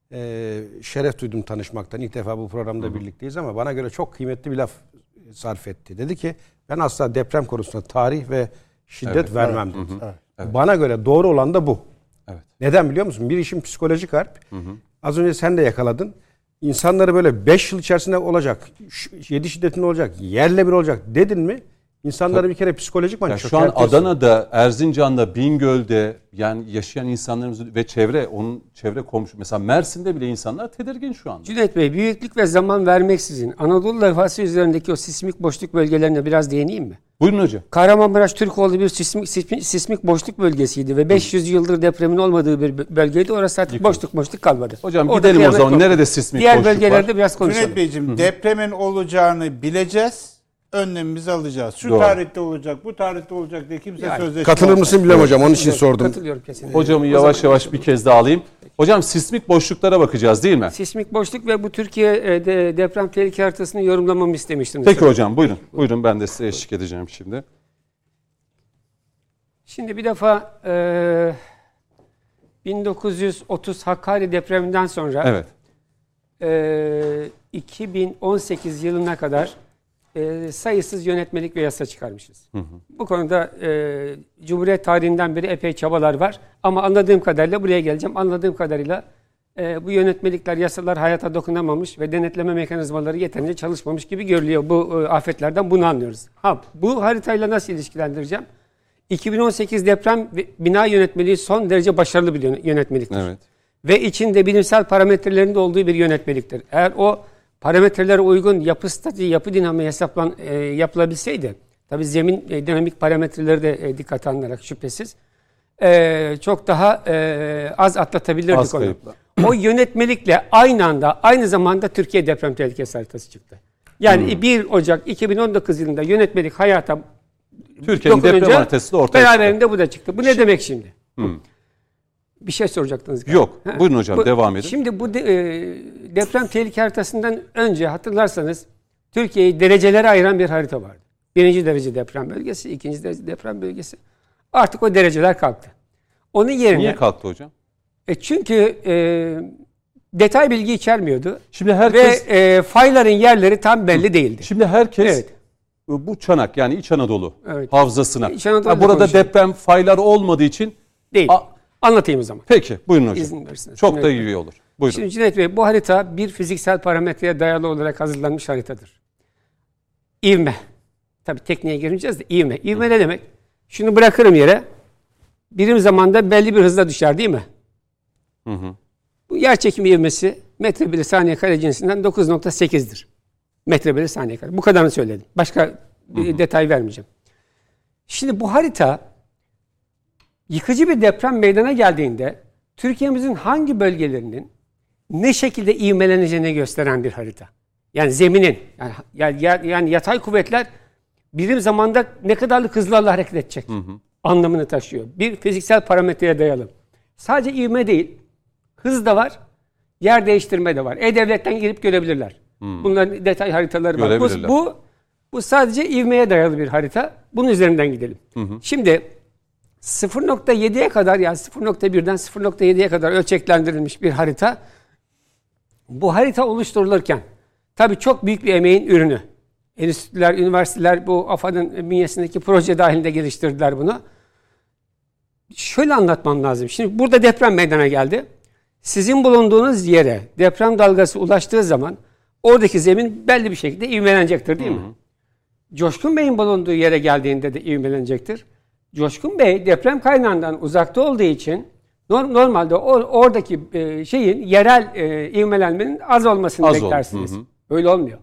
şeref duydum tanışmaktan. İlk defa bu programda birlikteyiz ama bana göre çok kıymetli bir laf sarf etti. Dedi ki ben asla deprem konusunda tarih ve şiddet vermem dedi. Evet. Bana göre doğru olan da bu. Evet. Neden biliyor musun? Bir işin psikolojik harp. Az önce sen de yakaladın. İnsanları böyle 5 yıl içerisinde olacak, 7 şiddetinde olacak, yerle bir olacak dedin mi? İnsanları bir kere psikolojik yani şu an Adana'da, Erzincan'da, Bingöl'de yani yaşayan insanlarımız ve çevre komşu, mesela Mersin'de bile insanlar tedirgin şu anda. Cüneyt Bey, büyüklük ve zaman vermeksizin Anadolu levhası üzerindeki o sismik boşluk bölgelerine biraz değineyim mi? Buyurun hocam. Kahramanmaraş Türkoğlu bir sismik boşluk bölgesiydi ve 500 yıldır depremin olmadığı bir bölgeydi. Orası artık boşluk kalmadı. Hocam orada gidelim o zaman. Nerede sismik diğer boşluk var? Diğer bölgelerde biraz konuşalım. Cüneyt Beyciğim, depremin olacağını bileceğiz. Önlemimizi alacağız. Şu Doğru. tarihte olacak, bu tarihte olacak diye kimse sözleşme Katılır mısın bilmem hocam, onun için sordum. Katılıyorum kesinlikle. Hocamı yavaş yavaş bir kez daha alayım. Hocam sismik boşluklara bakacağız değil mi? Sismik boşluk ve bu Türkiye'de deprem tehlike haritasını yorumlamamı istemiştiniz. Peki hocam, buyurun. Buyurun, ben de size eşlik edeceğim şimdi. Şimdi bir defa 1930 Hakkari depreminden sonra Evet. 2018 yılına kadar sayısız yönetmelik ve yasa çıkarmışız. Bu konuda Cumhuriyet tarihinden beri epey çabalar var. Ama anladığım kadarıyla, buraya geleceğim, anladığım kadarıyla bu yönetmelikler, yasalar hayata dokunamamış ve denetleme mekanizmaları yeterince çalışmamış gibi görülüyor. Bu afetlerden bunu anlıyoruz. Bu haritayla nasıl ilişkilendireceğim? 2018 deprem bina yönetmeliği son derece başarılı bir yönetmeliktir. Evet. Ve içinde bilimsel parametrelerin de olduğu bir yönetmeliktir. Eğer o parametrelere uygun yapı statiği, yapı dinamiği yapılabilseydi, tabii zemin dinamik parametreleri de dikkate alınarak şüphesiz, çok daha az atlatabilirdik onu. O yönetmelikle aynı zamanda Türkiye deprem tehlikesi haritası çıktı. Yani 1 Ocak 2019 yılında yönetmelik hayata Türkiye'nin deprem haritası da ortaya çıktı. Beraberinde bu da çıktı. Bu ne demek şimdi? Bir şey soracaktınız galiba. Yok. Buyurun hocam, devam edin. Şimdi bu deprem tehlike haritasından önce hatırlarsanız Türkiye'yi derecelere ayıran bir harita vardı. 1. derece deprem bölgesi, 2. derece deprem bölgesi. Artık o dereceler kalktı. Onun yerine... Niye kalktı hocam? Çünkü detay bilgi içermiyordu. Şimdi herkes... Ve fayların yerleri tam belli değildi. Şimdi herkes bu Çanak, yani İç Anadolu havzasına. Burada deprem faylar olmadığı için... Değil. Anlatayım o zaman. Peki, buyurun hocam. İzin verirseniz. Çok da iyi olur. Buyurun. Şimdi Cüneyt Bey, bu harita bir fiziksel parametreye dayalı olarak hazırlanmış haritadır. İvme. Tabii tekniğe gireceğiz de ivme. İvme ne demek? Şunu bırakırım yere. Birim zamanda belli bir hızla düşer değil mi? Hı hı. Bu yerçekim ivmesi metre bölü saniye kare cinsinden 9.8'dir. Metre bölü saniye kare. Bu kadarını söyledim. Başka bir detay vermeyeceğim. Şimdi bu harita yıkıcı bir deprem meydana geldiğinde Türkiye'mizin hangi bölgelerinin ne şekilde ivmeleneceğini gösteren bir harita. Yani zeminin, yani yatay kuvvetler birim zamanda ne kadarlık hızlarla hareket edecek anlamını taşıyor. Bir fiziksel parametreye dayalı. Sadece ivme değil, hız da var, yer değiştirme de var. E-Devlet'ten girip görebilirler. Bunların detay haritaları var. Bu sadece ivmeye dayalı bir harita. Bunun üzerinden gidelim. Şimdi 0.7'ye kadar, yani 0.1'den 0.7'ye kadar ölçeklendirilmiş bir harita. Bu harita oluşturulurken tabii çok büyük bir emeğin ürünü. Enstitüler, üniversiteler bu AFAD'ın bünyesindeki proje dahilinde geliştirdiler bunu. Şöyle anlatmam lazım. Şimdi burada deprem meydana geldi. Sizin bulunduğunuz yere deprem dalgası ulaştığı zaman oradaki zemin belli bir şekilde ivmelenecektir değil mi? Coşkun Bey'in bulunduğu yere geldiğinde de ivmelenecektir. Coşkun Bey deprem kaynağından uzakta olduğu için normalde oradaki şeyin yerel ivmelenmenin az olmasını beklersiniz. Öyle olmuyor.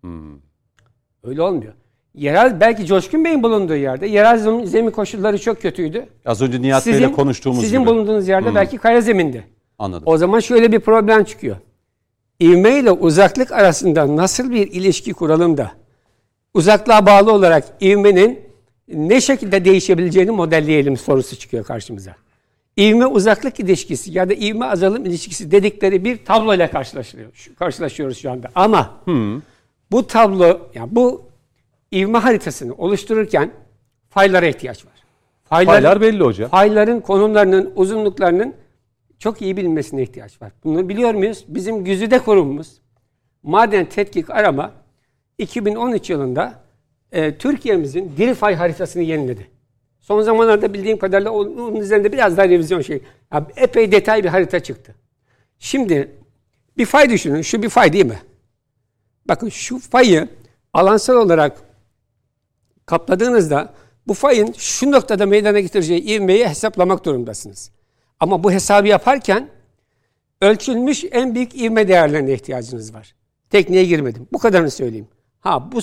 Öyle olmuyor. Yerel, belki Coşkun Bey'in bulunduğu yerde yerel zemin koşulları çok kötüydü. Az önce Nihat Bey'le konuştuğumuz sizin gibi. bulunduğunuz yerde belki kaya zemindi. Anladım. O zaman şöyle bir problem çıkıyor. İvme ile uzaklık arasında nasıl bir ilişki kuralım da uzaklığa bağlı olarak ivmenin ne şekilde değişebileceğini modelleyelim sorusu çıkıyor karşımıza. İvme uzaklık ilişkisi ya da ivme azalım ilişkisi dedikleri bir tabloyla karşılaşıyoruz şu anda. Ama bu tablo, yani bu ivme haritasını oluştururken faylara ihtiyaç var. Faylar belli hocam. Fayların konumlarının, uzunluklarının çok iyi bilinmesine ihtiyaç var. Bunu biliyor muyuz? Bizim Güzide Kurumumuz Maden Tetkik Arama 2013 yılında Türkiye'mizin diri fay haritasını yeniledi. Son zamanlarda bildiğim kadarıyla onun üzerinde biraz daha revizyon epey detay bir harita çıktı. Şimdi bir fay düşünün. Şu bir fay değil mi? Bakın şu fayı alansal olarak kapladığınızda bu fayın şu noktada meydana getireceği ivmeyi hesaplamak durumundasınız. Ama bu hesabı yaparken ölçülmüş en büyük ivme değerlerine ihtiyacınız var. Tekniğe girmedim. Bu kadarını söyleyeyim. Bu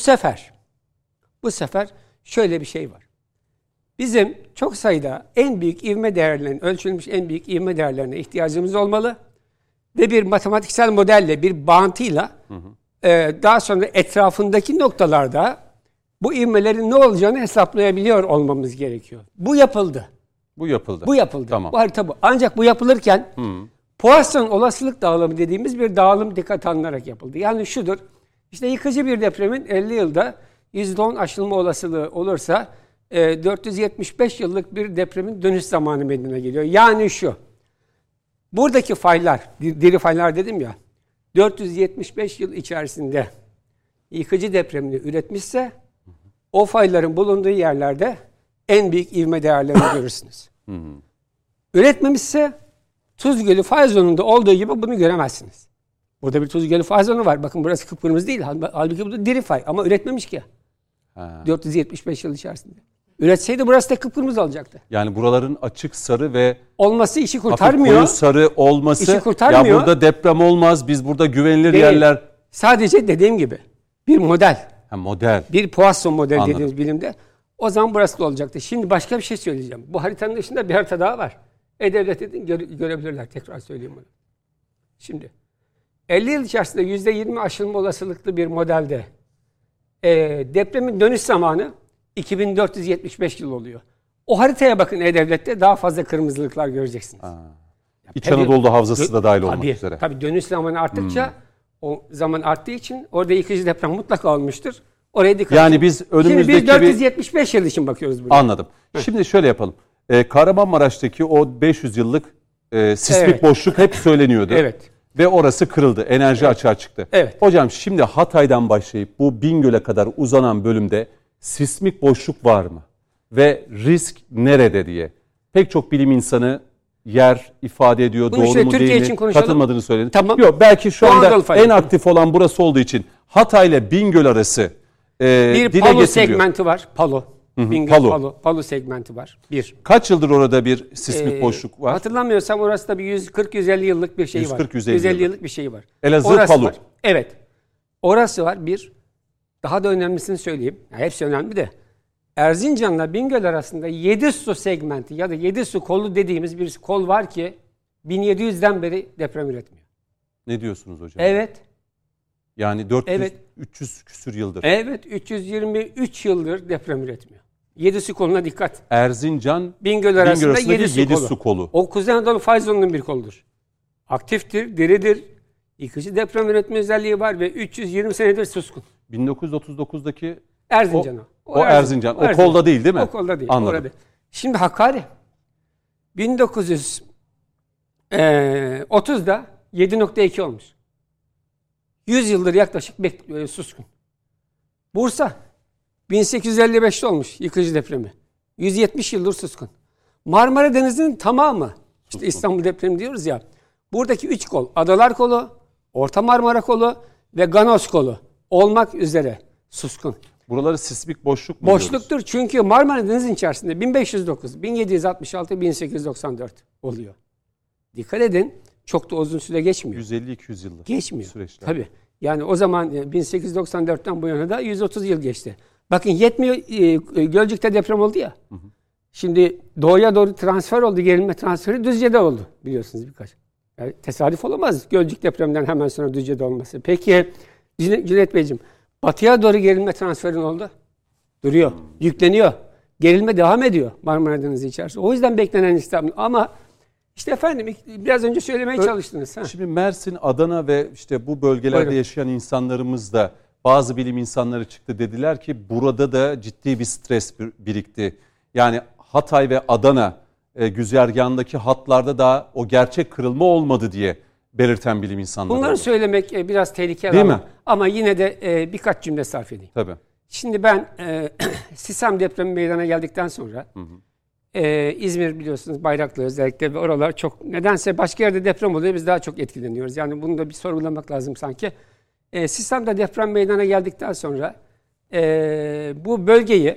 sefer şöyle bir şey var. Bizim çok sayıda en büyük ivme değerlerinin, ölçülmüş en büyük ivme değerlerine ihtiyacımız olmalı. Ve bir matematiksel modelle, bir bağıntıyla daha sonra etrafındaki noktalarda bu ivmelerin ne olacağını hesaplayabiliyor olmamız gerekiyor. Bu yapıldı. Bu yapıldı. Tamam. Bu harita bu. Ancak bu yapılırken Poisson olasılık dağılımı dediğimiz bir dağılım dikkate alınarak yapıldı. Yani şudur. İşte yıkıcı bir depremin 50 yılda %10 aşılma olasılığı olursa 475 yıllık bir depremin dönüş zamanı meydana geliyor. Yani şu. Buradaki faylar, diri faylar dedim ya, 475 yıl içerisinde yıkıcı depremini üretmişse o fayların bulunduğu yerlerde en büyük ivme değerlerini görürsünüz. Üretmemişse Tuz Gölü fay zonunda olduğu gibi bunu göremezsiniz. Burada bir Tuz Gölü fay zonu var. Bakın burası kıpkırmızı değil. Halbuki bu da diri fay ama üretmemiş ki. 475 yıl içerisinde. Üretseydi burası da kıpkırmızı olacaktı. Yani buraların açık sarı ve olması işi kurtarmıyor. Koyu sarı olması. İşi kurtarmıyor. Ya burada deprem olmaz. Biz burada güvenilir yerler. Sadece dediğim gibi bir model. Model. Bir Poisson model dediğimiz bilimde. O zaman burası da olacaktı. Şimdi başka bir şey söyleyeceğim. Bu haritanın dışında bir harita daha var. E-Devlet edin görebilirler. Tekrar söyleyeyim bunu. Şimdi 50 yıl içerisinde %20 aşılma olasılıklı bir modelde depremin dönüş zamanı 2475 yıl oluyor. O haritaya bakın E-Devlet'te daha fazla kırmızılıklar göreceksiniz. İç Anadolu Havzası da dahil olmak üzere. Tabii dönüş zamanı arttıkça o zaman arttığı için orada yıkıcı deprem mutlaka olmuştur. Oraya dikkat yani biz önümüzdeki Şimdi biz 475 yıl için bakıyoruz buraya. Anladım. Şimdi şöyle yapalım. Kahramanmaraş'taki o 500 yıllık sismik boşluk hep söyleniyordu. Evet. Ve orası kırıldı. Enerji açığa çıktı. Evet. Hocam şimdi Hatay'dan başlayıp bu Bingöl'e kadar uzanan bölümde sismik boşluk var mı? Ve risk nerede diye pek çok bilim insanı yer ifade ediyor. Bunu Doğru şöyle mu Türkiye değil için mi? konuşalım. Katılmadığını söyledin. Tamam. Yok, belki şu Doğu anda Anadolu fayda. en aktif olan burası olduğu için Hatay ile Bingöl arası bir dile Palu getiriliyor. segmenti var. Palu. Bingöl Palu segmenti var. Bir. Kaç yıldır orada bir sismik boşluk var? Hatırlamıyorsam orası da bir 140-150 yıllık bir şey var. 150 yıllık bir şey var. Elazığ, orası Palu. Var. Evet. Orası var. Bir. Daha da önemlisini söyleyeyim. Ya hepsi önemli de. Erzincan'la Bingöl arasında 7 su segmenti ya da 7 su kolu dediğimiz bir kol var ki 1700'den beri deprem üretmiyor. Ne diyorsunuz hocam? Evet. Yani 300 küsür yıldır. Evet. 323 yıldır deprem üretmiyor. 7 su koluna dikkat. Erzincan, Bingöl arasında 7 su kolu. O Kuzey Anadolu fay zonunun bir koludur. Aktiftir, diridir. Yıkıcı deprem üretme özelliği var ve 320 senedir suskun. 1939'daki Erzincan o Erzincan. O kolda değil mi? O kolda değil. Anladım. Orada. Şimdi Hakkari 1930'da 7.2 olmuş. 100 yıldır yaklaşık suskun. Bursa 1855'te olmuş yıkıcı depremi. 170 yıldır suskun. Marmara Denizi'nin tamamı, işte İstanbul depremi diyoruz ya, buradaki 3 kol, Adalar Kolu, Orta Marmara Kolu ve Ganos Kolu olmak üzere suskun. Buraları sismik boşluk mu Boşluktur diyoruz? çünkü Marmara Denizi'nin içerisinde 1509, 1766, 1894 oluyor. Dikkat edin, çok da uzun süre geçmiyor. 150-200 yıldır. Geçmiyor. Süreçler. Tabii. Yani o zaman 1894'ten bu yana da 130 yıl geçti. Bakın yetmiyor, Gölcük'te deprem oldu ya. Hı hı. Şimdi doğuya doğru transfer oldu, gerilme transferi Düzce'de oldu biliyorsunuz birkaç. Yani tesadüf olamaz Gölcük depreminden hemen sonra Düzce'de olması. Peki Cüneyt Beyciğim, batıya doğru gerilme transferi oldu? Duruyor, yükleniyor. Gerilme devam ediyor Marmara Denizi içerisinde. O yüzden beklenen İstanbul. Ama işte efendim biraz önce söylemeye çalıştınız. Şimdi Mersin, Adana ve işte bu bölgelerde Buyurun. yaşayan insanlarımız da, bazı bilim insanları çıktı, dediler ki burada da ciddi bir stres birikti. Yani Hatay ve Adana güzergahındaki hatlarda da o gerçek kırılma olmadı diye belirten bilim insanları. Bunları söylemek biraz tehlikeli değil mi? Ama yine de birkaç cümle sarf edeyim. Tabii. Şimdi ben Sisam depremi meydana geldikten sonra İzmir biliyorsunuz, Bayraklı özellikle ve oralar çok, nedense başka yerde deprem oluyor, biz daha çok etkileniyoruz. Yani bunu da bir sorgulamak lazım sanki. Sisam'da deprem meydana geldikten sonra bu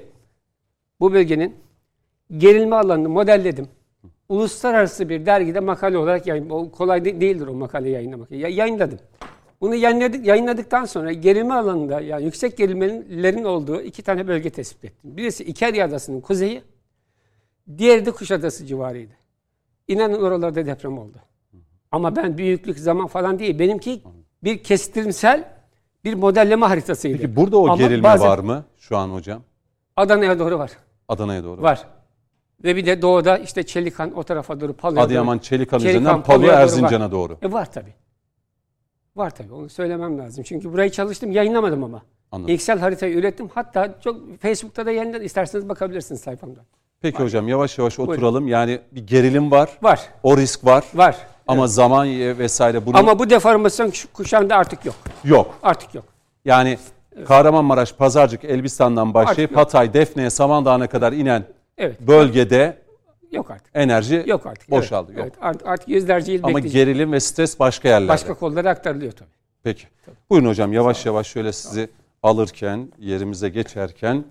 bölgenin gerilme alanını modelledim. Uluslararası bir dergide makale olarak yayınladım. Kolay değildir o makaleyi yayınlamak. Yayınladım. Bunu yayınladıktan sonra gerilme alanında, yani yüksek gerilmelerin olduğu 2 tane bölge tespit ettim. Birisi İkerya Adası'nın kuzeyi, diğeri de Kuşadası civarıydı. İnanın oralarda deprem oldu. Ama ben büyüklük, zaman falan değil. Benimki bir kestirimsel bir modelleme haritasıydı. Peki burada o gerilme var mı şu an hocam? Adana'ya doğru var. Adana'ya doğru var. Ve bir de doğuda işte Çelikan o tarafa doğru, Palu'ya Adıyaman, doğru. Çelikan üzerinden Palu, Erzincan'a doğru. Var tabii. Var tabii. Onu söylemem lazım. Çünkü burayı çalıştım, yayınlamadım ama. Anladım. Excel haritayı ürettim. Hatta çok Facebook'ta da yayınladım. İsterseniz bakabilirsiniz sayfamda. Peki var. Hocam yavaş yavaş oturalım. Yani bir gerilim var. Var. O risk var. Var. Ama evet, zaman vesaire bunu... Ama bu deformasyon kuşağında artık yok. Yok. Artık yok. Yani evet, Kahramanmaraş, Pazarcık, Elbistan'dan başlayıp Hatay, Defne'ye, Samandağ'a kadar inen bölgede yok artık. Enerji yok artık. Boşaldı. Evet. Yok. Evet. Artık yüzlerce yıl bekleyecek. Ama gerilim ve stres başka yerlerde. Başka kollara aktarılıyor tabii. Peki. Tabii. Buyurun hocam, yavaş yavaş şöyle sizi alırken, yerimize geçerken.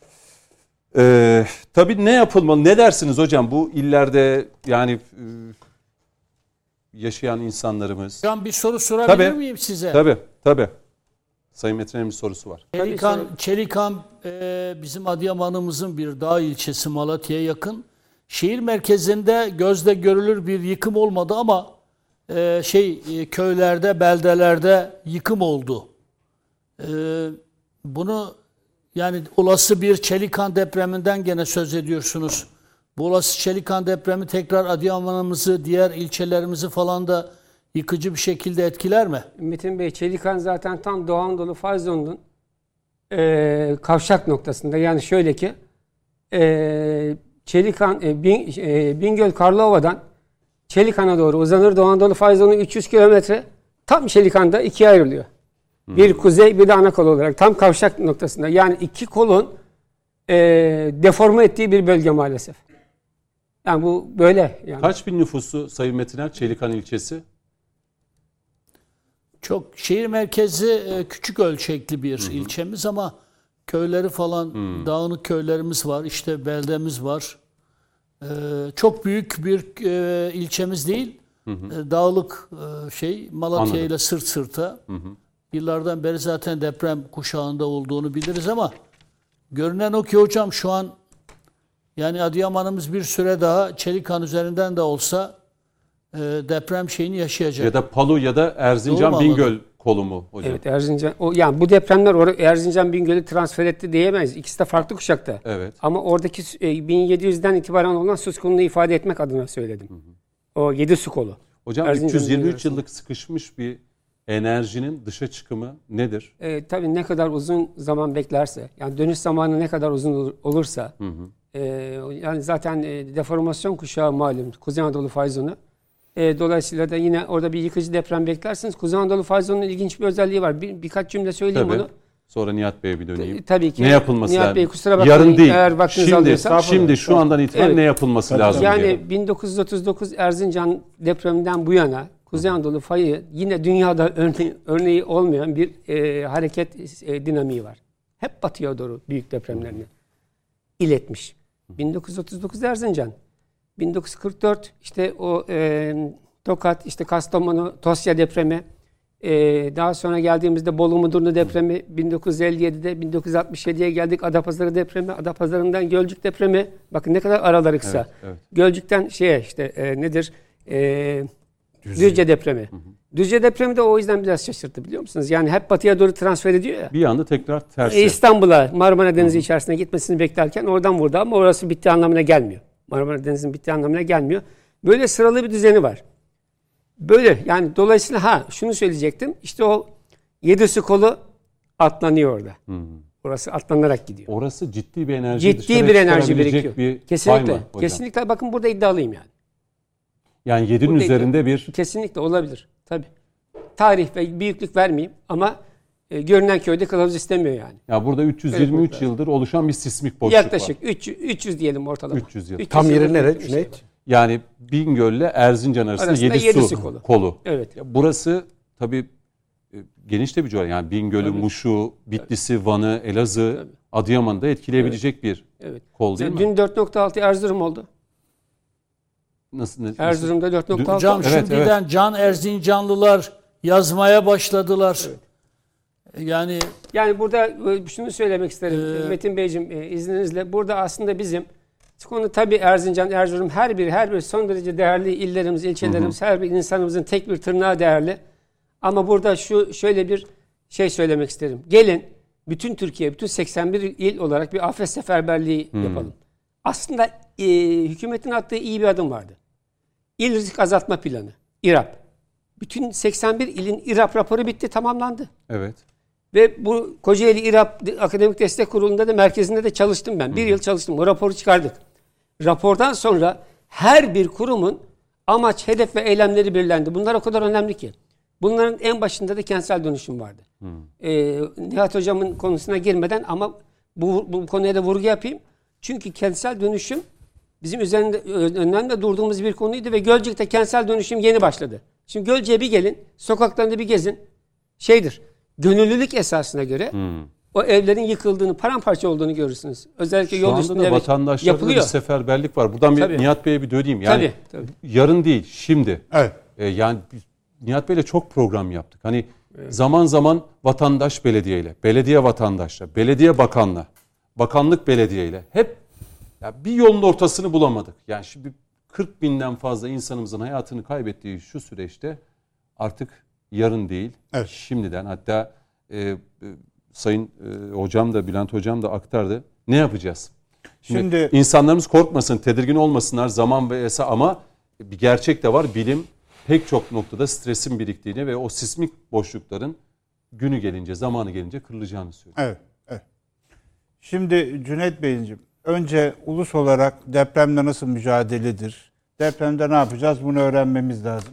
Tabii ne yapılmalı? Ne dersiniz hocam? Bu illerde yani yaşayan insanlarımız. Ben bir soru sorabilir miyim size? Tabii. Sayın Metin'in bir sorusu var. Çelikan bizim Adıyaman'ımızın bir dağ ilçesi, Malatya'ya yakın. Şehir merkezinde gözle görülür bir yıkım olmadı ama köylerde, beldelerde yıkım oldu. Bunu yani olası bir Çelikan depreminden gene söz ediyorsunuz. Bu olası Çelikan depremi tekrar Adıyaman'ımızı, diğer ilçelerimizi falan da yıkıcı bir şekilde etkiler mi? Metin Bey, Çelikan zaten tam Doğu Anadolu fay zonunun kavşak noktasında. Yani şöyle ki Çelikan, Bingöl Karlova'dan Çelikan'a doğru uzanır. Doğu Anadolu fay zonu 300 kilometre. Tam Çelikan'da ikiye ayrılıyor. Bir kuzey, bir de ana kol olarak. Tam kavşak noktasında. Yani iki kolun deforme ettiği bir bölge maalesef. Yani bu böyle. Yani. Kaç bin nüfusu Sayın Metiner Çelikan ilçesi? Çok şehir merkezi küçük ölçekli bir ilçemiz ama köyleri falan dağınık köylerimiz var. İşte beldemiz var. Çok büyük bir ilçemiz değil. Dağlık Malatya ile sırt sırta. Yıllardan beri zaten deprem kuşağında olduğunu biliriz ama görünen o ki hocam şu an yani Adıyaman'ımız bir süre daha Çelikan üzerinden de olsa deprem şeyini yaşayacak. Ya da Palu ya da Erzincan Bingöl kolu mu hocam? Evet, Erzincan. Yani bu depremler Erzincan Bingöl'ü transfer etti diyemeyiz. İkisi de farklı kuşakta. Evet. Ama oradaki 1700'den itibaren olan su konunu ifade etmek adına söyledim. O 7 su kolu. Hocam Erzincan 323 yıllık sıkışmış bir enerjinin dışa çıkımı nedir? Tabii ne kadar uzun zaman beklerse, yani dönüş zamanı ne kadar uzun olursa, yani zaten deformasyon kuşağı malum, Kuzey Anadolu fay zonu. Dolayısıyla da yine orada bir yıkıcı deprem beklersiniz. Kuzey Anadolu fay zonunun ilginç bir özelliği var. Birkaç cümle söyleyeyim Tabii. onu. Sonra Nihat Bey'e bir döneyim. Tabii ki. Ne yapılması Nihat lazım? Bey kusura bakmayın. Yarın değil. Eğer vaktinizi alıyorsam. Şimdi şu andan itibaren Evet. ne yapılması lazım? Yani diyelim. 1939 Erzincan depreminden bu yana Kuzey Anadolu fayı yine dünyada örneği olmayan bir hareket dinamiği var. Hep batıya doğru büyük depremlerini iletmiş. 1939 Erzincan, 1944 işte o Tokat, işte Kastamonu, Tosya depremi, daha sonra geldiğimizde Bolu Mudurnu depremi, 1957'de 1967'ye geldik Adapazarı depremi, Adapazarı'ndan Gölcük depremi. Bakın ne kadar araları kısa. Evet, evet. Gölcük'ten nedir? Düzce depremi. Düzce depremi de o yüzden biraz şaşırttı biliyor musunuz? Yani hep batıya doğru transfer ediyor ya. Bir anda tekrar tersi. İstanbul'a Marmara Denizi içerisine gitmesini beklerken oradan vurdu ama orası bitti anlamına gelmiyor. Marmara Denizi'nin bitti anlamına gelmiyor. Böyle sıralı bir düzeni var. Böyle yani dolayısıyla şunu söyleyecektim. İşte o 7 su kolu atlanıyor orada. Orası atlanarak gidiyor. Orası ciddi bir enerji. Ciddi bir enerji birikiyor. Bir kesinlikle. fay mı hocam? Kesinlikle bakın burada iddialıyım yani. Yani 7'nin üzerinde bir... Kesinlikle olabilir. Tabii. Tarih ve büyüklük vermeyeyim ama görünen köyde kılavuz istemiyor yani. Ya burada 323 yıldır oluşan bir sismik boşluk Yaklaşık var. 300 diyelim ortalama. 300 yıl. Tam yeri nere Cüneyt? Yani Bingöl'le Erzincan arasında 7 su kolu. Evet. Ya burası tabii geniş de bir coğrafya. Yani Bingöl'ü, Muş'u, Bitlis'i, Van'ı, Elazığ, Adıyaman'ı da etkileyebilecek bir kol değil mi? Dün 4.6 Erzurum oldu. Nasıl? Erzurum'da 4.6. Hocam şimdiden Can Erzincanlılar yazmaya başladılar. Evet. Yani burada şunu söylemek isterim Metin Beyciğim izninizle. Burada aslında bizim konu tabii Erzincan, Erzurum her bir son derece değerli illerimiz, ilçelerimiz, her bir insanımızın tek bir tırnağı değerli. Ama burada şöyle bir şey söylemek isterim. Gelin bütün Türkiye, bütün 81 il olarak bir afet seferberliği yapalım. Aslında hükümetin attığı iyi bir adım vardı. İl risk azaltma planı, İRAP. Bütün 81 ilin İRAP raporu bitti, tamamlandı. Evet. Ve bu Kocaeli İRAP Akademik Destek Kurulu'nda da merkezinde de çalıştım ben. Bir yıl çalıştım. O raporu çıkardık. Rapordan sonra her bir kurumun amaç, hedef ve eylemleri belirlendi. Bunlar o kadar önemli ki. Bunların en başında da kentsel dönüşüm vardı. Nihat Hocam'ın konusuna girmeden ama bu konuya da vurgu yapayım. Çünkü kentsel dönüşüm bizim önünde durduğumuz bir konuydu ve Gölcük'te kentsel dönüşüm yeni başladı. Şimdi Gölcük'e bir gelin, sokaklarında bir gezin. Gönüllülük esasına göre o evlerin yıkıldığını, paramparça olduğunu görürsünüz. Özellikle yol üstünde şu anda da vatandaşlarda bir seferberlik var. Buradan bir Nihat Bey'e bir döneyim. Yani tabii. Yarın değil, şimdi. Evet. Yani Nihat Bey'le çok program yaptık. Hani zaman zaman vatandaş belediyeyle, belediye vatandaşla, belediye bakanla, bakanlık belediyeyle hep bir yolun ortasını bulamadık. Yani şimdi 40 binden fazla insanımızın hayatını kaybettiği şu süreçte artık yarın değil, şimdiden hatta Sayın Hocam da, Bülent Hocam da aktardı. Ne yapacağız? Şimdi insanlarımız korkmasın, tedirgin olmasınlar zaman ve ama bir gerçek de var. Bilim pek çok noktada stresin biriktiğini ve o sismik boşlukların günü gelince, zamanı gelince kırılacağını söylüyor. Evet. Şimdi Cüneyt Beyciğim, önce ulus olarak depremde nasıl mücadeledir? Depremde ne yapacağız? Bunu öğrenmemiz lazım.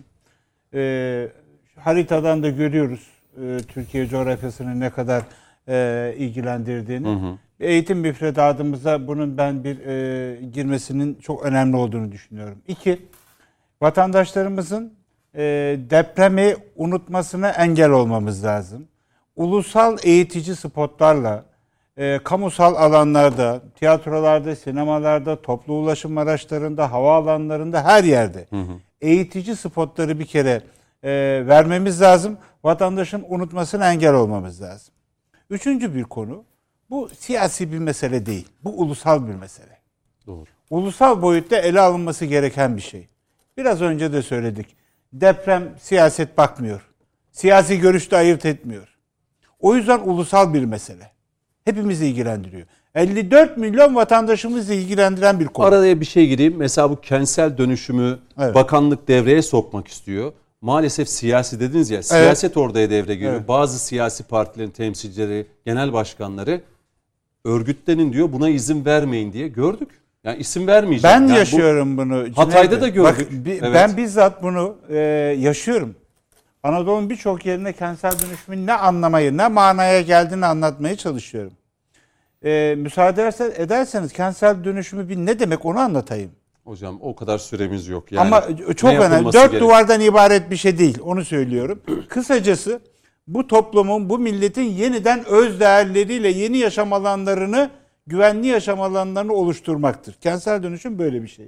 Haritadan da görüyoruz Türkiye coğrafyasını ne kadar ilgilendirdiğini. Eğitim müfredatımıza bunun ben bir girmesinin çok önemli olduğunu düşünüyorum. 2, vatandaşlarımızın depremi unutmasına engel olmamız lazım. Ulusal eğitici spotlarla kamusal alanlarda, tiyatrolarda, sinemalarda, toplu ulaşım araçlarında, havaalanlarında, her yerde eğitici spotları bir kere vermemiz lazım. Vatandaşın unutmasına engel olmamız lazım. 3. bir konu, bu siyasi bir mesele değil. Bu ulusal bir mesele. Doğru. Ulusal boyutta ele alınması gereken bir şey. Biraz önce de söyledik. Deprem siyaset bakmıyor. Siyasi görüşte ayırt etmiyor. O yüzden ulusal bir mesele. Hepimizi ilgilendiriyor. 54 milyon vatandaşımızı ilgilendiren bir konu. Araya bir şey gireyim. Mesela bu kentsel dönüşümü bakanlık devreye sokmak istiyor. Maalesef siyasi dediniz ya, siyaset orada devreye giriyor. Evet. Bazı siyasi partilerin temsilcileri, genel başkanları örgütlenin diyor, buna izin vermeyin diye gördük. Yani isim vermeyeceğim. Ben yani yaşıyorum bunu. Hatay'da da gördük. Bak, ben bizzat bunu yaşıyorum. Anadolu'nun birçok yerine kentsel dönüşümün ne anlamayı, ne manaya geldiğini anlatmaya çalışıyorum. Müsaade ederseniz kentsel dönüşümü bir ne demek onu anlatayım. Hocam o kadar süremiz yok. Yani ama çok önemli. 4 duvardan ibaret bir şey değil. Onu söylüyorum. Kısacası bu toplumun, bu milletin yeniden öz değerleriyle yeni yaşam alanlarını, güvenli yaşam alanlarını oluşturmaktır. Kentsel dönüşüm böyle bir şey.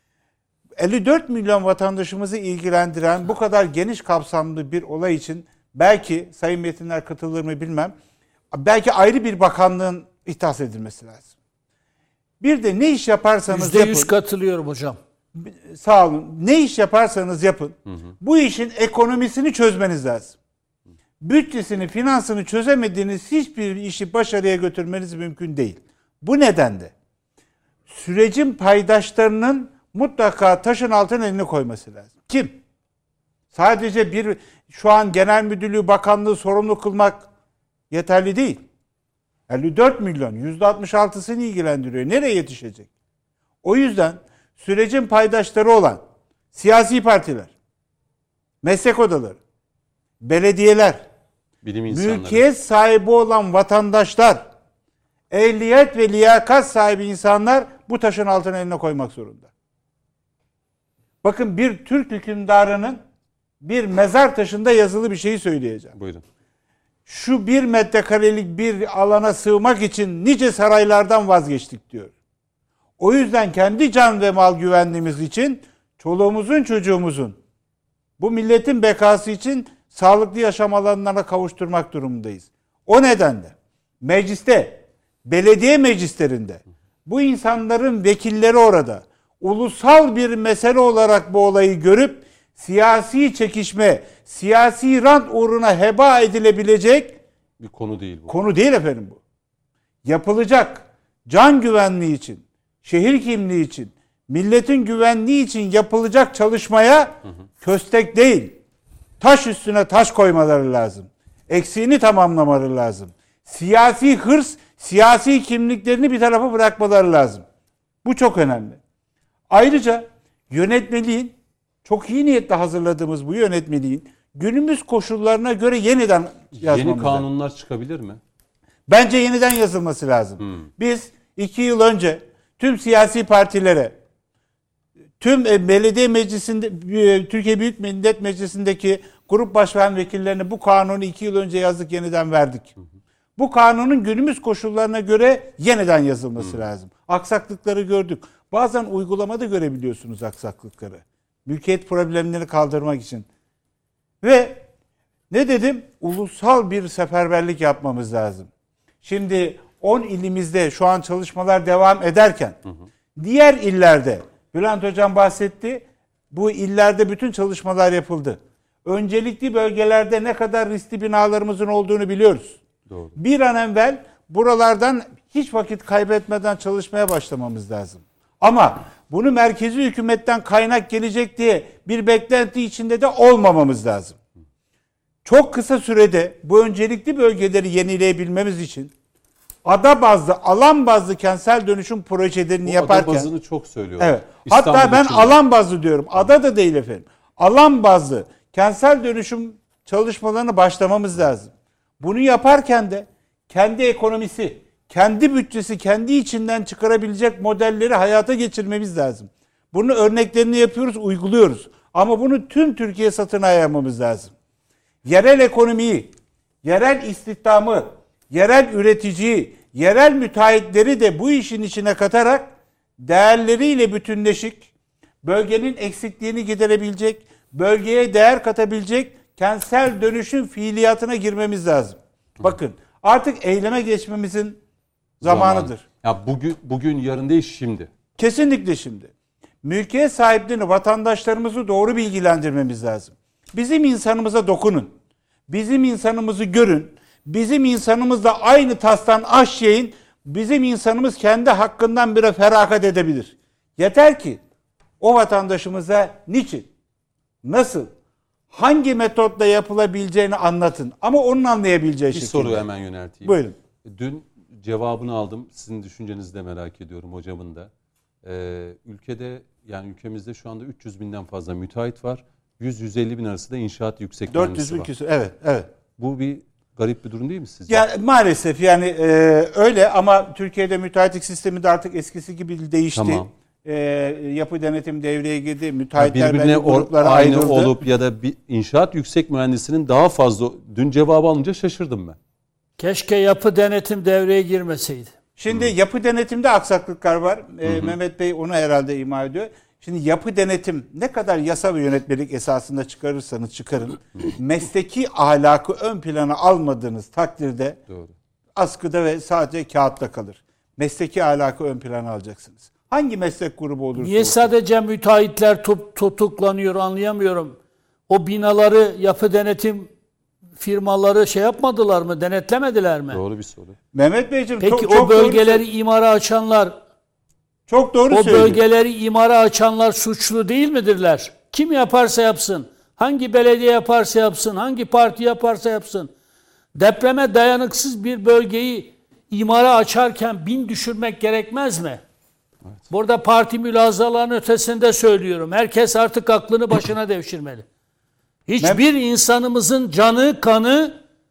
54 milyon vatandaşımızı ilgilendiren bu kadar geniş kapsamlı bir olay için belki Sayın Metinler katılır mı bilmem. Belki ayrı bir bakanlığın ihtas edilmesi lazım. Bir de ne iş yaparsanız yapın. %100 katılıyorum hocam. Sağ olun. Ne iş yaparsanız yapın. Bu işin ekonomisini çözmeniz lazım. Bütçesini, finansını çözemediğiniz hiçbir işi başarıya götürmeniz mümkün değil. Bu nedenle sürecin paydaşlarının mutlaka taşın altına elini koyması lazım. Kim? Sadece şu an genel müdürlüğü, bakanlığı sorumlu kılmak yeterli değil. 54 milyon, %66'sını ilgilendiriyor. Nereye yetişecek? O yüzden sürecin paydaşları olan siyasi partiler, meslek odaları, belediyeler, mülkiyet sahibi olan vatandaşlar, ehliyet ve liyakat sahibi insanlar bu taşın altına eline koymak zorunda. Bakın, bir Türk hükümdarının bir mezar taşında yazılı bir şeyi söyleyeceğim. Buyurun. Şu 1 metrekarelik bir alana sığmak için nice saraylardan vazgeçtik diyor. O yüzden kendi can ve mal güvenliğimiz için, çoluğumuzun çocuğumuzun, bu milletin bekası için sağlıklı yaşam alanlarına kavuşturmak durumundayız. O nedenle mecliste, belediye meclislerinde bu insanların vekilleri orada ulusal bir mesele olarak bu olayı görüp siyasi çekişme, siyasi rant uğruna heba edilebilecek bir konu değil bu. Konu değil efendim bu. Yapılacak, can güvenliği için, şehir kimliği için, milletin güvenliği için yapılacak çalışmaya köstek değil, taş üstüne taş koymaları lazım. Eksiğini tamamlamaları lazım. Siyasi hırs, siyasi kimliklerini bir tarafa bırakmaları lazım. Bu çok önemli. Ayrıca yönetmeliğin, çok iyi niyetle hazırladığımız bu yönetmeliğin günümüz koşullarına göre yeniden yazmamız. Yeni kanunlar çıkabilir mi? Bence yeniden yazılması lazım. Biz 2 yıl önce tüm siyasi partilere, tüm belediye meclisinde, Türkiye Büyük Millet Meclisi'ndeki grup başkan vekillerine bu kanunu 2 yıl önce yazdık, yeniden verdik. Bu kanunun günümüz koşullarına göre yeniden yazılması lazım. Aksaklıkları gördük. Bazen uygulamada görebiliyorsunuz aksaklıkları. Mülkiyet problemlerini kaldırmak için. Ve ne dedim? Ulusal bir seferberlik yapmamız lazım. Şimdi 10 ilimizde şu an çalışmalar devam ederken diğer illerde, Bülent Hocam bahsetti, bu illerde bütün çalışmalar yapıldı. Öncelikli bölgelerde ne kadar riskli binalarımızın olduğunu biliyoruz. Doğru. Bir an evvel buralardan hiç vakit kaybetmeden çalışmaya başlamamız lazım. Ama bunu merkezi hükümetten kaynak gelecek diye bir beklenti içinde de olmamamız lazım. Çok kısa sürede bu öncelikli bölgeleri yenileyebilmemiz için ada bazlı, alan bazlı kentsel dönüşüm projelerini yaparken... Ada bazını çok söylüyorlar. Evet. Hatta ben alan bazlı diyorum. Ada da değil efendim. Alan bazlı kentsel dönüşüm çalışmalarına başlamamız lazım. Bunu yaparken de kendi ekonomisi, kendi bütçesi, kendi içinden çıkarabilecek modelleri hayata geçirmemiz lazım. Bunun örneklerini yapıyoruz, uyguluyoruz. Ama bunu tüm Türkiye satına yaymamız lazım. Yerel ekonomiyi, yerel istihdamı, yerel üreticiyi, yerel müteahhitleri de bu işin içine katarak değerleriyle bütünleşik, bölgenin eksikliğini giderebilecek, bölgeye değer katabilecek kentsel dönüşüm fiiliyatına girmemiz lazım. Bakın artık eyleme geçmemizin zamanıdır. Ya bugün yarın değil, şimdi. Kesinlikle şimdi. Mülkiyet sahiplerini, vatandaşlarımızı doğru bilgilendirmemiz lazım. Bizim insanımıza dokunun. Bizim insanımızı görün. Bizim insanımızla aynı tastan aş yiyin. Bizim insanımız kendi hakkından bile feragat edebilir. Yeter ki o vatandaşımıza niçin, nasıl, hangi metotla yapılabileceğini anlatın. Ama onun anlayabileceği şekilde. Bir soru hemen yönelteyim. Buyurun. Dün cevabını aldım. Sizin düşüncenizi de merak ediyorum, hocamın da. Ülkemizde şu anda 300 binden fazla müteahhit var. 100-150 bin arası da inşaat yüksek mühendisi 400 bin var. küsur. Evet. Bu bir garip bir durum değil mi sizce? Yani maalesef öyle ama Türkiye'de müteahhitlik sistemi de artık eskisi gibi değişti. Tamam. Yapı denetim devreye girdi. Müteahhitler birbirine gruplara aynı ayrıldı. olup ya da bir inşaat yüksek mühendisinin daha fazla, dün cevabı alınca şaşırdım ben. Keşke yapı denetim devreye girmeseydi. Şimdi yapı denetimde aksaklıklar var. Mehmet Bey onu herhalde ima ediyor. Şimdi yapı denetim ne kadar yasa ve yönetmelik esasında çıkarırsanız çıkarın, mesleki ahlakı ön plana almadığınız takdirde Doğru. askıda ve sadece kağıtta kalır. Mesleki ahlakı ön plana alacaksınız. Hangi meslek grubu olursa Niye olsun. sadece müteahhitler tutuklanıyor anlayamıyorum. O binaları yapı denetim firmaları yapmadılar mı, denetlemediler mi? Doğru bir soru. Mehmet Beyciğim Peki çok o bölgeleri imara açanlar, çok doğru o söylüyor. bölgeleri imara açanlar suçlu değil midirler? Kim yaparsa yapsın, hangi belediye yaparsa yapsın, hangi parti yaparsa yapsın. Depreme dayanıksız bir bölgeyi imara açarken bin düşürmek gerekmez mi? Evet. Burada parti mülazalarının ötesinde söylüyorum. Herkes artık aklını başına devşirmeli. Hiçbir insanımızın canı, kanı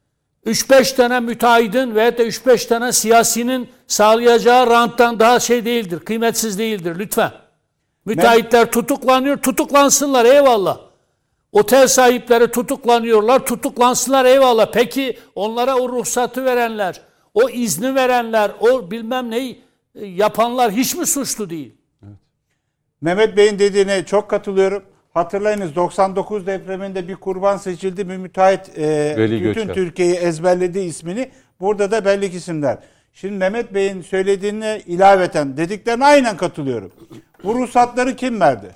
3-5 tane müteahhidin veya da 3-5 tane siyasinin sağlayacağı ranttan daha değildir, kıymetsiz değildir lütfen. Müteahhitler tutuklanıyor, tutuklansınlar eyvallah. Otel sahipleri tutuklanıyorlar, tutuklansınlar eyvallah. Peki onlara o ruhsatı verenler, o izni verenler, o bilmem neyi yapanlar hiç mi suçlu değil? Evet. Mehmet Bey'in dediğine çok katılıyorum. Hatırlayınız 99 depreminde bir kurban seçildi. Bir müteahhit bütün Türkiye'yi ezberledi ismini. Burada da belli isimler. Şimdi Mehmet Bey'in söylediğine ilaveten dediklerine aynen katılıyorum. Bu ruhsatları kim verdi?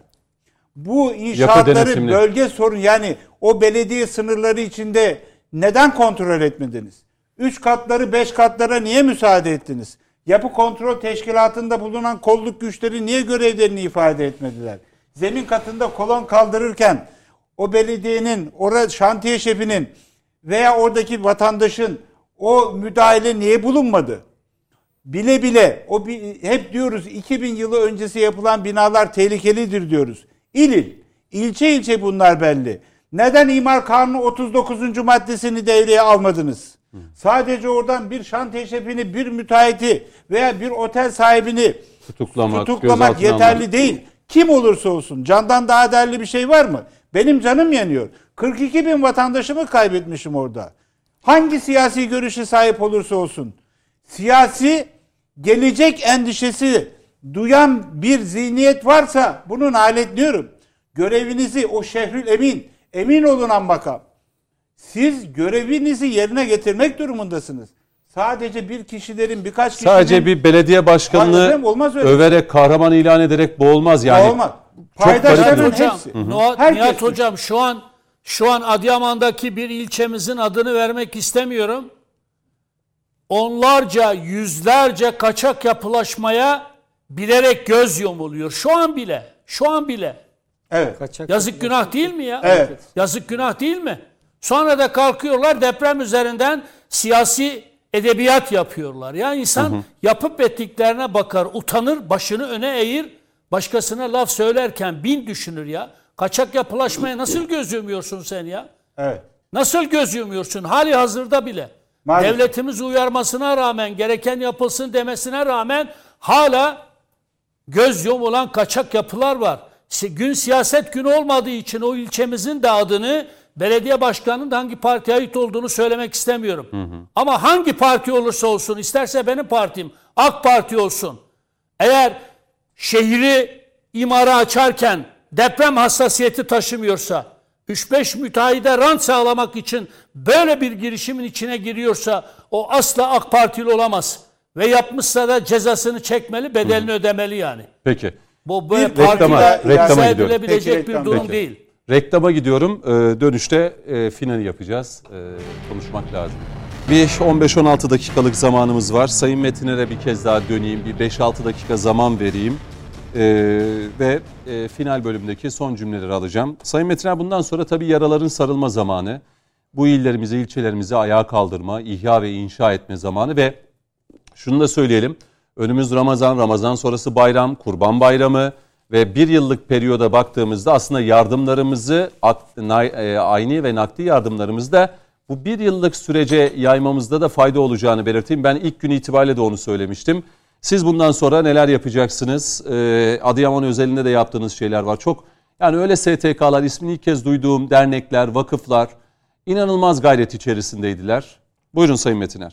Bu inşaatları bölge sorun yani o belediye sınırları içinde neden kontrol etmediniz? 3 katları 5 katlara niye müsaade ettiniz? Yapı kontrol teşkilatında bulunan kolluk güçleri niye görevlerini ifade etmediler? Zemin katında kolon kaldırırken o belediyenin, orada şantiye şefinin veya oradaki vatandaşın o müdahale niye bulunmadı? Bile bile hep diyoruz 2000 yılı öncesi yapılan binalar tehlikelidir diyoruz. İlçe bunlar belli. Neden İmar Kanunu 39. maddesini devreye almadınız? Sadece oradan bir şantiye şefini, bir müteahhiti veya bir otel sahibini tutuklamak yeterli değil. Kim olursa olsun. Candan daha değerli bir şey var mı? Benim canım yanıyor. 42 bin vatandaşımı kaybetmişim orada. Hangi siyasi görüşe sahip olursa olsun. Siyasi gelecek endişesi duyan bir zihniyet varsa bunu naletliyorum. Görevinizi o şehrül emin olun makam. Siz görevinizi yerine getirmek durumundasınız. Sadece bir kişilerin birkaç kişinin... Sadece bir belediye başkanını överek, kahraman ilan ederek bu olmaz yani. Olmaz. Paydaşların hepsi. Nihat Hocam şu an Adıyaman'daki bir ilçemizin adını vermek istemiyorum. Onlarca, yüzlerce kaçak yapılaşmaya bilerek göz yumuluyor. Şu an bile. Evet. Yazık günah değil mi ya? Evet. Yazık günah değil mi? Sonra da kalkıyorlar deprem üzerinden siyasi edebiyat yapıyorlar. Ya insan yapıp ettiklerine bakar, utanır, başını öne eğir, başkasına laf söylerken bin düşünür ya. Kaçak yapılaşmaya nasıl göz yumuyorsun sen ya? Evet. Nasıl göz yumuyorsun? Hali hazırda bile. Maalesef. Devletimiz uyarmasına rağmen, gereken yapılsın demesine rağmen hala göz yumulan kaçak yapılar var. Gün siyaset günü olmadığı için o ilçemizin de adını, belediye başkanının da hangi partiye ait olduğunu söylemek istemiyorum. Ama hangi parti olursa olsun, isterse benim partim AK Parti olsun. Eğer şehri imara açarken deprem hassasiyeti taşımıyorsa, 3-5 müteahhide rant sağlamak için böyle bir girişimin içine giriyorsa o asla AK Partili olamaz. Ve yapmışsa da cezasını çekmeli, bedelini ödemeli yani. Peki. Bu böyle reklama partiyle gidiyorum. edilebilecek bir durum Peki. değil. Reklama gidiyorum. Dönüşte finali yapacağız. Konuşmak lazım. Bir 15-16 dakikalık zamanımız var. Sayın Metiner'e bir kez daha döneyim. Bir 5-6 dakika zaman vereyim. Ve final bölümdeki son cümleleri alacağım. Sayın Metiner, bundan sonra tabii yaraların sarılma zamanı. Bu illerimizi, ilçelerimizi ayağa kaldırma, ihya ve inşa etme zamanı ve şunu da söyleyelim. Önümüz Ramazan, Ramazan sonrası bayram, Kurban Bayramı ve bir yıllık periyoda baktığımızda aslında yardımlarımızı, ayni ve nakdi yardımlarımızı da bu bir yıllık sürece yaymamızda da fayda olacağını belirteyim. Ben ilk gün itibariyle de onu söylemiştim. Siz bundan sonra neler yapacaksınız? Adıyaman özelinde de yaptığınız şeyler var. Çok, yani öyle STK'lar, ismini ilk kez duyduğum dernekler, vakıflar inanılmaz gayret içerisindeydiler. Buyurun Sayın Metiner.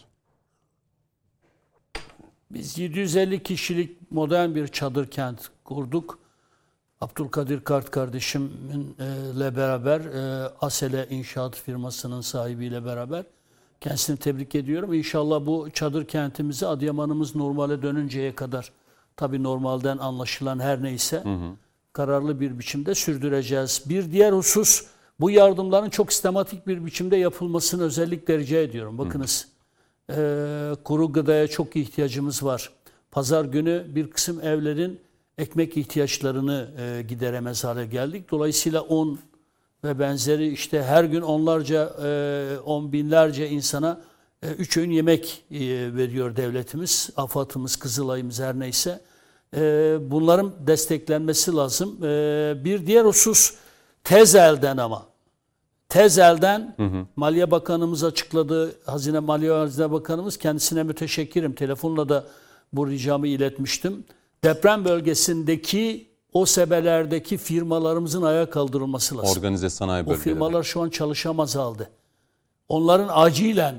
Biz 750 kişilik modern bir çadır kent kurduk. Abdülkadir Kart kardeşimle beraber, Asele İnşaat firmasının sahibiyle beraber kendisini tebrik ediyorum. İnşallah bu çadır kentimizi Adıyaman'ımız normale dönünceye kadar, tabii normalden anlaşılan her neyse, kararlı bir biçimde sürdüreceğiz. Bir diğer husus, bu yardımların çok sistematik bir biçimde yapılmasını özellikle rica ediyorum. Bakınız, kuru gıdaya çok ihtiyacımız var. Pazar günü bir kısım evlerin ekmek ihtiyaçlarını gideremez hale geldik. Dolayısıyla un ve benzeri işte her gün onlarca, on binlerce insana 3 öğün yemek veriyor devletimiz, AFAD'ımız, Kızılay'ımız her neyse. Bunların desteklenmesi lazım. Bir diğer husus tez elden ama. Tez elden Maliye Bakanımız açıkladı. Hazine Bakanımız, kendisine müteşekkirim. Telefonla da bu ricamı iletmiştim. Deprem bölgesindeki o sebelerdeki firmalarımızın ayağa kaldırılması lazım. Organize sanayi bölgeleri. O firmalar şu an çalışamaz halde. Onların acilen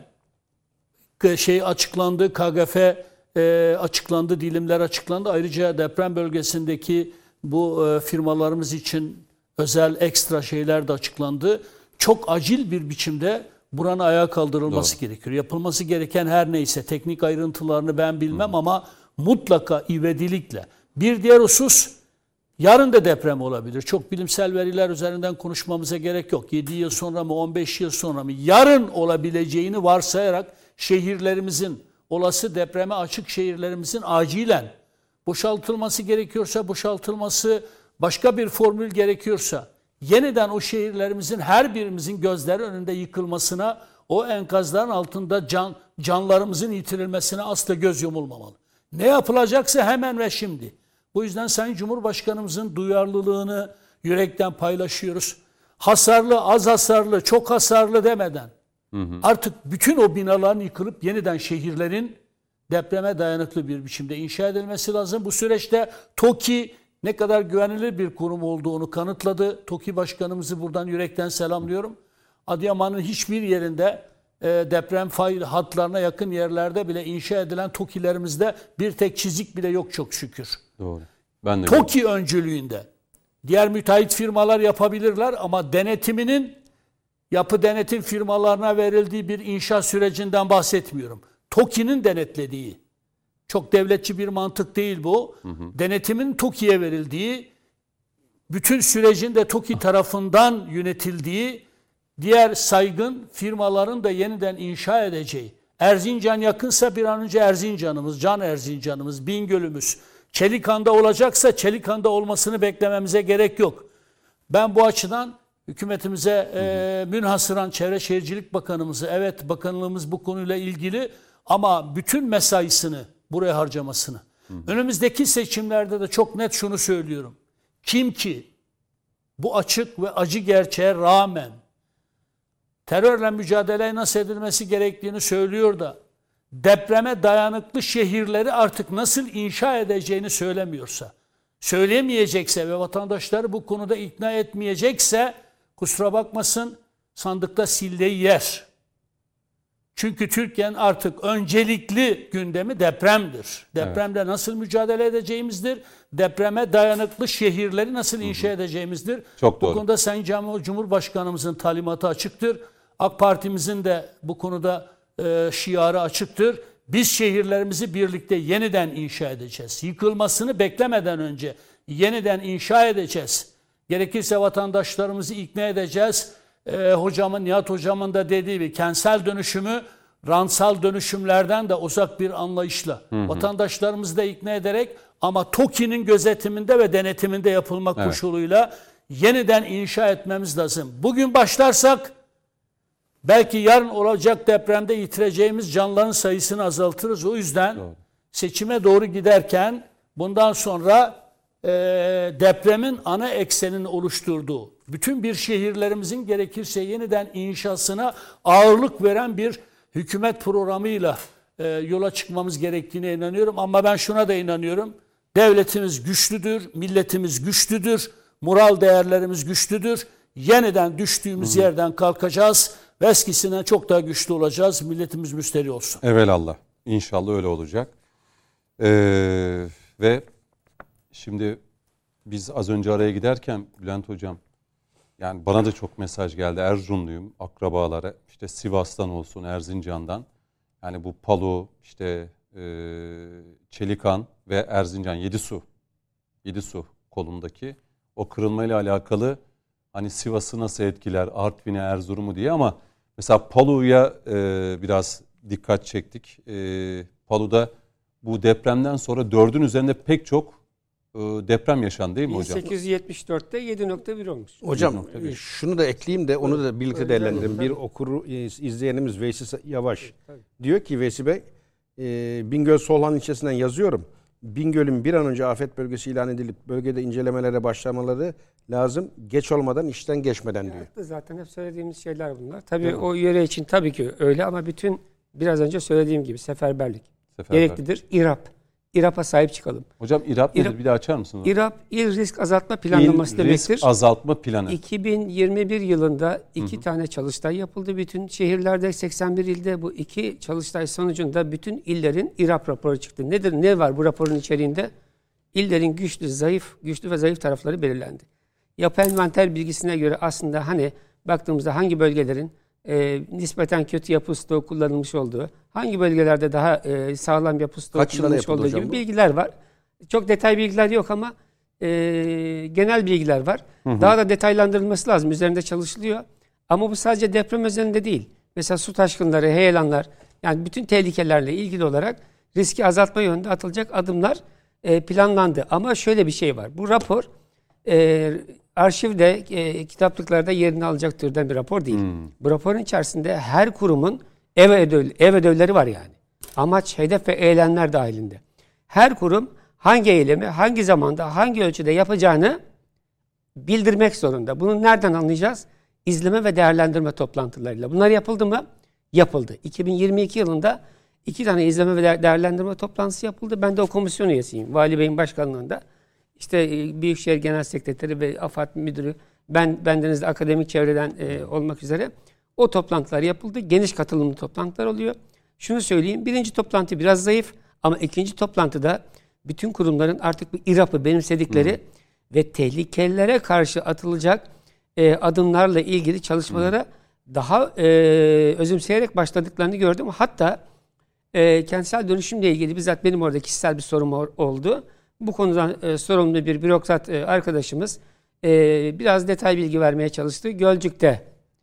açıklandı, KGF açıklandı, dilimler açıklandı. Ayrıca deprem bölgesindeki bu firmalarımız için özel ekstra şeyler de açıklandı. Çok acil bir biçimde buranın ayağa kaldırılması gerekiyor. Yapılması gereken her neyse, teknik ayrıntılarını ben bilmem ama mutlaka ivedilikle. Bir diğer husus, yarın da deprem olabilir. Çok bilimsel veriler üzerinden konuşmamıza gerek yok. 7 yıl sonra mı, 15 yıl sonra mı, yarın olabileceğini varsayarak şehirlerimizin, olası depreme açık şehirlerimizin acilen boşaltılması gerekiyorsa boşaltılması, başka bir formül gerekiyorsa yeniden o şehirlerimizin her birimizin gözleri önünde yıkılmasına, o enkazların altında canlarımızın yitirilmesine asla göz yumulmamalı. Ne yapılacaksa hemen ve şimdi. Bu yüzden Sayın Cumhurbaşkanımızın duyarlılığını yürekten paylaşıyoruz. Hasarlı, az hasarlı, çok hasarlı demeden artık bütün o binaların yıkılıp yeniden şehirlerin depreme dayanıklı bir biçimde inşa edilmesi lazım. Bu süreçte TOKİ ne kadar güvenilir bir kurum olduğunu kanıtladı. TOKİ Başkanımızı buradan yürekten selamlıyorum. Adıyaman'ın hiçbir yerinde deprem fay hatlarına yakın yerlerde bile inşa edilen TOKİ'lerimizde bir tek çizik bile yok çok şükür. Doğru. Ben de TOKİ öncülüğünde. Diğer müteahhit firmalar yapabilirler ama denetiminin yapı denetim firmalarına verildiği bir inşa sürecinden bahsetmiyorum. TOKİ'nin denetlediği, çok devletçi bir mantık değil bu. Denetimin TOKİ'ye verildiği, bütün sürecin de TOKİ tarafından yönetildiği, diğer saygın firmaların da yeniden inşa edeceği. Erzincan yakınsa bir an önce Erzincan'ımız, Can Erzincan'ımız, Bingöl'ümüz, Çelikhan'da olacaksa Çelikhan'da olmasını beklememize gerek yok. Ben bu açıdan hükümetimize münhasıran Çevre Şehircilik Bakanımızı, evet bakanlığımız bu konuyla ilgili ama bütün mesaisini buraya harcamasını. Önümüzdeki seçimlerde de çok net şunu söylüyorum. Kim ki bu açık ve acı gerçeğe rağmen terörle mücadele nasıl edilmesi gerektiğini söylüyor da depreme dayanıklı şehirleri artık nasıl inşa edeceğini söylemiyorsa, söyleyemeyecekse ve vatandaşları bu konuda ikna etmeyecekse kusura bakmasın sandıkta silleyi yer. Çünkü Türkiye'nin artık öncelikli gündemi depremdir. Depremde nasıl mücadele edeceğimizdir. Depreme dayanıklı şehirleri nasıl inşa edeceğimizdir. Çok doğru. Bu konuda Sayın Cumhurbaşkanımızın talimatı açıktır. AK Parti'mizin de bu konuda şiarı açıktır. Biz şehirlerimizi birlikte yeniden inşa edeceğiz. Yıkılmasını beklemeden önce yeniden inşa edeceğiz. Gerekirse vatandaşlarımızı ikna edeceğiz. Nihat Hocam'ın da dediği gibi kentsel dönüşümü rantsal dönüşümlerden de uzak bir anlayışla vatandaşlarımızı da ikna ederek ama TOKİ'nin gözetiminde ve denetiminde yapılmak koşuluyla yeniden inşa etmemiz lazım. Bugün başlarsak belki yarın olacak depremde yitireceğimiz canların sayısını azaltırız. O yüzden seçime doğru giderken bundan sonra depremin ana eksenini oluşturduğu, bütün bir şehirlerimizin gerekirse yeniden inşasına ağırlık veren bir hükümet programıyla yola çıkmamız gerektiğine inanıyorum. Ama ben şuna da inanıyorum. Devletimiz güçlüdür, milletimiz güçlüdür, moral değerlerimiz güçlüdür. Yeniden düştüğümüz yerden kalkacağız ve eskisinden çok daha güçlü olacağız. Milletimiz müsterih olsun. Evelallah. İnşallah öyle olacak. Ve şimdi biz az önce araya giderken Bülent Hocam, yani bana da çok mesaj geldi. Erzurumluyum, akrabalara, işte Sivas'tan olsun, Erzincan'dan. Yani bu Palu, işte Çelikan ve Erzincan, Yedisu kolundaki o kırılmayla alakalı hani Sivas'ı nasıl etkiler, Artvin'e, Erzurum'u diye, ama mesela Palu'ya biraz dikkat çektik. Palu'da bu depremden sonra 4'ün üzerinde pek çok deprem yaşandı değil mi hocam? 1874'te 7.1 olmuş. Hocam şunu da ekleyeyim de onu da birlikte değerlendirelim. Bir okuru izleyenimiz Veysi Yavaş diyor ki, Veysi Bey, Bingöl Solhan ilçesinden yazıyorum. Bingöl'ün bir an önce afet bölgesi ilan edilip bölgede incelemelere başlamaları lazım. Geç olmadan, işten geçmeden diyor. Zaten hep söylediğimiz şeyler bunlar. Tabii o yöre için tabii ki öyle ama bütün biraz önce söylediğim gibi seferberlik gereklidir. İRAP'a sahip çıkalım. Hocam İRAP nedir? Bir daha açar mısınız? İRAP, İl Risk Azaltma Planlaması demektir. Risk Azaltma Planı. 2021 yılında 2 tane çalıştay yapıldı. Bütün şehirlerde, 81 ilde bu 2 çalıştay sonucunda bütün illerin İRAP raporu çıktı. Nedir? Ne var bu raporun içeriğinde? İllerin güçlü ve zayıf tarafları belirlendi. Yapı envanter bilgisine göre aslında hani baktığımızda hangi bölgelerin nispeten kötü yapı stoğu kullanılmış olduğu, hangi bölgelerde daha sağlam yapı stoğu kullanılmış olduğu gibi bilgiler var. Çok detay bilgiler yok ama genel bilgiler var. Daha da detaylandırılması lazım. Üzerinde çalışılıyor. Ama bu sadece deprem özelinde değil. Mesela su taşkınları, heyelanlar, yani bütün tehlikelerle ilgili olarak riski azaltma yönünde atılacak adımlar planlandı. Ama şöyle bir şey var. Bu rapor arşivde, kitaplıklarda yerini alacak türden bir rapor değil. Bu raporun içerisinde her kurumun ev ödevleri var yani. Amaç, hedef ve eylemler dahilinde. Her kurum hangi eylemi, hangi zamanda, hangi ölçüde yapacağını bildirmek zorunda. Bunu nereden anlayacağız? İzleme ve değerlendirme toplantılarıyla. Bunlar yapıldı mı? Yapıldı. 2022 yılında 2 tane izleme ve değerlendirme toplantısı yapıldı. Ben de o komisyon üyesiyim. Vali Bey'in başkanlığında. İşte Büyükşehir Genel Sekreteri ve AFAD Müdürü, bendeniz de akademik çevreden olmak üzere o toplantılar yapıldı. Geniş katılımlı toplantılar oluyor. Şunu söyleyeyim, birinci toplantı biraz zayıf ama ikinci toplantıda bütün kurumların artık bu İRAP'ı benimsedikleri ve tehlikelere karşı atılacak adımlarla ilgili çalışmalara daha özümseyerek başladıklarını gördüm. Hatta kentsel dönüşümle ilgili bizzat benim orada kişisel bir sorum oldu. Bu konudan sorumlu bir bürokrat arkadaşımız biraz detay bilgi vermeye çalıştı. Gölcük'te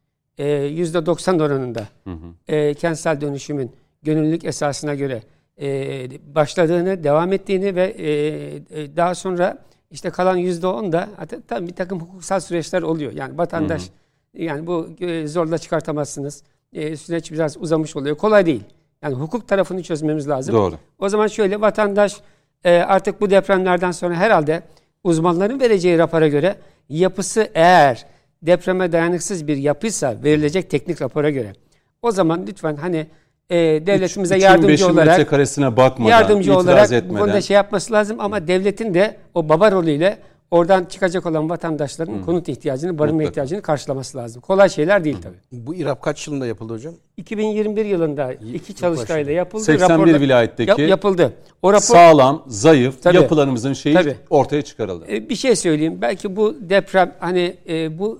%90 oranında kentsel dönüşümün gönüllülük esasına göre başladığını, devam ettiğini ve daha sonra işte kalan %10 da tabii bir takım hukuksal süreçler oluyor. Yani vatandaş yani bu zorla çıkartamazsınız. Süreç biraz uzamış oluyor. Kolay değil. Yani hukuk tarafını çözmemiz lazım. Doğru. O zaman şöyle, vatandaş artık bu depremlerden sonra herhalde uzmanların vereceği rapora göre yapısı eğer depreme dayanıksız bir yapıysa verilecek teknik rapora göre, o zaman lütfen hani devletimize yardımcı olarak metrekaresine bakmadan, yardımcı olarak etmeden. bu konuda şey yapması lazım ama devletin de o baba rolüyle oradan çıkacak olan vatandaşların konut ihtiyacını, barınma ihtiyacını karşılaması lazım. Kolay şeyler değil tabii. Bu İRAP kaç yılında yapıldı hocam? 2021 yılında 2 çalıştayla yapıldı. 81 vilayetteki yapıldı. O rapor sağlam, zayıf tabii, yapılarımızın şeyi tabii, ortaya çıkarıldı. Bir şey söyleyeyim. Belki bu deprem hani bu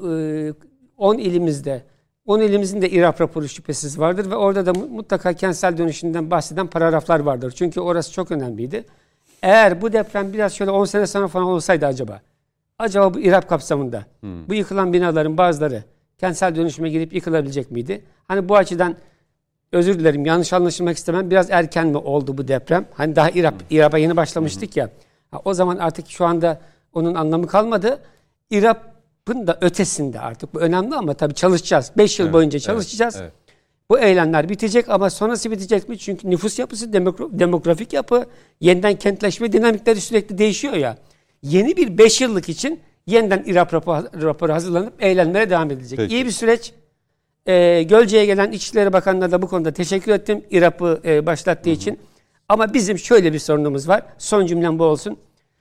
10 ilimizde 10 ilimizin de İRAP raporu şüphesiz vardır ve orada da mutlaka kentsel dönüşümden bahseden paragraflar vardır. Çünkü orası çok önemliydi. Eğer bu deprem biraz şöyle 10 sene sonra falan olsaydı acaba bu İRAP kapsamında bu yıkılan binaların bazıları kentsel dönüşüme girip yıkılabilecek miydi? Hani bu açıdan özür dilerim, yanlış anlaşılmak istemem. Biraz erken mi oldu bu deprem? Hani daha İRAP'a yeni başlamıştık ya. O zaman artık şu anda onun anlamı kalmadı. İRAP'ın da ötesinde artık bu önemli ama tabii çalışacağız. 5 yıl boyunca çalışacağız. Evet. Bu eylemler bitecek ama sonrası bitecek mi? Çünkü nüfus yapısı, demografik yapı, yeniden kentleşme dinamikleri sürekli değişiyor ya. Yeni bir 5 yıllık için yeniden İRAP raporu hazırlanıp eylemlere devam edilecek. Peki. İyi bir süreç. Gölce'ye gelen İçişleri Bakanı'na da bu konuda teşekkür ettim İRAP'ı başlattığı için. Ama bizim şöyle bir sorunumuz var. Son cümlem bu olsun.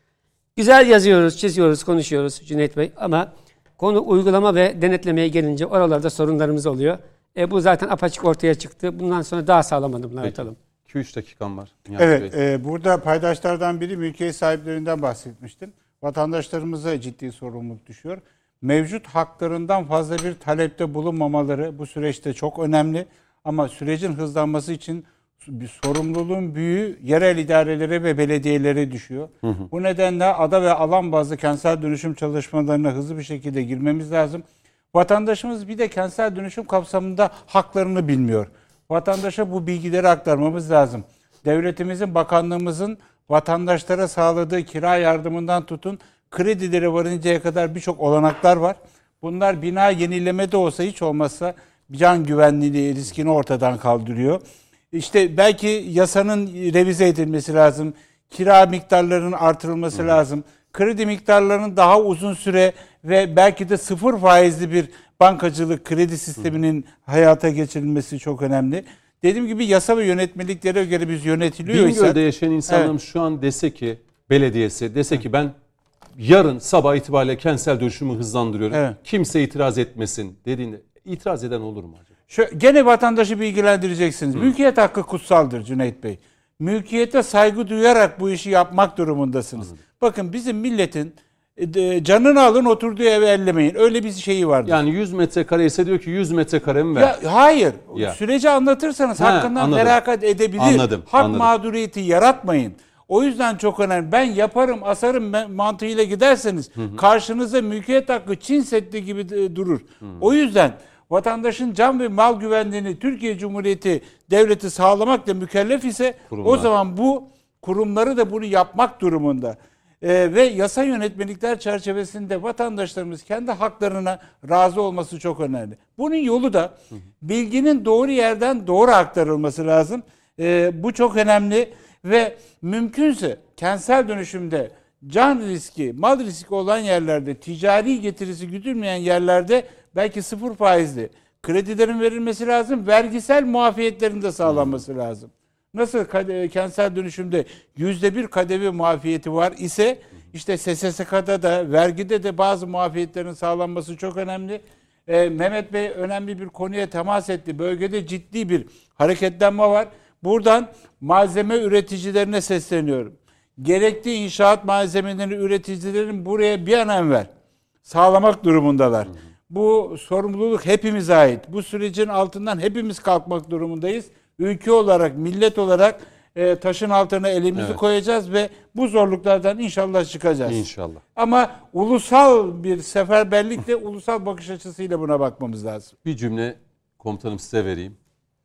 Güzel yazıyoruz, çiziyoruz, konuşuyoruz Cüneyt Bey ama konu uygulama ve denetlemeye gelince oralarda sorunlarımız oluyor. Bu zaten apaçık ortaya çıktı. Bundan sonra daha sağlam adımlar atalım. 2-3 dakikam var. Evet, burada paydaşlardan biri mülkiyet sahiplerinden bahsetmiştim. Vatandaşlarımıza ciddi sorumluluk düşüyor. Mevcut haklarından fazla bir talepte bulunmamaları bu süreçte çok önemli. Ama sürecin hızlanması için bir sorumluluğun büyüğü yerel idarelere ve belediyelere düşüyor. Bu nedenle ada ve alan bazlı kentsel dönüşüm çalışmalarına hızlı bir şekilde girmemiz lazım. Vatandaşımız bir de kentsel dönüşüm kapsamında haklarını bilmiyor. Vatandaşa bu bilgileri aktarmamız lazım. Devletimizin, bakanlığımızın vatandaşlara sağladığı kira yardımından tutun kredilere varıncaya kadar birçok olanaklar var. Bunlar bina yenileme de olsa hiç olmazsa can güvenliği riskini ortadan kaldırıyor. İşte belki yasanın revize edilmesi lazım. Kira miktarlarının artırılması lazım. Kredi miktarlarının daha uzun süre ve belki de 0 faizli bir bankacılık kredi sisteminin hayata geçirilmesi çok önemli. Dediğim gibi yasa ve yönetmeliklere göre biz yönetiliyorsak... Bingöl'de yaşayan insanlarım şu an dese ki, belediyesi dese ki ben yarın sabah itibariyle kentsel dönüşümü hızlandırıyorum. Evet. Kimse itiraz etmesin dediğinde itiraz eden olur mu acaba? Gene vatandaşı bilgilendireceksiniz. Mülkiyet hakkı kutsaldır Cüneyt Bey. Mülkiyete saygı duyarak bu işi yapmak durumundasınız. Anladım. Bakın bizim milletin canını alın oturduğu evi ellemeyin. Öyle bir şeyi vardır. Yani 100 metrekare ise diyor ki 100 metrekare mi ver? Ya, hayır. Ya. Süreci anlatırsanız hakkından feragat edebilir. Hak mağduriyeti yaratmayın. O yüzden çok önemli. Ben yaparım, asarım mantığıyla giderseniz karşınıza mülkiyet hakkı Çin Seddi gibi durur. O yüzden vatandaşın can ve mal güvenliğini Türkiye Cumhuriyeti Devleti sağlamakla mükellef ise kurumlar, o zaman bu kurumları da bunu yapmak durumunda. Ve yasa yönetmelikler çerçevesinde vatandaşlarımız kendi haklarına razı olması çok önemli. Bunun yolu da bilginin doğru yerden doğru aktarılması lazım. Bu çok önemli ve mümkünse kentsel dönüşümde can riski, mal riski olan yerlerde, ticari getirisi güdülmeyen yerlerde belki 0 faizli kredilerin verilmesi lazım. Vergisel muafiyetlerin de sağlanması lazım. Nasıl kentsel dönüşümde %1 KDV muafiyeti var ise işte SSK'da da vergide de bazı muafiyetlerin sağlanması çok önemli. Mehmet Bey önemli bir konuya temas etti. Bölgede ciddi bir hareketlenme var. Buradan malzeme üreticilerine sesleniyorum. Gerekli inşaat malzemeleri üreticilerin buraya bir an evvel sağlamak durumundalar. Bu sorumluluk hepimize ait. Bu sürecin altından hepimiz kalkmak durumundayız. Ülke olarak, millet olarak taşın altına elimizi koyacağız ve bu zorluklardan inşallah çıkacağız. İnşallah. Ama ulusal bir seferberlikle, ulusal bakış açısıyla buna bakmamız lazım. Bir cümle komutanım size vereyim.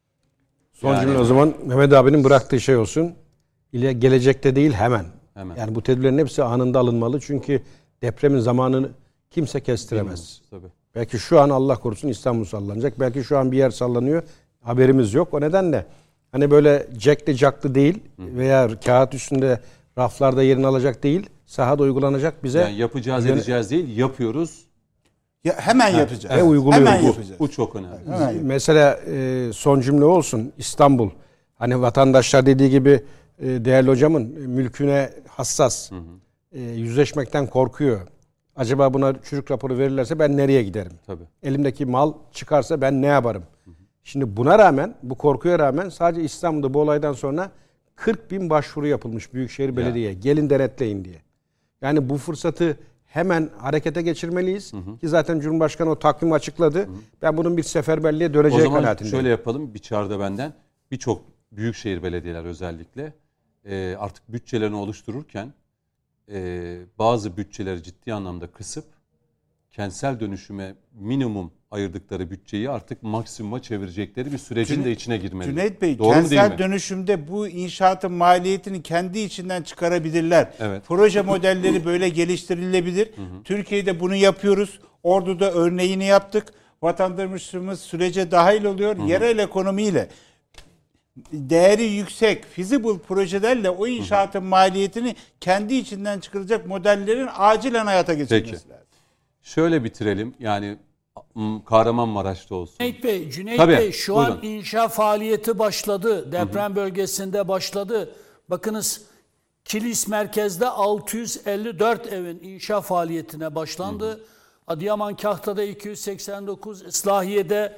Son cümle o zaman Mehmet abinin bıraktığı şey olsun. Gelecekte değil hemen. Yani bu tedbirlerin hepsi anında alınmalı. Çünkü depremin zamanını kimse kestiremez. Tabii. Belki şu an Allah korusun İstanbul sallanacak. Belki şu an bir yer sallanıyor. Haberimiz yok. O nedenle hani böyle cekli değil veya kağıt üstünde raflarda yerini alacak değil. Sahada uygulanacak bize. Yani yapacağız edeceğiz değil. Yapıyoruz. Ya hemen yapacağız. Ve uyguluyor. Hemen yapacağız. Bu çok önemli. Hemen yapacağız. Mesela son cümle olsun. İstanbul. Hani vatandaşlar dediği gibi değerli hocamın mülküne hassas. Yüzleşmekten korkuyor. Acaba buna çürük raporu verirlerse ben nereye giderim? Tabii. Elimdeki mal çıkarsa ben ne yaparım? Şimdi buna rağmen, bu korkuya rağmen sadece İstanbul'da bu olaydan sonra 40.000 başvuru yapılmış Büyükşehir Belediye'ye. Gelin denetleyin diye. Yani bu fırsatı hemen harekete geçirmeliyiz. Ki zaten Cumhurbaşkanı o takvimi açıkladı. Ben bunun bir seferberliğe döneceği O zaman kanaatindeyim. şöyle yapalım. Bir çağrıda benden birçok büyükşehir belediyeler özellikle artık bütçelerini oluştururken bazı bütçeleri ciddi anlamda kısıp kentsel dönüşüme minimum ayırdıkları bütçeyi artık maksimuma çevirecekleri bir sürecin de içine girmeli. Cüneyt Bey, Doğru mu, değil kentsel mi? dönüşümde bu inşaatın maliyetini kendi içinden çıkarabilirler. Evet. Proje modelleri böyle geliştirilebilir. Türkiye'de bunu yapıyoruz. Ordu'da örneğini yaptık. Vatandaşımız sürece dahil oluyor. Yerel ekonomiyle değeri yüksek, feasible projelerle o inşaatın maliyetini kendi içinden çıkaracak modellerin acilen hayata geçirilmesi lazım. Şöyle bitirelim. Yani Kahramanmaraş'ta olsun. Cüneyt Tabii, Bey şu buyurun. an inşa faaliyeti başladı. Deprem bölgesinde başladı. Bakınız Kilis merkezde 654 evin inşa faaliyetine başlandı. Adıyaman Kahta'da 289, İslahiye'de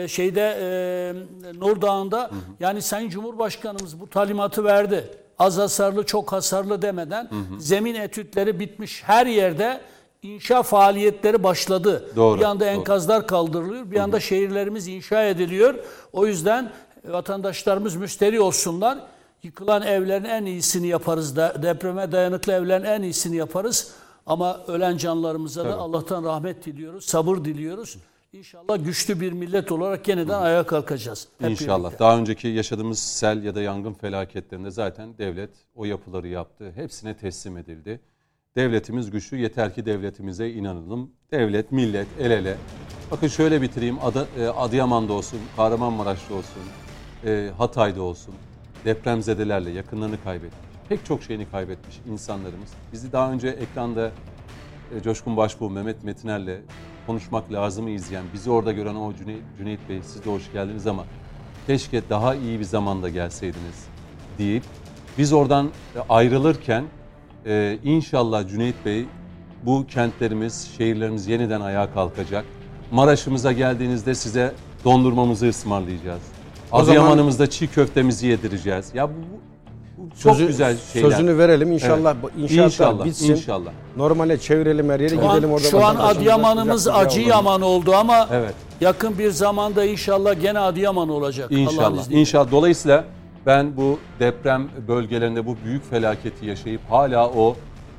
Nurdağ'ında yani Sayın Cumhurbaşkanımız bu talimatı verdi. Az hasarlı, çok hasarlı demeden zemin etütleri bitmiş her yerde İnşa faaliyetleri başladı. Doğru, bir anda enkazlar kaldırılıyor, bir anda şehirlerimiz inşa ediliyor. O yüzden vatandaşlarımız müşteri olsunlar. Yıkılan evlerin en iyisini yaparız. Depreme dayanıklı evlerin en iyisini yaparız. Ama ölen canlarımıza da Allah'tan rahmet diliyoruz, sabır diliyoruz. İnşallah güçlü bir millet olarak yeniden ayağa kalkacağız. Hep İnşallah. birlikte. Daha önceki yaşadığımız sel ya da yangın felaketlerinde zaten devlet o yapıları yaptı. Hepsine teslim edildi. Devletimiz güçlü, yeter ki devletimize inanalım. Devlet, millet, el ele. Bakın şöyle bitireyim. Adıyaman'da olsun, Kahramanmaraş'ta olsun, Hatay'da olsun. Depremzedelerle yakınlarını kaybetmiş. Pek çok şeyini kaybetmiş insanlarımız. Bizi daha önce ekranda Coşkun Başbuğ, Mehmet Metiner'le konuşmak lazımı izleyen, bizi orada gören o Cüneyt Bey, siz de hoş geldiniz ama keşke daha iyi bir zamanda gelseydiniz deyip biz oradan ayrılırken İnşallah Cüneyt Bey bu kentlerimiz, şehirlerimiz yeniden ayağa kalkacak. Maraş'ımıza geldiğinizde size dondurmamızı ısmarlayacağız. Adıyaman'ımızda çiğ köftemizi yedireceğiz. Ya bu çok güzel şeyler. Sözünü verelim inşallah. Evet. İnşaatlar bitsin. İnşallah. Normale çevirelim her yeri, gidelim orada. Şu an Adıyaman'ımız Acıyaman oldu ama Evet. yakın bir zamanda inşallah gene Adıyaman olacak. Allah'ın İnşallah. izniyle. İnşallah. Dolayısıyla ben bu deprem bölgelerinde bu büyük felaketi yaşayıp hala o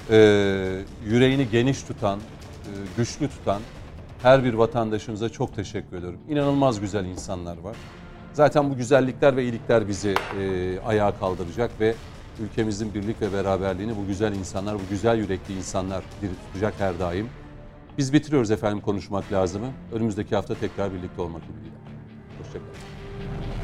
yüreğini geniş tutan, güçlü tutan her bir vatandaşımıza çok teşekkür ediyorum. İnanılmaz güzel insanlar var. Zaten bu güzellikler ve iyilikler bizi ayağa kaldıracak ve ülkemizin birlik ve beraberliğini bu güzel insanlar, bu güzel yürekli insanlar diri tutacak her daim. Biz bitiriyoruz efendim konuşmak lazımı. Önümüzdeki hafta tekrar birlikte olmak ümidiyle. Hoşçakalın.